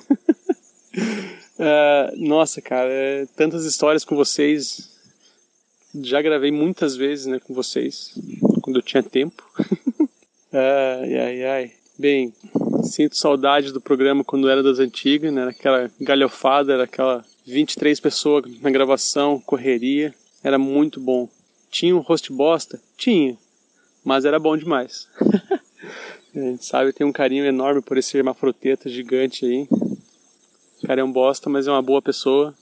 uh, nossa, cara, é, tantas histórias com vocês. Já gravei muitas vezes, né, com vocês, quando eu tinha tempo. ai, ai, ai. Bem, sinto saudade do programa quando era das antigas, né? Era aquela galhofada, era aquela vinte e três pessoas na gravação, correria. Era muito bom. Tinha um host bosta? Tinha. Mas era bom demais. A gente sabe, tem um carinho enorme por esse hermafrodita gigante aí. O cara é um bosta, mas é uma boa pessoa.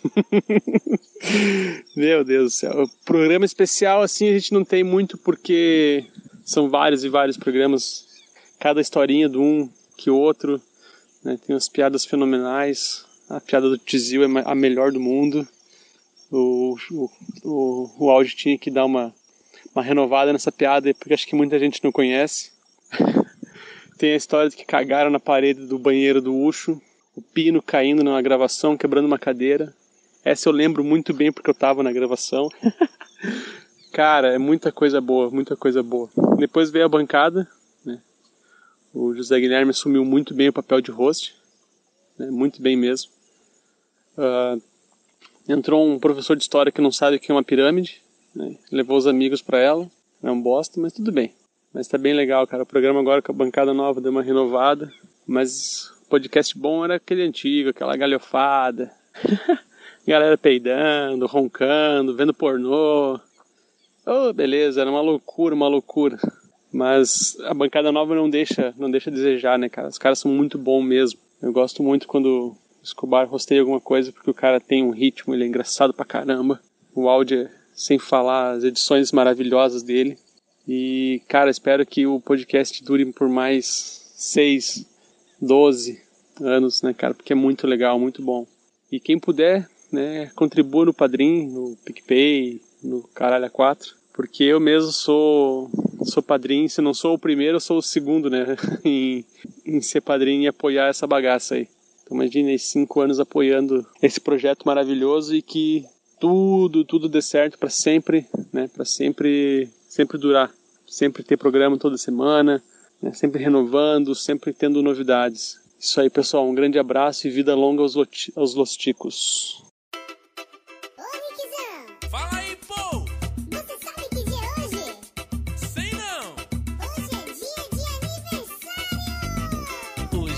Meu Deus do céu. O programa especial, assim, a gente não tem muito porque são vários e vários programas. Cada historinha de um que o outro. Né? Tem umas piadas fenomenais. A piada do Tizil é a melhor do mundo. O, o, o, o áudio tinha que dar uma, uma renovada nessa piada, porque acho que muita gente não conhece. Tem a história de que cagaram na parede do banheiro do Ucho, o pino caindo na gravação, quebrando uma cadeira. Essa eu lembro muito bem porque eu tava na gravação. Cara, é muita coisa boa, muita coisa boa. Depois veio a bancada, né? O José Guilherme assumiu muito bem o papel de host, né? Muito bem mesmo. Uh, entrou um professor de história que não sabe o que é uma pirâmide, né? Levou os amigos pra ela, é um bosta, mas tudo bem. Mas tá bem legal, cara. O programa agora com a bancada nova deu uma renovada. Mas o podcast bom era aquele antigo, aquela galhofada. Galera peidando, roncando, vendo pornô. Oh, beleza, era uma loucura, uma loucura. Mas a bancada nova não deixa, não deixa a desejar, né, cara? Os caras são muito bons mesmo. Eu gosto muito quando o Escobar rosteia alguma coisa, porque o cara tem um ritmo, ele é engraçado pra caramba. O áudio, sem falar as edições maravilhosas dele. E, cara, espero que o podcast dure por mais seis, doze anos, né, cara? Porque é muito legal, muito bom. E quem puder, né, contribua no Padrim, no PicPay, no Caralho A quatro. Porque eu mesmo sou, sou padrinho, se não sou o primeiro, eu sou o segundo, né? em, em ser padrinho e apoiar essa bagaça aí. Então imagine cinco anos apoiando esse projeto maravilhoso e que tudo, tudo dê certo para sempre, né? Para sempre... sempre durar, sempre ter programa toda semana, né? Sempre renovando, sempre tendo novidades. Isso aí, pessoal, um grande abraço e vida longa aos, loti- aos Losticos. Ô, Rickzão! Fala aí, pô! Você sabe que dia é hoje? Sei não! Hoje é dia de aniversário!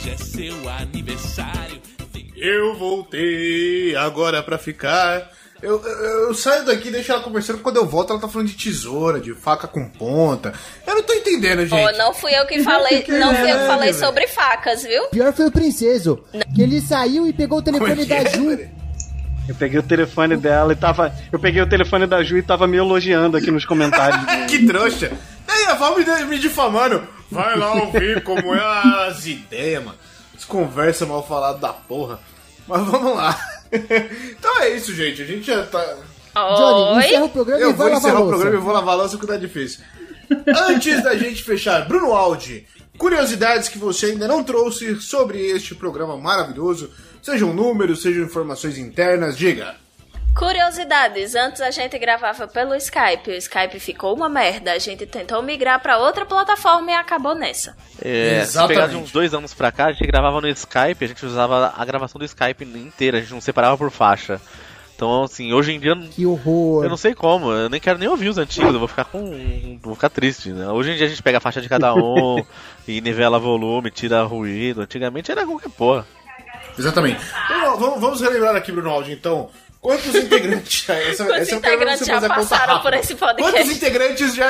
hoje é seu aniversário. Eu voltei agora pra ficar. Eu, eu, eu saio daqui e deixo ela conversando. Quando eu volto, ela tá falando de tesoura, de faca com ponta. Eu não tô entendendo, gente. Oh, não fui eu que falei, que não fui eu que falei sobre facas, viu? Pior foi o Princeso, que ele saiu e pegou o telefone da Ju. Eu peguei o telefone dela e tava. Eu peguei o telefone da Ju e tava me elogiando aqui nos comentários. Que trouxa! Aí a Val me, me difamando. Vai lá ouvir como é as ideias, mano. Conversa mal falada da porra. Mas vamos lá. Então é isso, gente. A gente já tá. Johnny, encerra o programa eu e vai vou lavar encerrar a o louça. programa e vou lavar a louça que tá difícil. Antes da gente fechar, Bruno Aldi, curiosidades que você ainda não trouxe sobre este programa maravilhoso. Sejam números, sejam informações internas, diga. Curiosidades, antes a gente gravava pelo Skype, o Skype ficou uma merda, a gente tentou migrar pra outra plataforma e acabou nessa. É, se pegar de uns dois anos pra cá, a gente gravava no Skype, a gente usava a gravação do Skype inteira, a gente não separava por faixa. Então, assim, hoje em dia... Que horror! Eu não sei como, eu nem quero nem ouvir os antigos, eu vou ficar com... vou ficar triste, né? Hoje em dia a gente pega a faixa de cada um e nivela volume, tira ruído, antigamente era qualquer porra. Exatamente. Então, vamos, vamos relembrar aqui, Bruno Aldi, então... Quantos integrantes já... Essa, Quantos essa integrantes já passaram por esse podcast? Quantos integrantes já...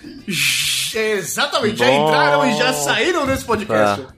Exatamente, já Bom. entraram e já saíram desse podcast? Tá.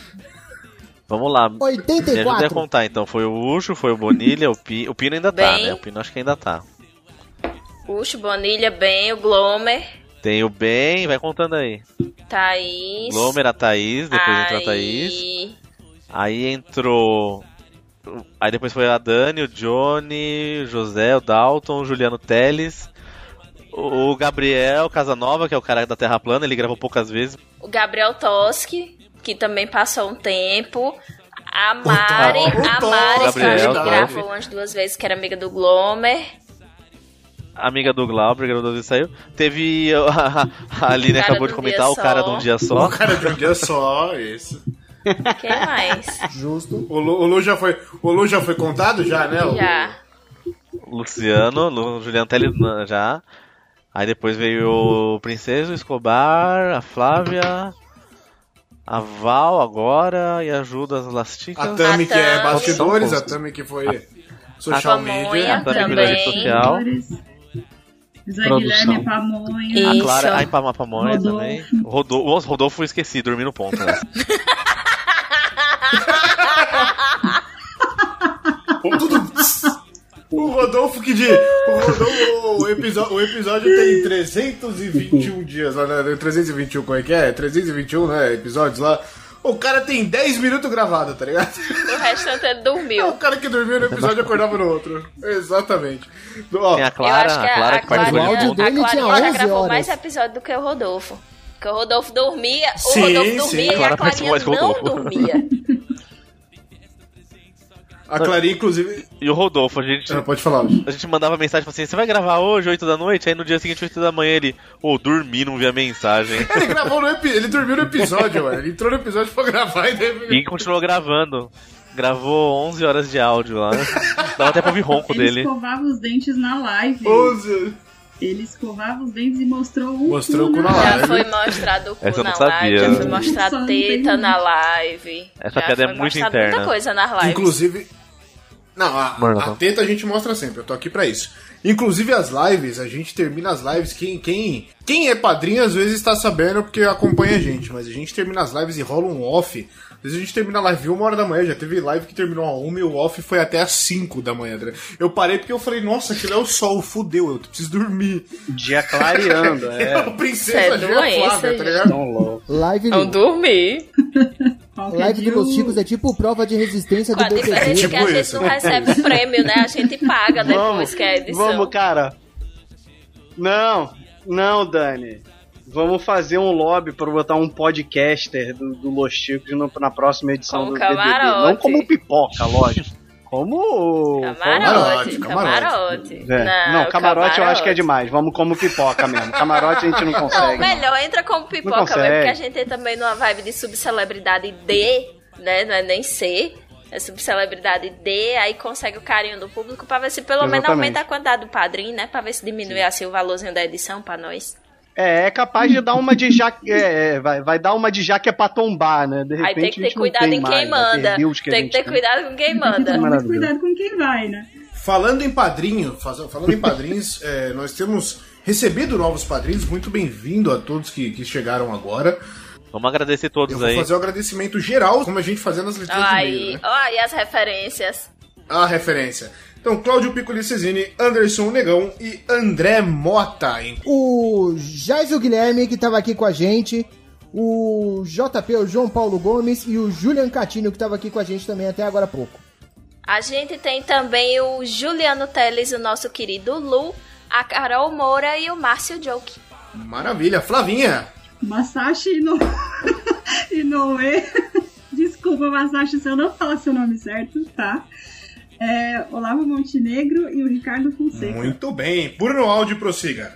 Vamos lá. oitenta e Me ajuda a quatro. contar, então. Foi o Ucho, foi o Bonilha, o Pino. O Pino ainda tá, Bem. né? O Pino acho que ainda tá. Ucho, Bonilha, Ben, o Glomer, Tem o Ben, vai contando aí. Thaís... Glomer, a Thaís, depois aí... entrou a Thaís. Aí entrou... Aí depois foi a Dani, o Johnny, o José, o Dalton, o Juliano Teles, o Gabriel Casanova, que é o cara da Terra Plana, ele gravou poucas vezes. O Gabriel Toski, que também passou um tempo. A Mari, O a Tom, Mari, que eu Gabriel, acho que Tom. gravou umas duas vezes, que era amiga do Glomer. Amiga do Glauber, gravou duas vezes, saiu. Teve... A, a Aline O cara acabou de de um comentar, dia o cara só. de um dia só. O cara de um dia só, isso. Quem mais? Justo. O Lu, o Lu já foi, o Lu já foi contado já, né? O- Já. Luciano, Lu, Juliano Teles não, já. Aí depois veio o Princeso, o Escobar, a Flávia, a Val agora e a Ju das Lasticas. A Tami, que é bastidores, a Posto. Tami que foi social media. A Tami virou rede social. Zé Guilherme Pamonha. A Clara, ai, Pama Pamonha Rodolfo. também. O Rodolfo, o Rodolfo eu esqueci, dormi no ponto, né? O Rodolfo que de. O, Rodolfo, o, episódio, o episódio tem trezentos e vinte e um dias lá, né? trezentos e vinte e um, como é que é? trezentos e vinte e um, né? Episódios lá. O cara tem dez minutos gravado, tá ligado? O restante ele dormiu. O cara que dormia no episódio e acordava no outro. Exatamente. Ó, Tem a Eu Clara, acho que a a, Clara a que participou de Clarinha, um a ponto. Clarinha já gravou horas. mais episódio do que o Rodolfo. Porque o Rodolfo dormia, o Sim, Rodolfo sim. dormia e Clara a participou Clarinha mais que o não Rodolfo. dormia. a Clarinha, inclusive. E o Rodolfo, a gente, Ah, pode falar. a gente mandava mensagem falando assim: você vai gravar hoje, oito da noite? Aí no dia seguinte, oito da manhã, ele, ô, oh, dormi, não vi a mensagem. Ele gravou no epi... Ele dormiu no episódio, mano. Ele entrou no episódio pra gravar e daí. E continuou gravando. Gravou onze horas de áudio lá. Dava até pra ouvir ronco Ele dele. escovava os dentes na live. onze. Ele escovava os dentes e mostrou o Mostrou cu o cu na na live. Já foi mostrado o cu Essa eu não na sabia. live, já foi Só mostrado não teta tem- na live. Essa já piada é foi muito mostrado interna. muita coisa nas lives. Inclusive. Não, a, Mano, a não. teta a gente mostra sempre, eu tô aqui pra isso. Inclusive as lives, a gente termina as lives, quem, quem, quem é padrinho às vezes tá sabendo porque acompanha a gente, mas a gente termina as lives e rola um off. Às vezes a gente termina a live uma hora da manhã, já teve live que terminou a uma e o off foi até às cinco da manhã. Eu parei porque eu falei, nossa, aquilo é o sol, fudeu, eu preciso dormir. Dia clareando, é. A princesa Cê é Gia doença, Flávia, tá gente. ligado? Tão louco. Live, Não dormi. Qualquer live dia do Los o- Chicos é tipo prova de resistência Com do a B B diferença B. que a Tipo gente isso. não recebe o prêmio, né? A gente paga depois Vamos, que é a edição. vamos, cara. Não, não, Dani. Vamos fazer um lobby pra botar um podcaster do, do Los Chicos no- na próxima edição Como do B B B. camarote. Não como pipoca, lógico. Como... Camarote, Camarote, camarote. É. Não, camarote eu acho que é demais. Vamos como pipoca mesmo. Camarote a gente não Não, consegue. melhor entra como pipoca consegue. mesmo, porque a gente tem também numa vibe de subcelebridade D, né? Não é nem C. É subcelebridade D, aí consegue o carinho do público pra ver se pelo menos Exatamente. aumenta a quantidade do padrinho, né? Pra ver se diminui assim o valorzinho da edição pra nós. É, é capaz de dar uma de jaque. É, vai, vai dar uma de jaque é pra tombar, né? De repente, aí tem que ter cuidado em quem manda. Que tem que ter cuidado com quem manda. Tem que tomar muito cuidado com quem vai, né? Falando em padrinho, falando em padrinhos, é, nós temos recebido novos padrinhos. Muito bem-vindo a todos que, que chegaram agora. Vamos agradecer todos aí. Eu vou fazer o agradecimento geral, como a gente fazia nas leituras de e-mail, né? Ó, e as referências. A referência. Então, Cláudio Piccoli Cesini, Anderson Negão e André Mota. Hein? O Jaiso Guilherme, que estava aqui com a gente. O J P, o João Paulo Gomes. E o Julian Catino, que estava aqui com a gente também até agora há pouco. A gente tem também o Juliano Teles, o nosso querido Lu, a Carol Moura e o Márcio Joke. Maravilha. Flavinha. Masashi Ino... Inoue. Desculpa, Masashi, se eu não falar seu nome certo, tá? É, Olavo Montenegro e o Ricardo Fonseca. Muito bem. Por no áudio, prossiga.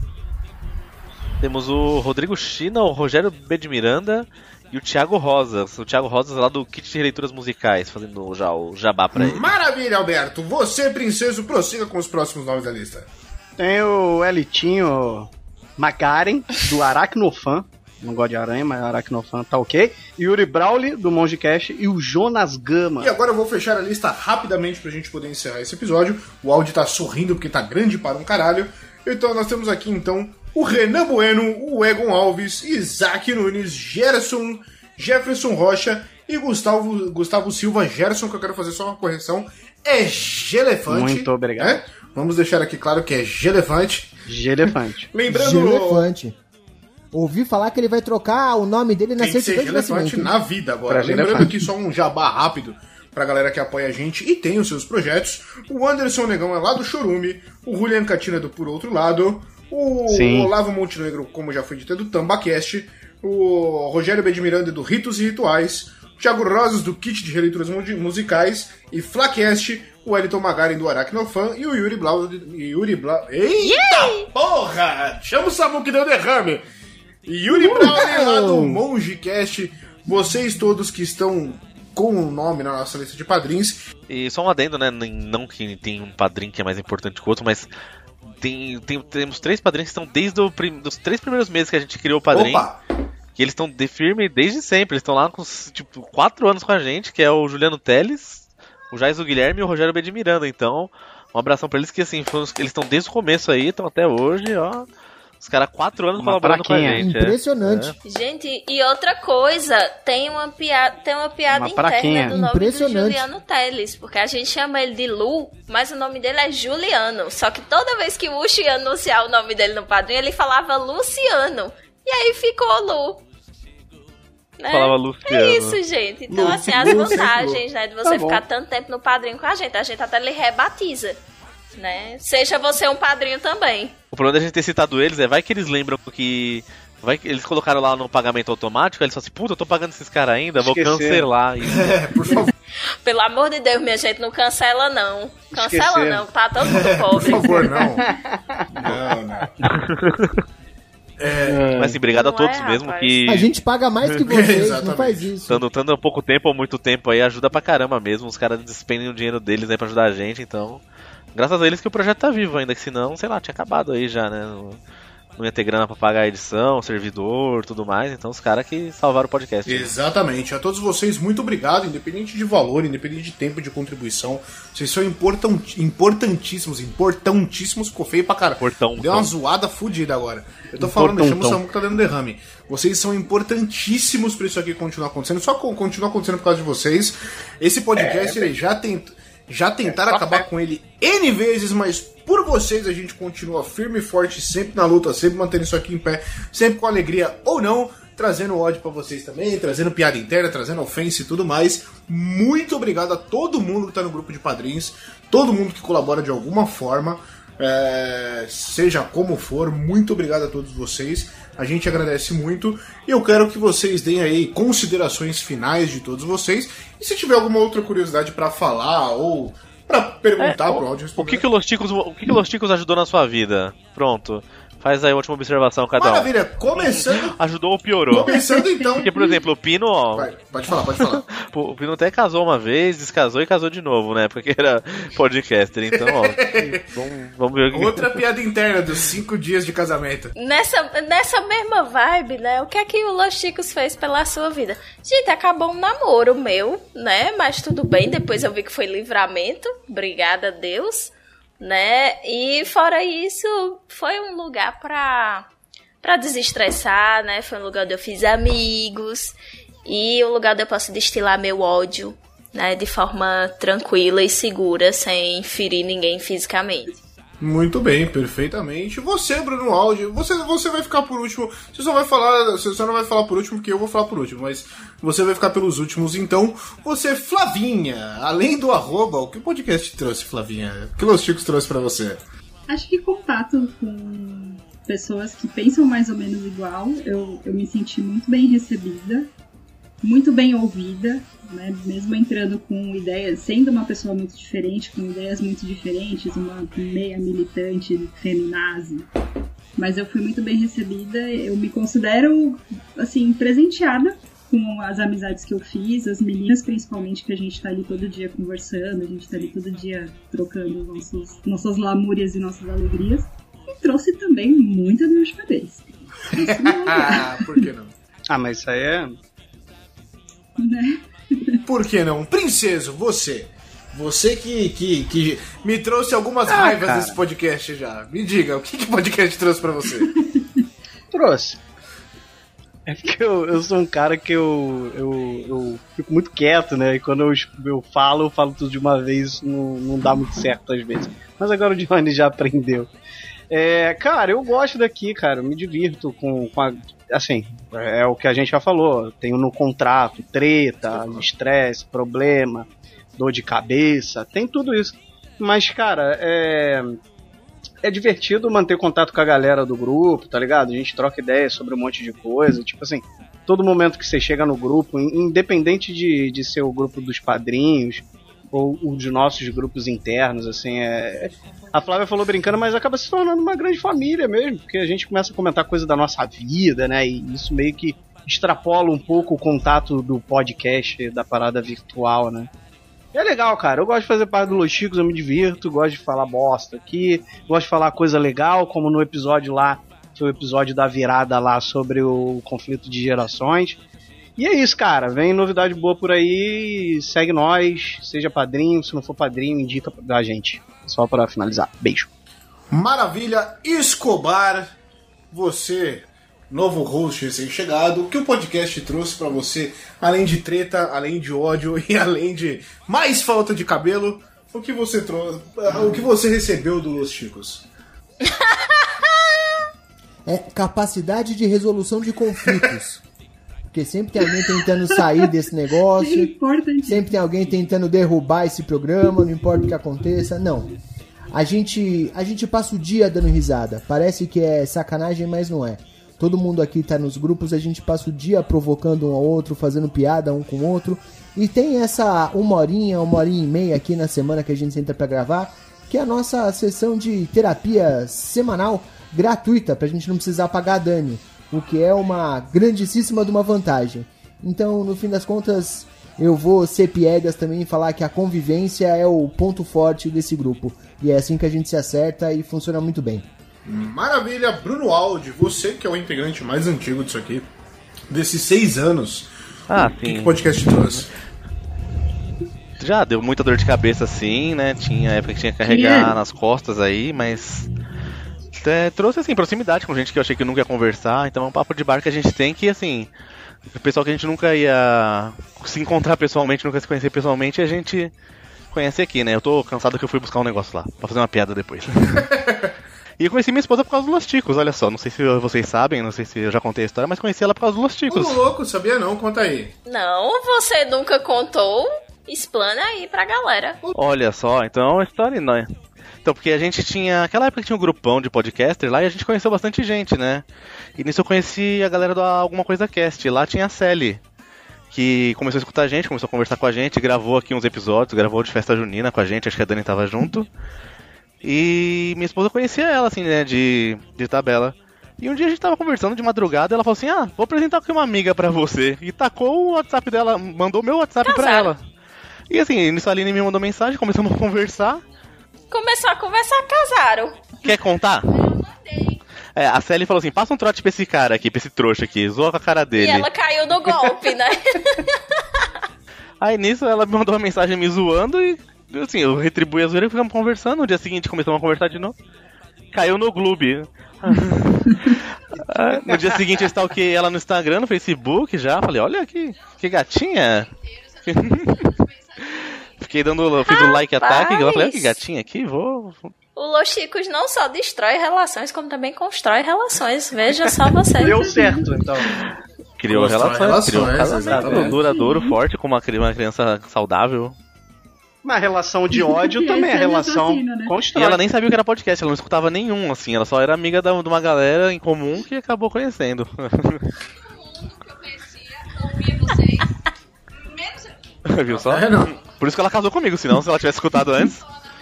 Temos o Rodrigo China, o Rogério B. de Miranda e o Thiago Rosas. O Thiago Rosas lá do Kit de Leituras Musicais, fazendo já o jabá pra ele. Maravilha, Alberto. Você, princeso, prossiga com os próximos nomes da lista. Tem o Elitinho Macaren, do Aracnofan. Não gosto de aranha, mas Aracnofan tá ok. Yuri Brawley, do Monge Cash, e o Jonas Gama. E agora eu vou fechar a lista rapidamente pra gente poder encerrar esse episódio. O áudio tá sorrindo porque tá grande para um caralho. Então nós temos aqui então o Renan Bueno, o Egon Alves, Isaac Nunes, Gerson, Jefferson Rocha e Gustavo, Gustavo Silva. Gerson, que eu quero fazer só uma correção, é Gelefante. Muito obrigado. Né? Vamos deixar aqui claro que é Gelefante. Gelefante. Lembrando... Gelefante. Ouvi falar que ele vai trocar o nome dele na Tem que certidão ser de nascimento. Gelefante na vida agora. Pra Lembrando Gelefante. aqui só um jabá rápido pra galera que apoia a gente e tem os seus projetos. O Anderson Negão é lá do Chorume, o Julian Catina é do Por Outro Lado, o Sim. Olavo Montenegro, como já foi dito, é do Tambacast, o Rogério B. de Miranda é do Ritos e Rituais, o Thiago Rosas do Kit de Releituras Musicais e Flacast, o Wellington Magaren do Aracnofan e o Yuri Blau... Yuri Blau... Eita Yay! porra! Chama o Samu que deu derrame! E Yuri Brawley lá do MongeCast, vocês todos que estão com o nome na nossa lista de padrinhos. E só um adendo, né? Não que tem um padrinho que é mais importante que o outro, mas tem, tem, temos três padrinhos que estão desde o prim, dos três primeiros meses que a gente criou o padrinho. Opa! Que eles estão de firme desde sempre. Eles estão lá com tipo quatro anos com a gente, que é o Juliano Teles, o Jaiso Guilherme e o Rogério B. de Miranda. Então, um abração pra eles que assim, foram, eles estão desde o começo aí, estão até hoje, ó. Os caras quatro anos Uma colaborando praquinha. com a gente. Impressionante. É. Gente, e outra coisa, tem uma piada, tem uma piada Uma praquinha. interna do nome do Impressionante. Juliano Teles, porque a gente chama ele de Lu, mas o nome dele é Juliano. Só que toda vez que o Uchi ia anunciar o nome dele no padrinho, ele falava Luciano. E aí ficou Lu. Né? Falava Luciano. É isso, gente. Então, Lu, assim, as Lu, vantagens, né, de você Tá bom. ficar tanto tempo no padrinho com a gente. A gente até lhe rebatiza, né? Seja você um padrinho também. O problema da gente ter citado eles é, vai que eles lembram que... Vai que eles colocaram lá no pagamento automático, aí eles falam assim, puta, eu tô pagando esses caras ainda, vou Esqueceram. cancelar isso. É, por favor, Pelo amor de Deus, minha gente, não cancela não. Cancela Esqueceram. não, tá todo mundo por pobre. favor, não. Não, não. É, Mas assim, obrigado a Não todos é, mesmo rapaz. que... A gente paga mais que vocês, não Exatamente. faz isso. Estando estando há pouco tempo ou muito tempo aí, ajuda pra caramba mesmo. Os caras despendem o dinheiro deles aí pra ajudar a gente, então... Graças a eles que o projeto tá vivo ainda, que senão, sei lá, tinha acabado aí já, né? Não, não ia ter grana pra pagar a edição, servidor, tudo mais. Então os caras que salvaram o podcast. exatamente. A todos vocês, muito obrigado, independente de valor, independente de tempo de contribuição. Vocês são importan- importantíssimos, importantíssimos, ficou feio pra caralho. Portão. Deu uma zoada fodida agora. Eu tô falando, Importantão. chama o Samu que tá dando derrame. Vocês são importantíssimos pra isso aqui continuar acontecendo. Só co- continua acontecendo por causa de vocês. Esse podcast, ele já tem... Já tentaram acabar com ele N vezes, mas por vocês a gente continua firme e forte, sempre na luta, sempre mantendo isso aqui em pé, sempre com alegria ou não, trazendo ódio pra vocês também, trazendo piada interna, trazendo ofensa e tudo mais. Muito obrigado a todo mundo que tá no grupo de padrinhos, todo mundo que colabora de alguma forma, é, seja como for, muito obrigado a todos vocês. A gente agradece muito e eu quero que vocês deem aí considerações finais de todos vocês. E se tiver alguma outra curiosidade pra falar ou pra perguntar É, pro o, áudio o responder. que que o Los Ticos, o que que o Los Ticos ajudou na sua vida? Pronto. Faz aí a última observação, cada um. Maravilha, começando... Ajudou ou piorou? Começando então... Porque, por exemplo, o Pino, ó... Vai, pode falar, pode falar. O Pino até casou uma vez, descasou e casou de novo, né? Porque era podcaster, então, ó... vamos, vamos ver o que... Outra piada interna dos cinco dias de casamento. Nessa, nessa mesma vibe, né? O que é que o Los Chicos fez pela sua vida? Gente, acabou um namoro meu, né? Mas tudo bem, depois eu vi que foi livramento. Obrigada a Deus. Né? E fora isso, foi um lugar pra, pra desestressar, né? Foi um lugar onde eu fiz amigos e um lugar onde eu posso destilar meu ódio, né? De forma tranquila e segura, sem ferir ninguém fisicamente. Muito bem, perfeitamente. Você, Bruno Aldi, você, você vai ficar por último. Você só vai falar. Você só não vai falar por último, porque eu vou falar por último, mas você vai ficar pelos últimos, então. Você, Flavinha, além do arroba, o que o podcast trouxe, Flavinha? O que Los Chicos trouxe pra você? Acho que contato com pessoas que pensam mais ou menos igual, eu, eu me senti muito bem recebida, muito bem ouvida, né? Mesmo entrando com ideias, sendo uma pessoa muito diferente, com ideias muito diferentes, uma meia militante feminazi, mas eu fui muito bem recebida, eu me considero, assim, presenteada com as amizades que eu fiz, as meninas principalmente, que a gente tá ali todo dia conversando, a gente tá ali todo dia trocando nossos, nossas lamúrias e nossas alegrias, e trouxe também muita dor de cabeça. Isso não é por que não? Ah, mas isso aí é... Né? Por que não? Princeso, você. Você que, que, que me trouxe algumas ah, raivas cara. desse podcast já. Me diga, o que, que o podcast trouxe pra você? Trouxe. É porque eu, eu sou um cara que eu, eu, eu fico muito quieto, né? E quando eu, eu falo, eu falo tudo de uma vez, isso não, não dá muito certo às vezes. Mas agora o Johnny já aprendeu. É, cara, eu gosto daqui, cara, eu me divirto com, com a... Assim, é o que a gente já falou, tenho no contrato treta, estresse, problema, dor de cabeça, tem tudo isso. Mas, cara, é... é divertido manter contato com a galera do grupo, tá ligado? A gente troca ideias sobre um monte de coisa, tipo assim, todo momento que você chega no grupo, independente de, de ser o grupo dos padrinhos ou os nossos grupos internos, assim, é... A Flávia falou brincando, mas acaba se tornando uma grande família mesmo, porque a gente começa a comentar coisa da nossa vida, né, e isso meio que extrapola um pouco o contato do podcast, da parada virtual, né. E é legal, cara, eu gosto de fazer parte do Los Chicos, eu me divirto, gosto de falar bosta aqui, gosto de falar coisa legal, como no episódio lá, foi o episódio da virada lá sobre o conflito de gerações. E é isso, cara. Vem novidade boa por aí. Segue nós. Seja padrinho. Se não for padrinho, indica pra gente. Só pra finalizar. Beijo. Maravilha. Escobar. Você, novo host recém-chegado. O que o podcast trouxe pra você? Além de treta, além de ódio e além de mais falta de cabelo. O que você trouxe? O que você recebeu do Los Chicos? É capacidade de resolução de conflitos. Porque sempre tem alguém tentando sair desse negócio, sempre tem alguém tentando derrubar esse programa, não importa o que aconteça, não. A gente, a gente passa o dia dando risada, parece que é sacanagem, mas não é. Todo mundo aqui tá nos grupos, a gente passa o dia provocando um ao outro, fazendo piada um com o outro, e tem essa uma horinha, uma horinha e meia aqui na semana que a gente senta pra gravar, que é a nossa sessão de terapia semanal gratuita, pra gente não precisar pagar a Dani. O que é uma grandíssima de uma vantagem. Então, no fim das contas, eu vou ser piegas também e falar que a convivência é o ponto forte desse grupo. E é assim que a gente se acerta e funciona muito bem. Maravilha, Bruno Aldi, você que é o integrante mais antigo disso aqui, desses seis anos, ah, o sim. que, que o podcast trouxe? Já deu muita dor de cabeça, sim, né? Tinha época que tinha que carregar yeah. nas costas aí, mas... É, trouxe, assim, proximidade com gente que eu achei que nunca ia conversar. Então é um papo de bar que a gente tem que, assim... O pessoal que a gente nunca ia se encontrar pessoalmente, nunca se conhecer pessoalmente, a gente conhece aqui, né? Eu tô cansado que eu fui buscar um negócio lá, pra fazer uma piada depois. E eu conheci minha esposa por causa dos Los Chicos, olha só. Não sei se vocês sabem, não sei se eu já contei a história, mas conheci ela por causa dos Los Chicos. Ô, louco, sabia não? Conta aí. Não, você nunca contou. Explana aí pra galera. Olha só, então a história não é... Então, porque a gente tinha... Aquela época que tinha um grupão de podcaster lá e a gente conheceu bastante gente, né? E nisso eu conheci a galera do Alguma Coisa Cast. Lá tinha a Sally, que começou a escutar a gente, começou a conversar com a gente, gravou aqui uns episódios, gravou de festa junina com a gente, acho que a Dani tava junto. E minha esposa conhecia ela, assim, né, de, de tabela. E um dia a gente tava conversando de madrugada, ela falou assim, ah, vou apresentar aqui uma amiga pra você. E tacou o WhatsApp dela, mandou meu WhatsApp Casaram. pra ela. E assim, nisso a Aline me mandou mensagem, começamos a conversar. Começou a conversar, casaram. Quer contar? É, a Sally falou assim, passa um trote pra esse cara aqui, pra esse trouxa aqui, zoa com a cara dele. E ela caiu no golpe, né? Aí nisso ela me mandou uma mensagem me zoando e, assim, eu retribuí a zoeira e ficamos conversando. No dia seguinte começamos a conversar de novo. Caiu no Gloob. No dia seguinte eu stalkeei ela no Instagram, no Facebook já. Falei, olha que, que gatinha. Fiquei dando, fiz o like ataque. Eu falei, olha que gatinha aqui, vou... O Los Chicos não só destrói relações, como também constrói relações. Veja só você. Deu certo, então. Criou relações, relações, criou um casamento duradouro, uhum. forte, com uma, uma criança saudável. Na relação de ódio também, a relação assassino, né? E constrói. ela nem sabia o que era podcast, ela não escutava nenhum, assim, ela só era amiga da, de uma galera em comum que acabou conhecendo. Viu só? É, não. Por isso que ela casou comigo, senão se ela tivesse escutado antes...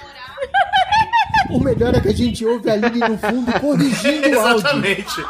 O melhor é que a gente ouve a Aline no fundo corrigindo o áudio. Exatamente.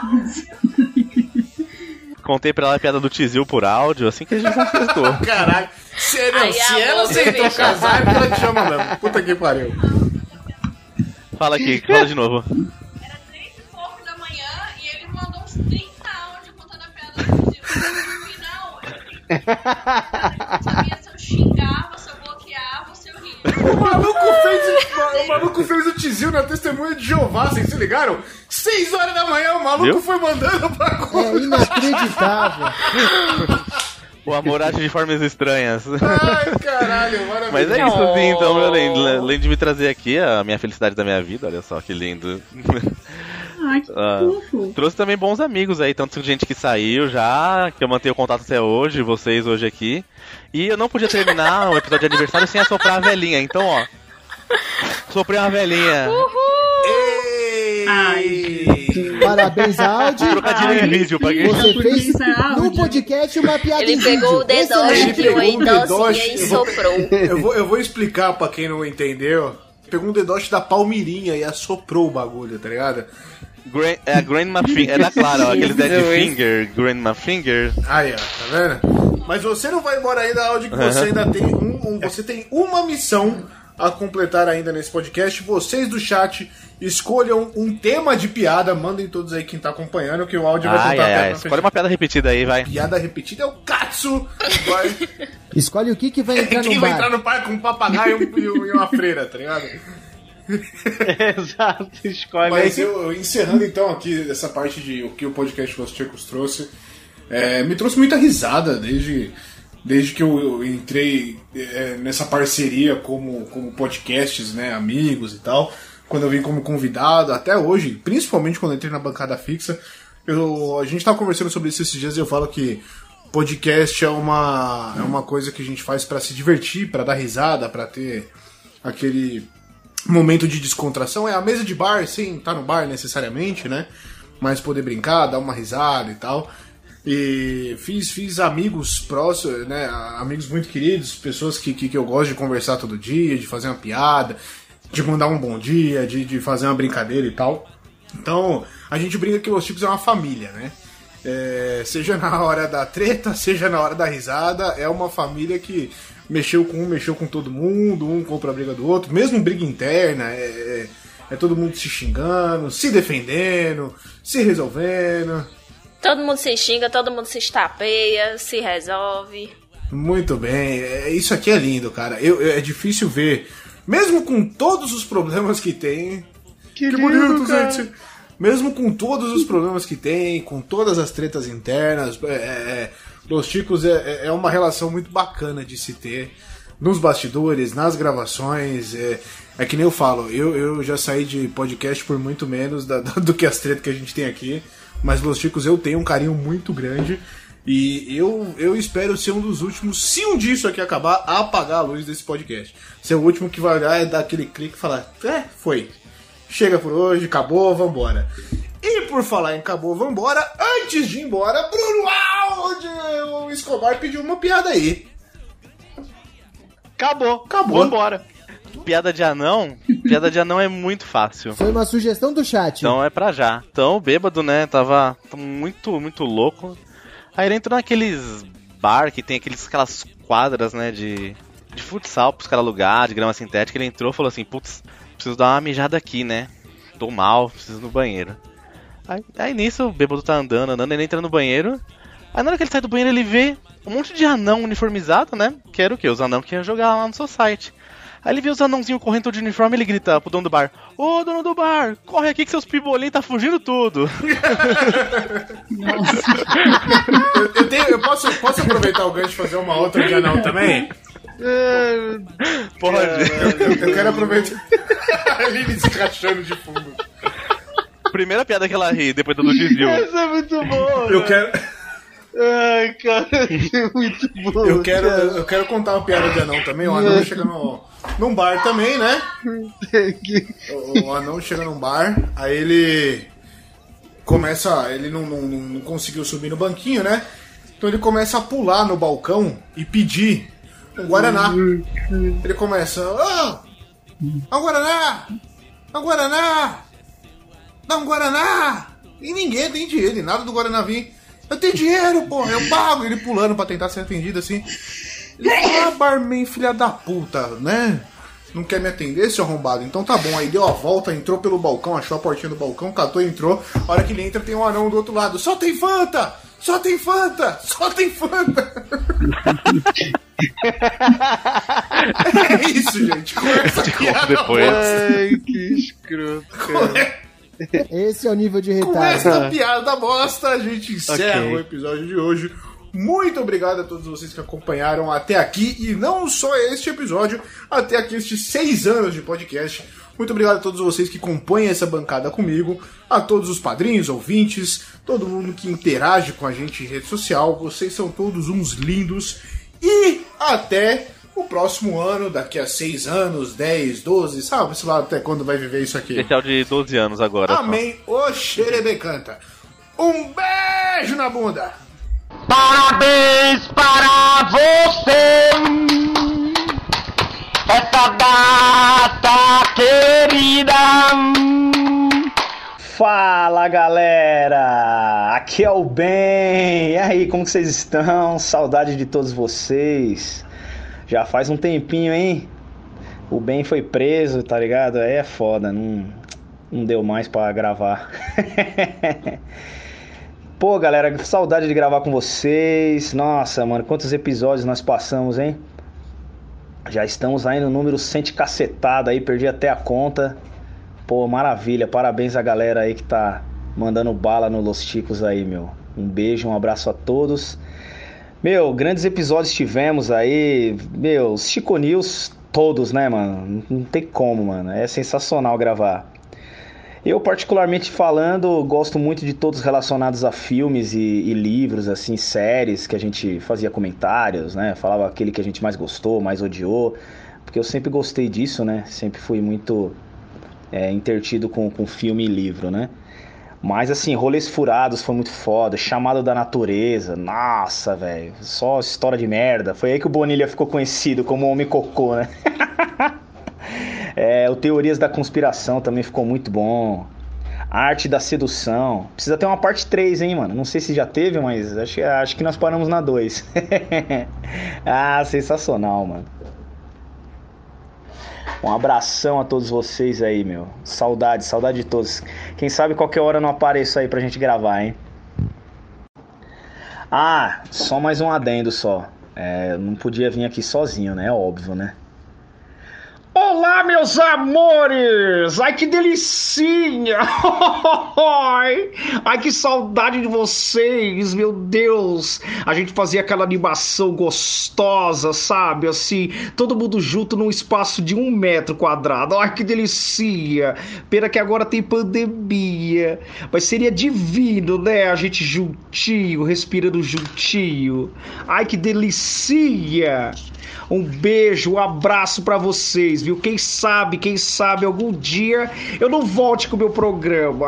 Contei pra ela a piada do Tizil por áudio, assim que a gente conquistou. Caralho. Se, não, Ai, se amor, ela aceitou bicho. casar, é porque ela te chama mesmo. Puta que pariu. Fala aqui, fala de novo. Era três e pouco da manhã e ele mandou uns trinta áudios contando a piada do Tizil. No final, eu não sabia se eu xingava, se eu bloqueava, se eu ria. O maluco fez o maluco fez o Tizil na testemunha de Jeová, vocês se ligaram? seis horas da manhã, o maluco Viu? foi mandando pra É inacreditável. O amor age de formas estranhas. Ai, caralho, maravilhoso. Mas é isso, sim, então, meu lindo. Além de me trazer aqui a minha felicidade da minha vida, olha só que lindo. Ai, que Ah, fofo. trouxe também bons amigos aí, tanto gente que saiu já, que eu mantenho contato até hoje, vocês hoje aqui. E eu não podia terminar o episódio de aniversário sem assoprar a velhinha, então ó. Soprei uma velhinha. Ai, Parabéns, Aldi. Trocadilho em vídeo pra quem. Você Porque fez isso é áudio. no podcast uma piada Ele em pegou o vídeo. dedoche, Excelente. viu aí, pegou um dedoche, docinha e eu vou- soprou. Eu vou, eu vou explicar pra quem não entendeu. Pegou um dedoche da Palmirinha e assoprou o bagulho, tá ligado? Gran, é a Grandma Finger, é da Clara, ó, aquele Dead Finger, Grandma Finger. Aí, ó, tá vendo? Mas você não vai embora ainda, Aldi, que você ainda tem um, um- você tem uma missão a completar ainda nesse podcast. Vocês do chat escolham um tema de piada, mandem todos aí quem tá acompanhando, que o áudio vai Ai, contar a ai, piada ai, na escolhe frente. uma piada repetida aí, vai. Piada repetida é o Katsu. Vai... Escolhe o que que vai entrar Quem no vai bar. entrar no par com um papagaio e, um- e uma freira, tá ligado? Exato, escolhe Mas aí. eu, eu encerrando então aqui essa parte de o que o podcast Los Chicos trouxe, é, me trouxe muita risada desde, desde que eu, eu entrei é, nessa parceria como, como podcasts, né, amigos e tal, quando eu vim como convidado, até hoje, principalmente quando eu entrei na bancada fixa, eu, a gente tava conversando sobre isso esses dias e eu falo que podcast é uma, é uma coisa que a gente faz pra se divertir, pra dar risada, pra ter aquele momento de descontração. É a mesa de bar, sim, tá no bar necessariamente, né? Mas poder brincar, dar uma risada e tal. E fiz, fiz amigos próximos, né? Amigos muito queridos, pessoas que, que, que eu gosto de conversar todo dia, de fazer uma piada, de mandar um bom dia, de, de fazer uma brincadeira e tal. Então, a gente brinca que Los Chicos é uma família, né? É, seja na hora da treta, seja na hora da risada, é uma família que mexeu com um, mexeu com todo mundo, um compra a briga do outro, mesmo briga interna, é, é todo mundo se xingando, se defendendo, se resolvendo. Todo mundo se xinga, todo mundo se estapeia, se resolve. Muito bem, é, isso aqui é lindo, cara. Eu, eu- é difícil ver, mesmo com todos os problemas que tem. Que, Que lindo, bonito, cara. gente. Mesmo com todos os problemas que tem, com todas as tretas internas, é, é, Los Chicos é, é uma relação muito bacana de se ter nos bastidores, nas gravações. É, é que nem eu falo, eu, eu já saí de podcast por muito menos da- da- do que as tretas que a gente tem aqui, mas Los Chicos eu tenho um carinho muito grande e eu, eu espero ser um dos últimos, se um dia isso aqui acabar, a apagar a luz desse podcast. Ser o último que vai olhar e dar aquele clique e falar, é, foi. Chega por hoje, acabou, vambora. E por falar em acabou, vambora, antes de ir embora, Bruno Aldi, o Escobar pediu uma piada aí. Acabou. Acabou. Vambora. Piada de anão, piada de anão é muito fácil. Foi uma sugestão do chat. Então é pra já. Então o bêbado, né, tava muito, muito louco. Aí ele entrou naqueles bar que tem aqueles, aquelas quadras, né, de, de futsal pros caras alugar, de grama sintética. Ele entrou e falou assim, putz, preciso dar uma mijada aqui, né? Tô mal, preciso ir no banheiro. Aí, aí nisso o bêbado tá andando, andando, ele entra no banheiro. Aí na hora que ele sai do banheiro ele vê um monte de anão uniformizado, né? Que era o quê? Os anão que iam jogar lá no Society. Aí ele vê os anãozinhos correndo de uniforme e ele grita pro dono do bar: Ô, dono do bar, corre aqui que seus pibolinhos tá fugindo tudo. eu, eu, tenho, eu posso, posso aproveitar o gancho e fazer uma outra de anão também? Pode. Eu, eu, eu quero aproveitar. A Aline se crachando de fundo. Primeira piada que ela ri, depois do desvio. Essa é muito boa. Eu quero... Ai, cara, é muito bom. Eu quero, eu quero contar uma piada de anão também. O anão chega no, num bar também, né? O, o anão chega num bar, aí ele começa. Ele não, não, não conseguiu subir no banquinho, né? Então ele começa a pular no balcão e pedir um Guaraná. Ele começa: Ô, oh, um Guaraná! Um Guaraná! Dá um Guaraná! E ninguém atende ele, nada do Guaraná vir. Eu tenho dinheiro, porra, eu pago. Ele pulando pra tentar ser atendido assim. Ele falou: ah, barman, filha da puta, né? Não quer me atender, seu arrombado? Então tá bom. Aí deu a volta, entrou pelo balcão, achou a portinha do balcão, catou e entrou. A hora que ele entra, tem um anão do outro lado. Só tem Fanta! Só tem Fanta! Só tem Fanta! É isso, gente. Com essa piada depois. Ai, que escroto, cara. Esse é o nível de retardo. Com essa piada bosta, a gente encerra Okay. o episódio de hoje. Muito obrigado a todos vocês que acompanharam até aqui. E não só este episódio, até aqui estes seis anos de podcast. Muito obrigado a todos vocês que compõem essa bancada comigo. A todos os padrinhos, ouvintes, todo mundo que interage com a gente em rede social. Vocês são todos uns lindos. E até o próximo ano, daqui a seis anos, dez, doze, sabe? Sei lá até quando vai viver isso aqui. Especial de doze anos agora. Amém. Ô xerebecanta. Um beijo na bunda. Parabéns para você, essa data querida. Fala, galera! Aqui é o Ben. E aí, como que vocês estão? Saudade de todos vocês. Já faz um tempinho, hein? O Ben foi preso, tá ligado? Aí é foda, não, não deu mais pra gravar. Pô, galera, saudade de gravar com vocês. Nossa, mano, quantos episódios nós passamos, hein? Já estamos aí no número cento cacetado aí, perdi até a conta. Pô, maravilha, parabéns a galera aí que tá mandando bala no Los Chicos aí, meu. Um beijo, um abraço a todos. Meu, grandes episódios tivemos aí. Meu, os Chico News todos, né, mano? Não tem como, mano. É sensacional gravar. Eu, particularmente falando, gosto muito de todos relacionados a filmes e, e livros, assim, séries, que a gente fazia comentários, né? Falava aquele que a gente mais gostou, mais odiou. Porque eu sempre gostei disso, né? Sempre fui muito é, intertido com, com filme e livro, né? Mas assim, Rolês Furados foi muito foda, Chamado da Natureza, nossa, velho, só história de merda. Foi aí que o Bonilha ficou conhecido como Homem Cocô, né? É, o Teorias da Conspiração também ficou muito bom. Arte da Sedução. Precisa ter uma parte três, hein, mano? Não sei se já teve, mas acho, acho que nós paramos na dois. Ah, sensacional, mano. Um abração a todos vocês aí, meu. Saudade, saudade de todos. Quem sabe qualquer hora eu não apareço aí pra gente gravar, hein? Ah, só mais um adendo só. É, não podia vir aqui sozinho, né? Óbvio, né? Olá, meus amores! Ai, que delicinha! Ai, que saudade de vocês, meu Deus! A gente fazia aquela animação gostosa, sabe? Assim, todo mundo junto num espaço de um metro quadrado. Ai, que delicinha! Pena que agora tem pandemia. Mas seria divino, né? A gente juntinho, respirando juntinho. Ai, que delicinha! Um beijo, um abraço pra vocês, viu? Quem sabe, quem sabe, algum dia eu não volte com o meu programa.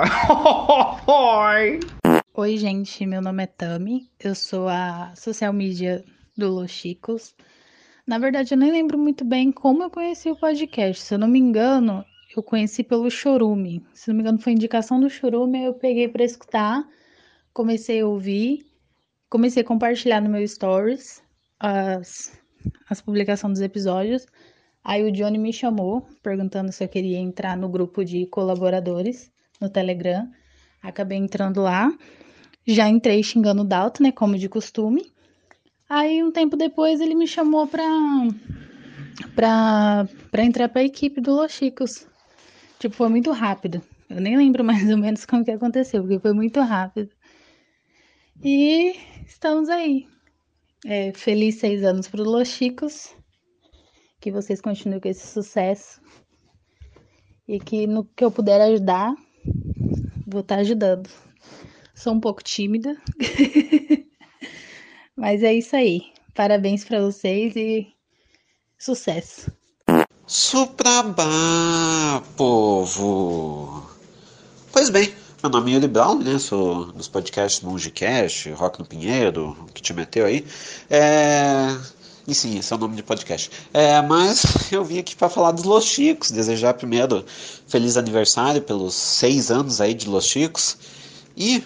Oi, gente, meu nome é Tami, eu sou a social media do Los Chicos. Na verdade, eu nem lembro muito bem como eu conheci o podcast. Se eu não me engano, eu conheci pelo Chorume. Se não me engano, foi indicação do Chorume, eu peguei pra escutar, comecei a ouvir, comecei a compartilhar no meu stories as, as publicações dos episódios. Aí o Johnny me chamou, perguntando se eu queria entrar no grupo de colaboradores no Telegram. Acabei entrando lá. Já entrei xingando o Dalton, né, como de costume. Aí, um tempo depois, ele me chamou pra, pra, pra entrar pra equipe do Los Chicos. Tipo, foi muito rápido. Eu nem lembro mais ou menos como que aconteceu, porque foi muito rápido. E estamos aí. É, feliz seis anos pro Los Chicos. Que vocês continuem com esse sucesso. E que no que eu puder ajudar, vou estar ajudando. Sou um pouco tímida. Mas é isso aí. Parabéns pra vocês e sucesso. Suprabá, povo! Pois bem, meu nome é Yuri Brown, né? Sou dos podcasts Mongecast, Rock no Pinheiro, que te meteu aí. É... E sim, esse é o nome de podcast. É, mas eu vim aqui para falar dos Los Chicos, desejar primeiro feliz aniversário pelos seis anos aí de Los Chicos. E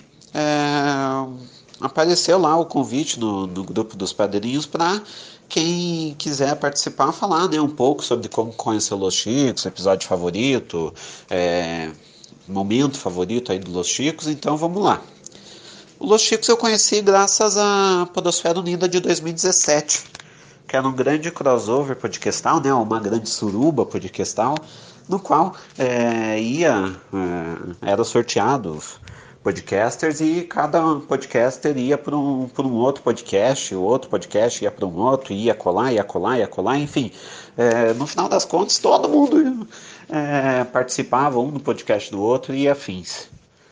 é, apareceu lá o convite no, no grupo dos padrinhos para quem quiser participar, falar, né, um pouco sobre como conheceu Los Chicos, episódio favorito, é, momento favorito aí do Los Chicos. Então vamos lá. O Los Chicos eu conheci graças à Podosfera Unida de dois mil e dezessete. Que era um grande crossover podcastal, né, uma grande suruba podcastal, no qual é, ia, é, era sorteado podcasters e cada podcaster ia para um, para um outro podcast, o outro podcast ia para um outro, ia colar, ia colar, ia colar, enfim. É, no final das contas, todo mundo é, participava um no podcast do outro e afins.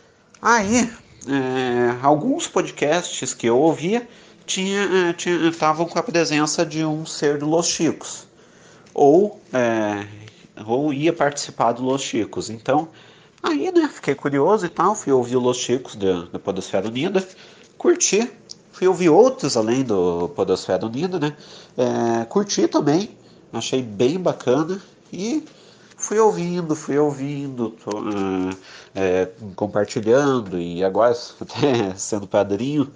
Aí, é, alguns podcasts que eu ouvia tinha, tinha, estavam com a presença de um ser do Los Chicos, ou, é, ou ia participar do Los Chicos. Então, aí, né, fiquei curioso e tal, fui ouvir o Los Chicos da, da Podosfera Unida, curti, fui ouvir outros além do Podosfera Unida, né, é, curti também, achei bem bacana e fui ouvindo, fui ouvindo, tô, uh, é, compartilhando e agora até sendo padrinho.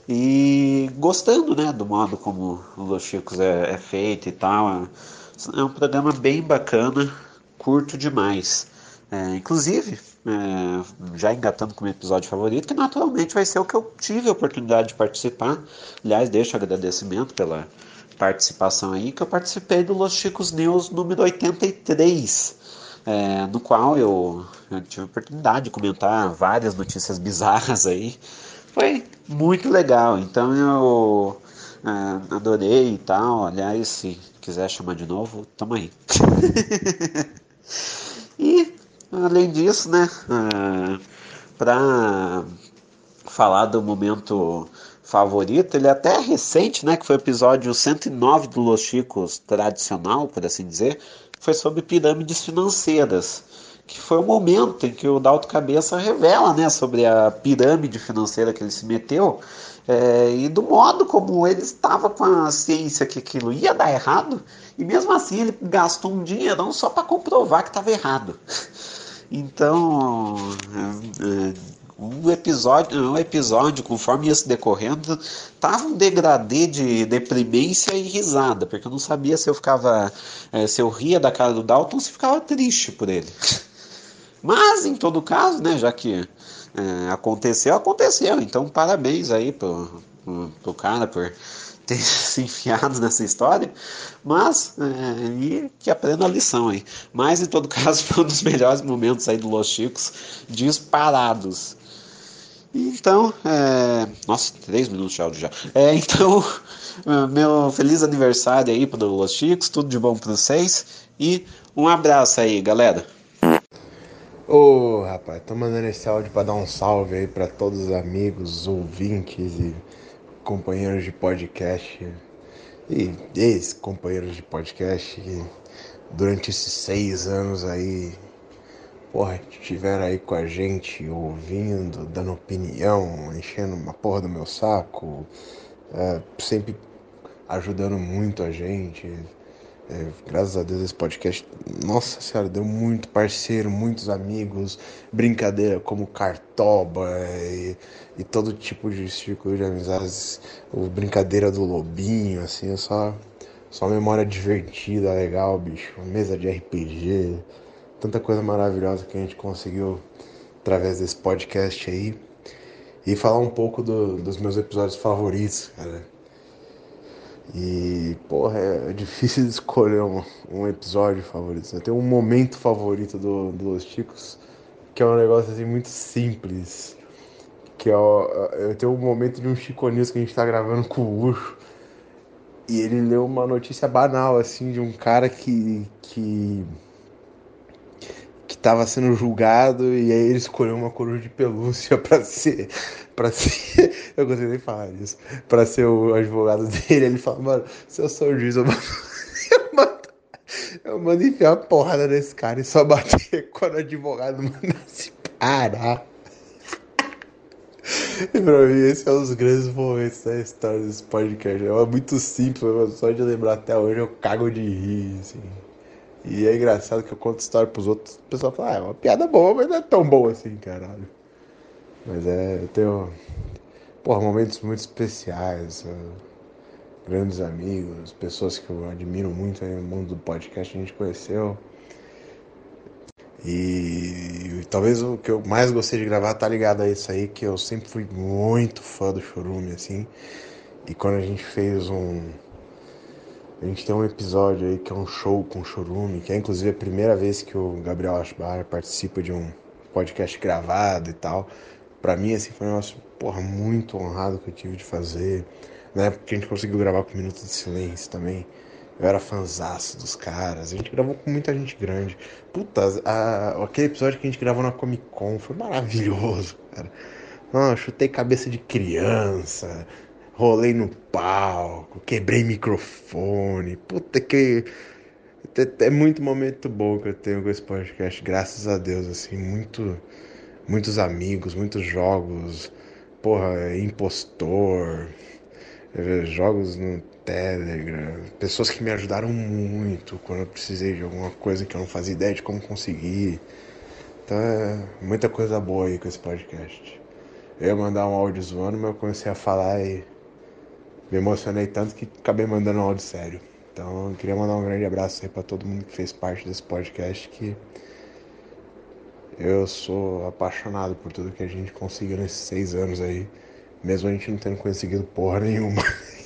E gostando, né, do modo como o Los Chicos é, é feito e tal. É um programa bem bacana, curto demais. É, inclusive, é, já engatando com o meu episódio favorito, que naturalmente vai ser o que eu tive a oportunidade de participar. Aliás, deixo agradecimento pela participação aí, que eu participei do Los Chicos News número oitenta e três. É, no qual eu, eu tive a oportunidade de comentar várias notícias bizarras aí. Foi muito legal, então eu é, adorei e tal. Aliás, se quiser chamar de novo, tamo aí. E, além disso, né, é, pra falar do momento favorito, ele é até recente, né, que foi o episódio cento e nove do Los Chicos tradicional, por assim dizer, foi sobre pirâmides financeiras. Que foi o momento em que o Dalton Cabeça revela, né, sobre a pirâmide financeira que ele se meteu, é, e do modo como ele estava com a ciência que aquilo ia dar errado, e mesmo assim ele gastou um dinheirão só para comprovar que estava errado. Então, é, é, um episódio, um episódio, conforme ia se decorrendo, tava um degradê de deprimência e risada, porque eu não sabia se eu ficava, é, se eu ria da cara do Dalton ou se ficava triste por ele. Mas, em todo caso, né, já que é, aconteceu, aconteceu. Então, parabéns aí pro, pro, pro cara por ter se enfiado nessa história. Mas, é, e que aprenda a lição aí. Mas, em todo caso, foi um dos melhores momentos aí do Los Chicos disparados. Então, é... nossa, três minutos de áudio já. É, então, meu feliz aniversário aí pro Los Chicos. Tudo de bom pra vocês. E um abraço aí, galera. Ô, oh, rapaz, tô mandando esse áudio pra dar um salve aí pra todos os amigos, ouvintes e companheiros de podcast e ex-companheiros de podcast que durante esses seis anos aí, porra, estiveram aí com a gente, ouvindo, dando opinião, enchendo uma porra do meu saco, é, sempre ajudando muito a gente. É, graças a Deus esse podcast, nossa senhora, deu muito parceiro, muitos amigos, brincadeira como Cartoba e, e todo tipo de círculo de amizades, o brincadeira do Lobinho, assim, só, só memória divertida, legal, bicho, mesa de R P G, tanta coisa maravilhosa que a gente conseguiu através desse podcast aí. E falar um pouco do, dos meus episódios favoritos, cara. E, porra, é difícil de escolher um, um episódio favorito. Eu tenho um momento favorito do, do Los Ticos, que é um negócio assim muito simples. Que é o, eu tenho um momento de um Chico News que a gente tá gravando com o Ucho. E ele leu uma notícia banal, assim, de um cara que... que estava sendo julgado, e aí ele escolheu uma coruja de pelúcia pra ser, pra ser, eu gostei nem de falar isso, pra ser o advogado dele. Ele fala, mano, se eu sou o juiz, eu mando, eu mando, eu mando enfiar uma porrada nesse cara e só bater quando o advogado mandasse parar. E pra mim, esse é um dos grandes momentos da história desse podcast. É muito simples, mas só de lembrar até hoje eu cago de rir, assim. E é engraçado que eu conto história pros outros, o pessoal fala, ah, é uma piada boa, mas não é tão boa assim, caralho. Mas é, eu tenho, porra, momentos muito especiais, uh, grandes amigos, pessoas que eu admiro muito aí no mundo do podcast, a gente conheceu. E, e talvez o que eu mais gostei de gravar tá ligado a isso aí, que eu sempre fui muito fã do Chorume, assim. E quando a gente fez um... A gente tem um episódio aí que é um show com o Chorume, que é inclusive a primeira vez que o Gabriel Ashbar participa de um podcast gravado e tal. Pra mim, assim, foi um negócio, porra, muito honrado que eu tive de fazer. Na época que a gente conseguiu gravar com Minuto de Silêncio também. Eu era fanzaço dos caras. A gente gravou com muita gente grande. Puta, a, aquele episódio que a gente gravou na Comic Con foi maravilhoso, cara. Não, chutei cabeça de criança, rolei no palco, quebrei microfone. Puta que... É muito momento bom que eu tenho com esse podcast, graças a Deus, assim, muito, muitos amigos, muitos jogos, porra, Impostor, jogos no Telegram, pessoas que me ajudaram muito quando eu precisei de alguma coisa que eu não fazia ideia de como conseguir. Então é muita coisa boa aí com esse podcast. Eu ia mandar um áudio zoando, mas eu comecei a falar e me emocionei tanto que acabei mandando um áudio sério. Então eu queria mandar um grande abraço aí pra todo mundo que fez parte desse podcast, que eu sou apaixonado por tudo que a gente conseguiu nesses seis anos aí, mesmo a gente não tendo conseguido porra nenhuma.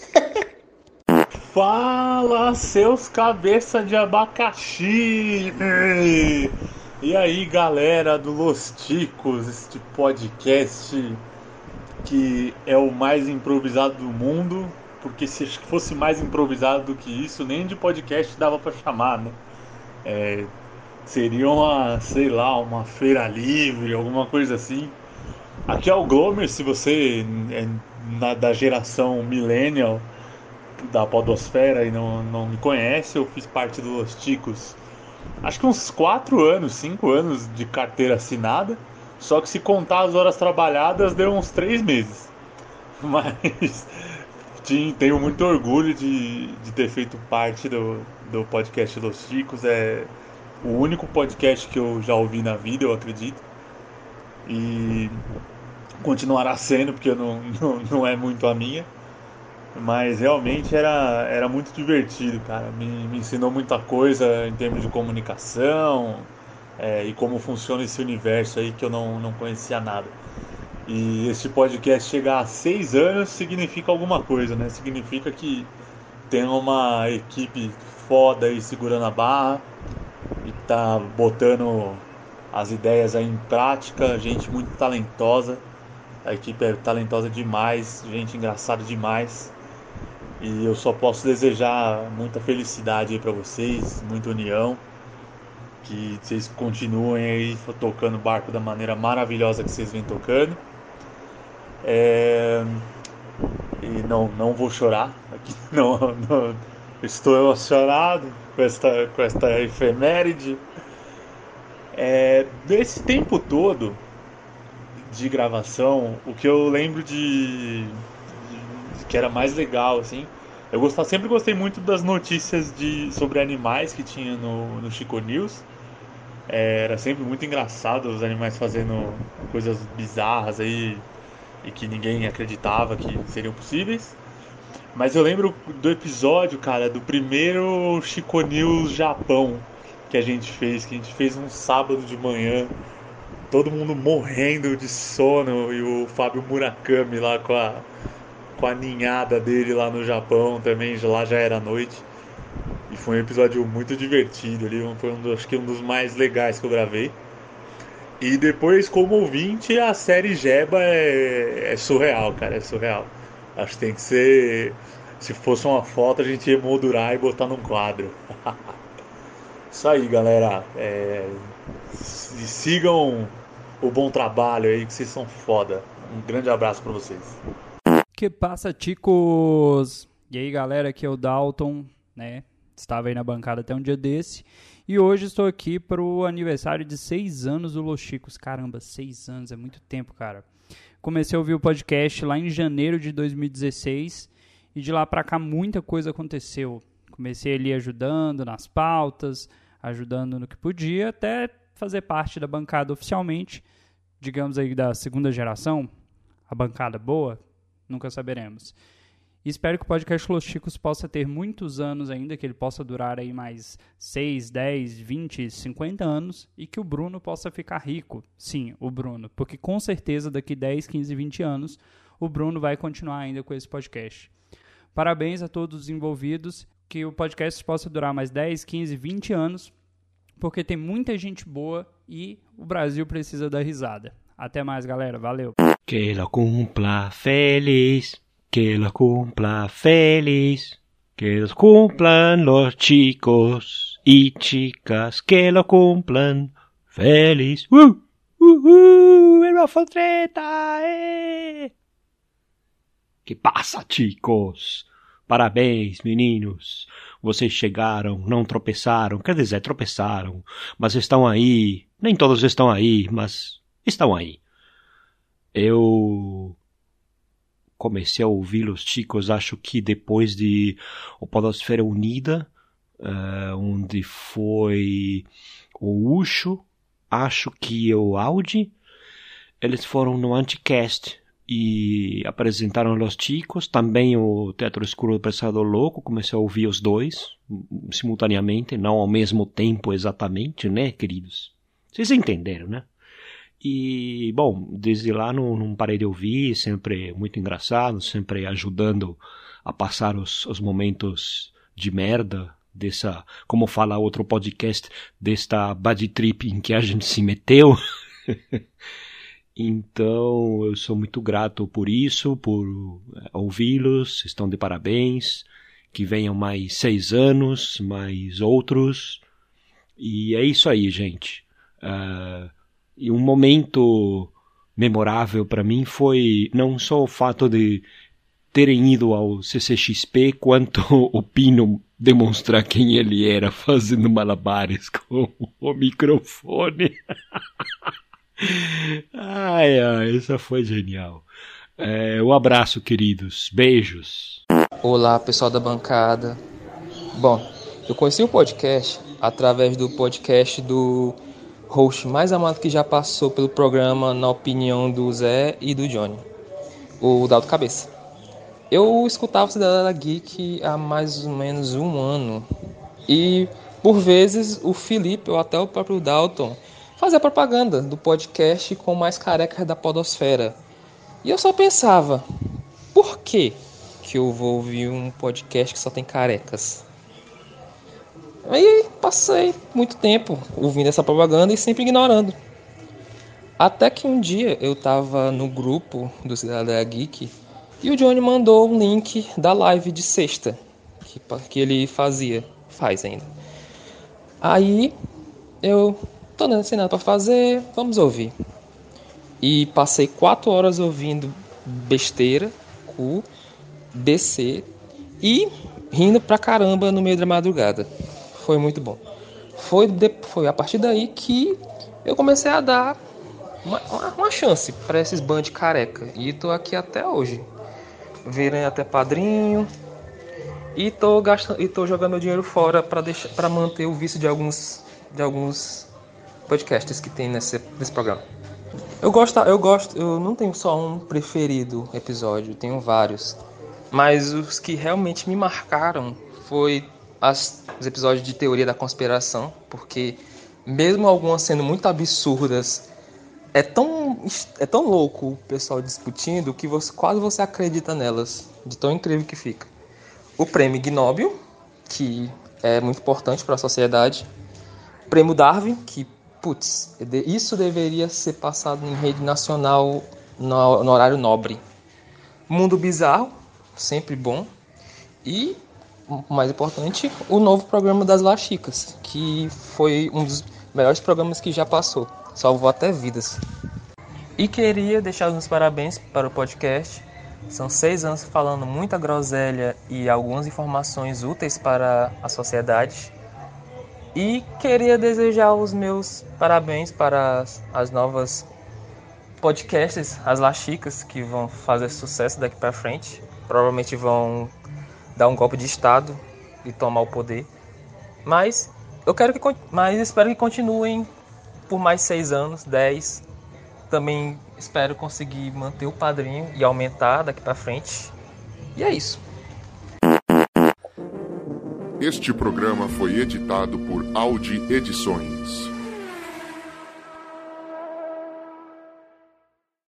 Fala, seus cabeça de abacaxi! E aí, galera do Los Ticos, este podcast que é o mais improvisado do mundo, porque se fosse mais improvisado do que isso, nem de podcast dava pra chamar, né? É, seria uma, sei lá, uma feira livre, alguma coisa assim. Aqui é o Glomer, se você é na, da geração millennial da podosfera e não, não me conhece, eu fiz parte do Los Ticos acho que uns quatro anos, cinco anos de carteira assinada, só que se contar as horas trabalhadas deu uns três meses. Mas tenho muito orgulho de, de ter feito parte do, do podcast Los Ticos. É o único podcast que eu já ouvi na vida, eu acredito, e continuará sendo, porque não, não, não é muito a minha. Mas realmente era, era muito divertido, cara. Me, me ensinou muita coisa em termos de comunicação, é, e como funciona esse universo aí que eu não, não conhecia nada. E esse podcast chegar a seis anos significa alguma coisa, né? Significa que tem uma equipe foda aí segurando a barra e tá botando as ideias aí em prática, gente muito talentosa. A equipe é talentosa demais, gente engraçada demais. E eu só posso desejar muita felicidade aí pra vocês, muita união, que vocês continuem aí tocando o barco da maneira maravilhosa que vocês vêm tocando. É... E não, não vou chorar aqui, não, não, estou emocionado com esta, com esta efeméride. É... Desse tempo todo de gravação, o que eu lembro de... que era mais legal, assim, Eu gostava, sempre gostei muito das notícias de, sobre animais que tinha no, no Chico News. É, era sempre muito engraçado os animais fazendo coisas bizarras aí e que ninguém acreditava que seriam possíveis. Mas eu lembro do episódio, cara, do primeiro Chico News Japão que a gente fez, que a gente fez um sábado de manhã, todo mundo morrendo de sono e o Fábio Murakami lá com a, com a ninhada dele lá no Japão também, lá já era noite. E foi um episódio muito divertido ali, foi um dos, acho que um dos mais legais que eu gravei. E depois, como ouvinte, a série Jeba é, é surreal, cara, é surreal. Acho que tem que ser... Se fosse uma foto, a gente ia moldurar e botar num quadro. Isso aí, galera. É... Sigam o bom trabalho aí, que vocês são foda. Um grande abraço pra vocês. Que passa, ticos? E aí, galera, aqui é o Dalton, né? Estava aí na bancada até um dia desse. E hoje estou aqui pro aniversário de seis anos do Los Chicos. Caramba, seis anos, é muito tempo, cara. Comecei a ouvir o podcast lá em janeiro de dois mil e dezesseis. E de lá pra cá muita coisa aconteceu. Comecei ali ajudando nas pautas, ajudando no que podia, até fazer parte da bancada oficialmente, digamos aí da segunda geração. A bancada boa, nunca saberemos. E espero que o podcast Los Chicos possa ter muitos anos ainda, que ele possa durar aí mais seis, dez, vinte, cinquenta anos e que o Bruno possa ficar rico. Sim, o Bruno, porque com certeza daqui dez, quinze, vinte anos o Bruno vai continuar ainda com esse podcast. Parabéns a todos os envolvidos, que o podcast possa durar mais dez, quinze, vinte anos, porque tem muita gente boa e o Brasil precisa dar risada. Até mais, galera. Valeu. Que la cumpla feliz. Que los cumpla feliz, que los cumplan los chicos y chicas, que lo cumplan feliz. ¡Uh! ¡Uh! ¡El Bafotreta! ¡Eh! Que passa, chicos? Parabéns, meninos. Vocês chegaram, não tropeçaram, quer dizer, tropeçaram, mas estão aí. Nem todos estão aí, mas estão aí. Eu... comecei a ouvir Los Chicos, acho que depois de o Podosfera Unida, uh, onde foi o Ucho, acho que o Audi, eles foram no Anticast e apresentaram Los Chicos, também o Teatro Escuro do Prestador Louco, comecei a ouvir os dois simultaneamente, não ao mesmo tempo exatamente, né, queridos? Vocês entenderam, né? E, bom, desde lá não, não parei de ouvir, sempre muito engraçado, sempre ajudando a passar os, os momentos de merda dessa, como fala outro podcast, desta bad trip em que a gente se meteu. Então, eu sou muito grato por isso, por ouvi-los, estão de parabéns, que venham mais seis anos, mais outros, e é isso aí, gente. Uh, E um momento memorável para mim foi não só o fato de terem ido ao C C X P, quanto o Pino demonstrar quem ele era fazendo malabares com o microfone. Ai, ai, essa foi genial. É, um abraço, queridos. Beijos. Olá, pessoal da bancada. Bom, eu conheci o podcast através do podcast do host mais amado que já passou pelo programa, na opinião do Zé e do Johnny, o Dalton Cabeça. Eu escutava o Cidadela Geek há mais ou menos um ano e, por vezes, o Felipe ou até o próprio Dalton fazia propaganda do podcast com mais carecas da podosfera. E eu só pensava, por que que eu vou ouvir um podcast que só tem carecas? Aí passei muito tempo ouvindo essa propaganda e sempre ignorando. Até que um dia eu tava no grupo do Cidadela Geek e o Johnny mandou um link da live de sexta que, que ele fazia, faz ainda. Aí eu tô sem nada pra fazer, vamos ouvir. E passei quatro horas ouvindo besteira, cu, B C e rindo pra caramba no meio da madrugada. Foi muito bom. Foi, de, foi a partir daí que eu comecei a dar uma, uma, uma chance para esses bandos de careca. E tô aqui até hoje. Virei até padrinho. E tô gastando, e tô jogando meu dinheiro fora para deixar, para manter o vício de alguns, de alguns podcasts que tem nesse, nesse programa. Eu gosto, eu gosto, eu não tenho só um preferido episódio, tenho vários. Mas os que realmente me marcaram foi as, os episódios de teoria da conspiração, porque mesmo algumas sendo muito absurdas, é tão, é tão louco o pessoal discutindo que você, quase você acredita nelas, de tão incrível que fica. O prêmio Ig Nobel, que é muito importante para a sociedade. O prêmio Darwin, que, putz, isso deveria ser passado em rede nacional no, no horário nobre. Mundo Bizarro, sempre bom. E, o mais importante, o novo programa das Lachicas, que foi um dos melhores programas que já passou. Salvou até vidas. E queria deixar os meus parabéns para o podcast. São seis anos falando muita groselha e algumas informações úteis para a sociedade. E queria desejar os meus parabéns para as, as novas podcasts, as Lachicas, que vão fazer sucesso daqui para frente. Provavelmente vão dar um golpe de estado e tomar o poder. Mas eu quero que, mas espero que continuem por mais seis anos, dez. Também espero conseguir manter o padrinho e aumentar daqui pra frente. E é isso. Este programa foi editado por Audi Edições.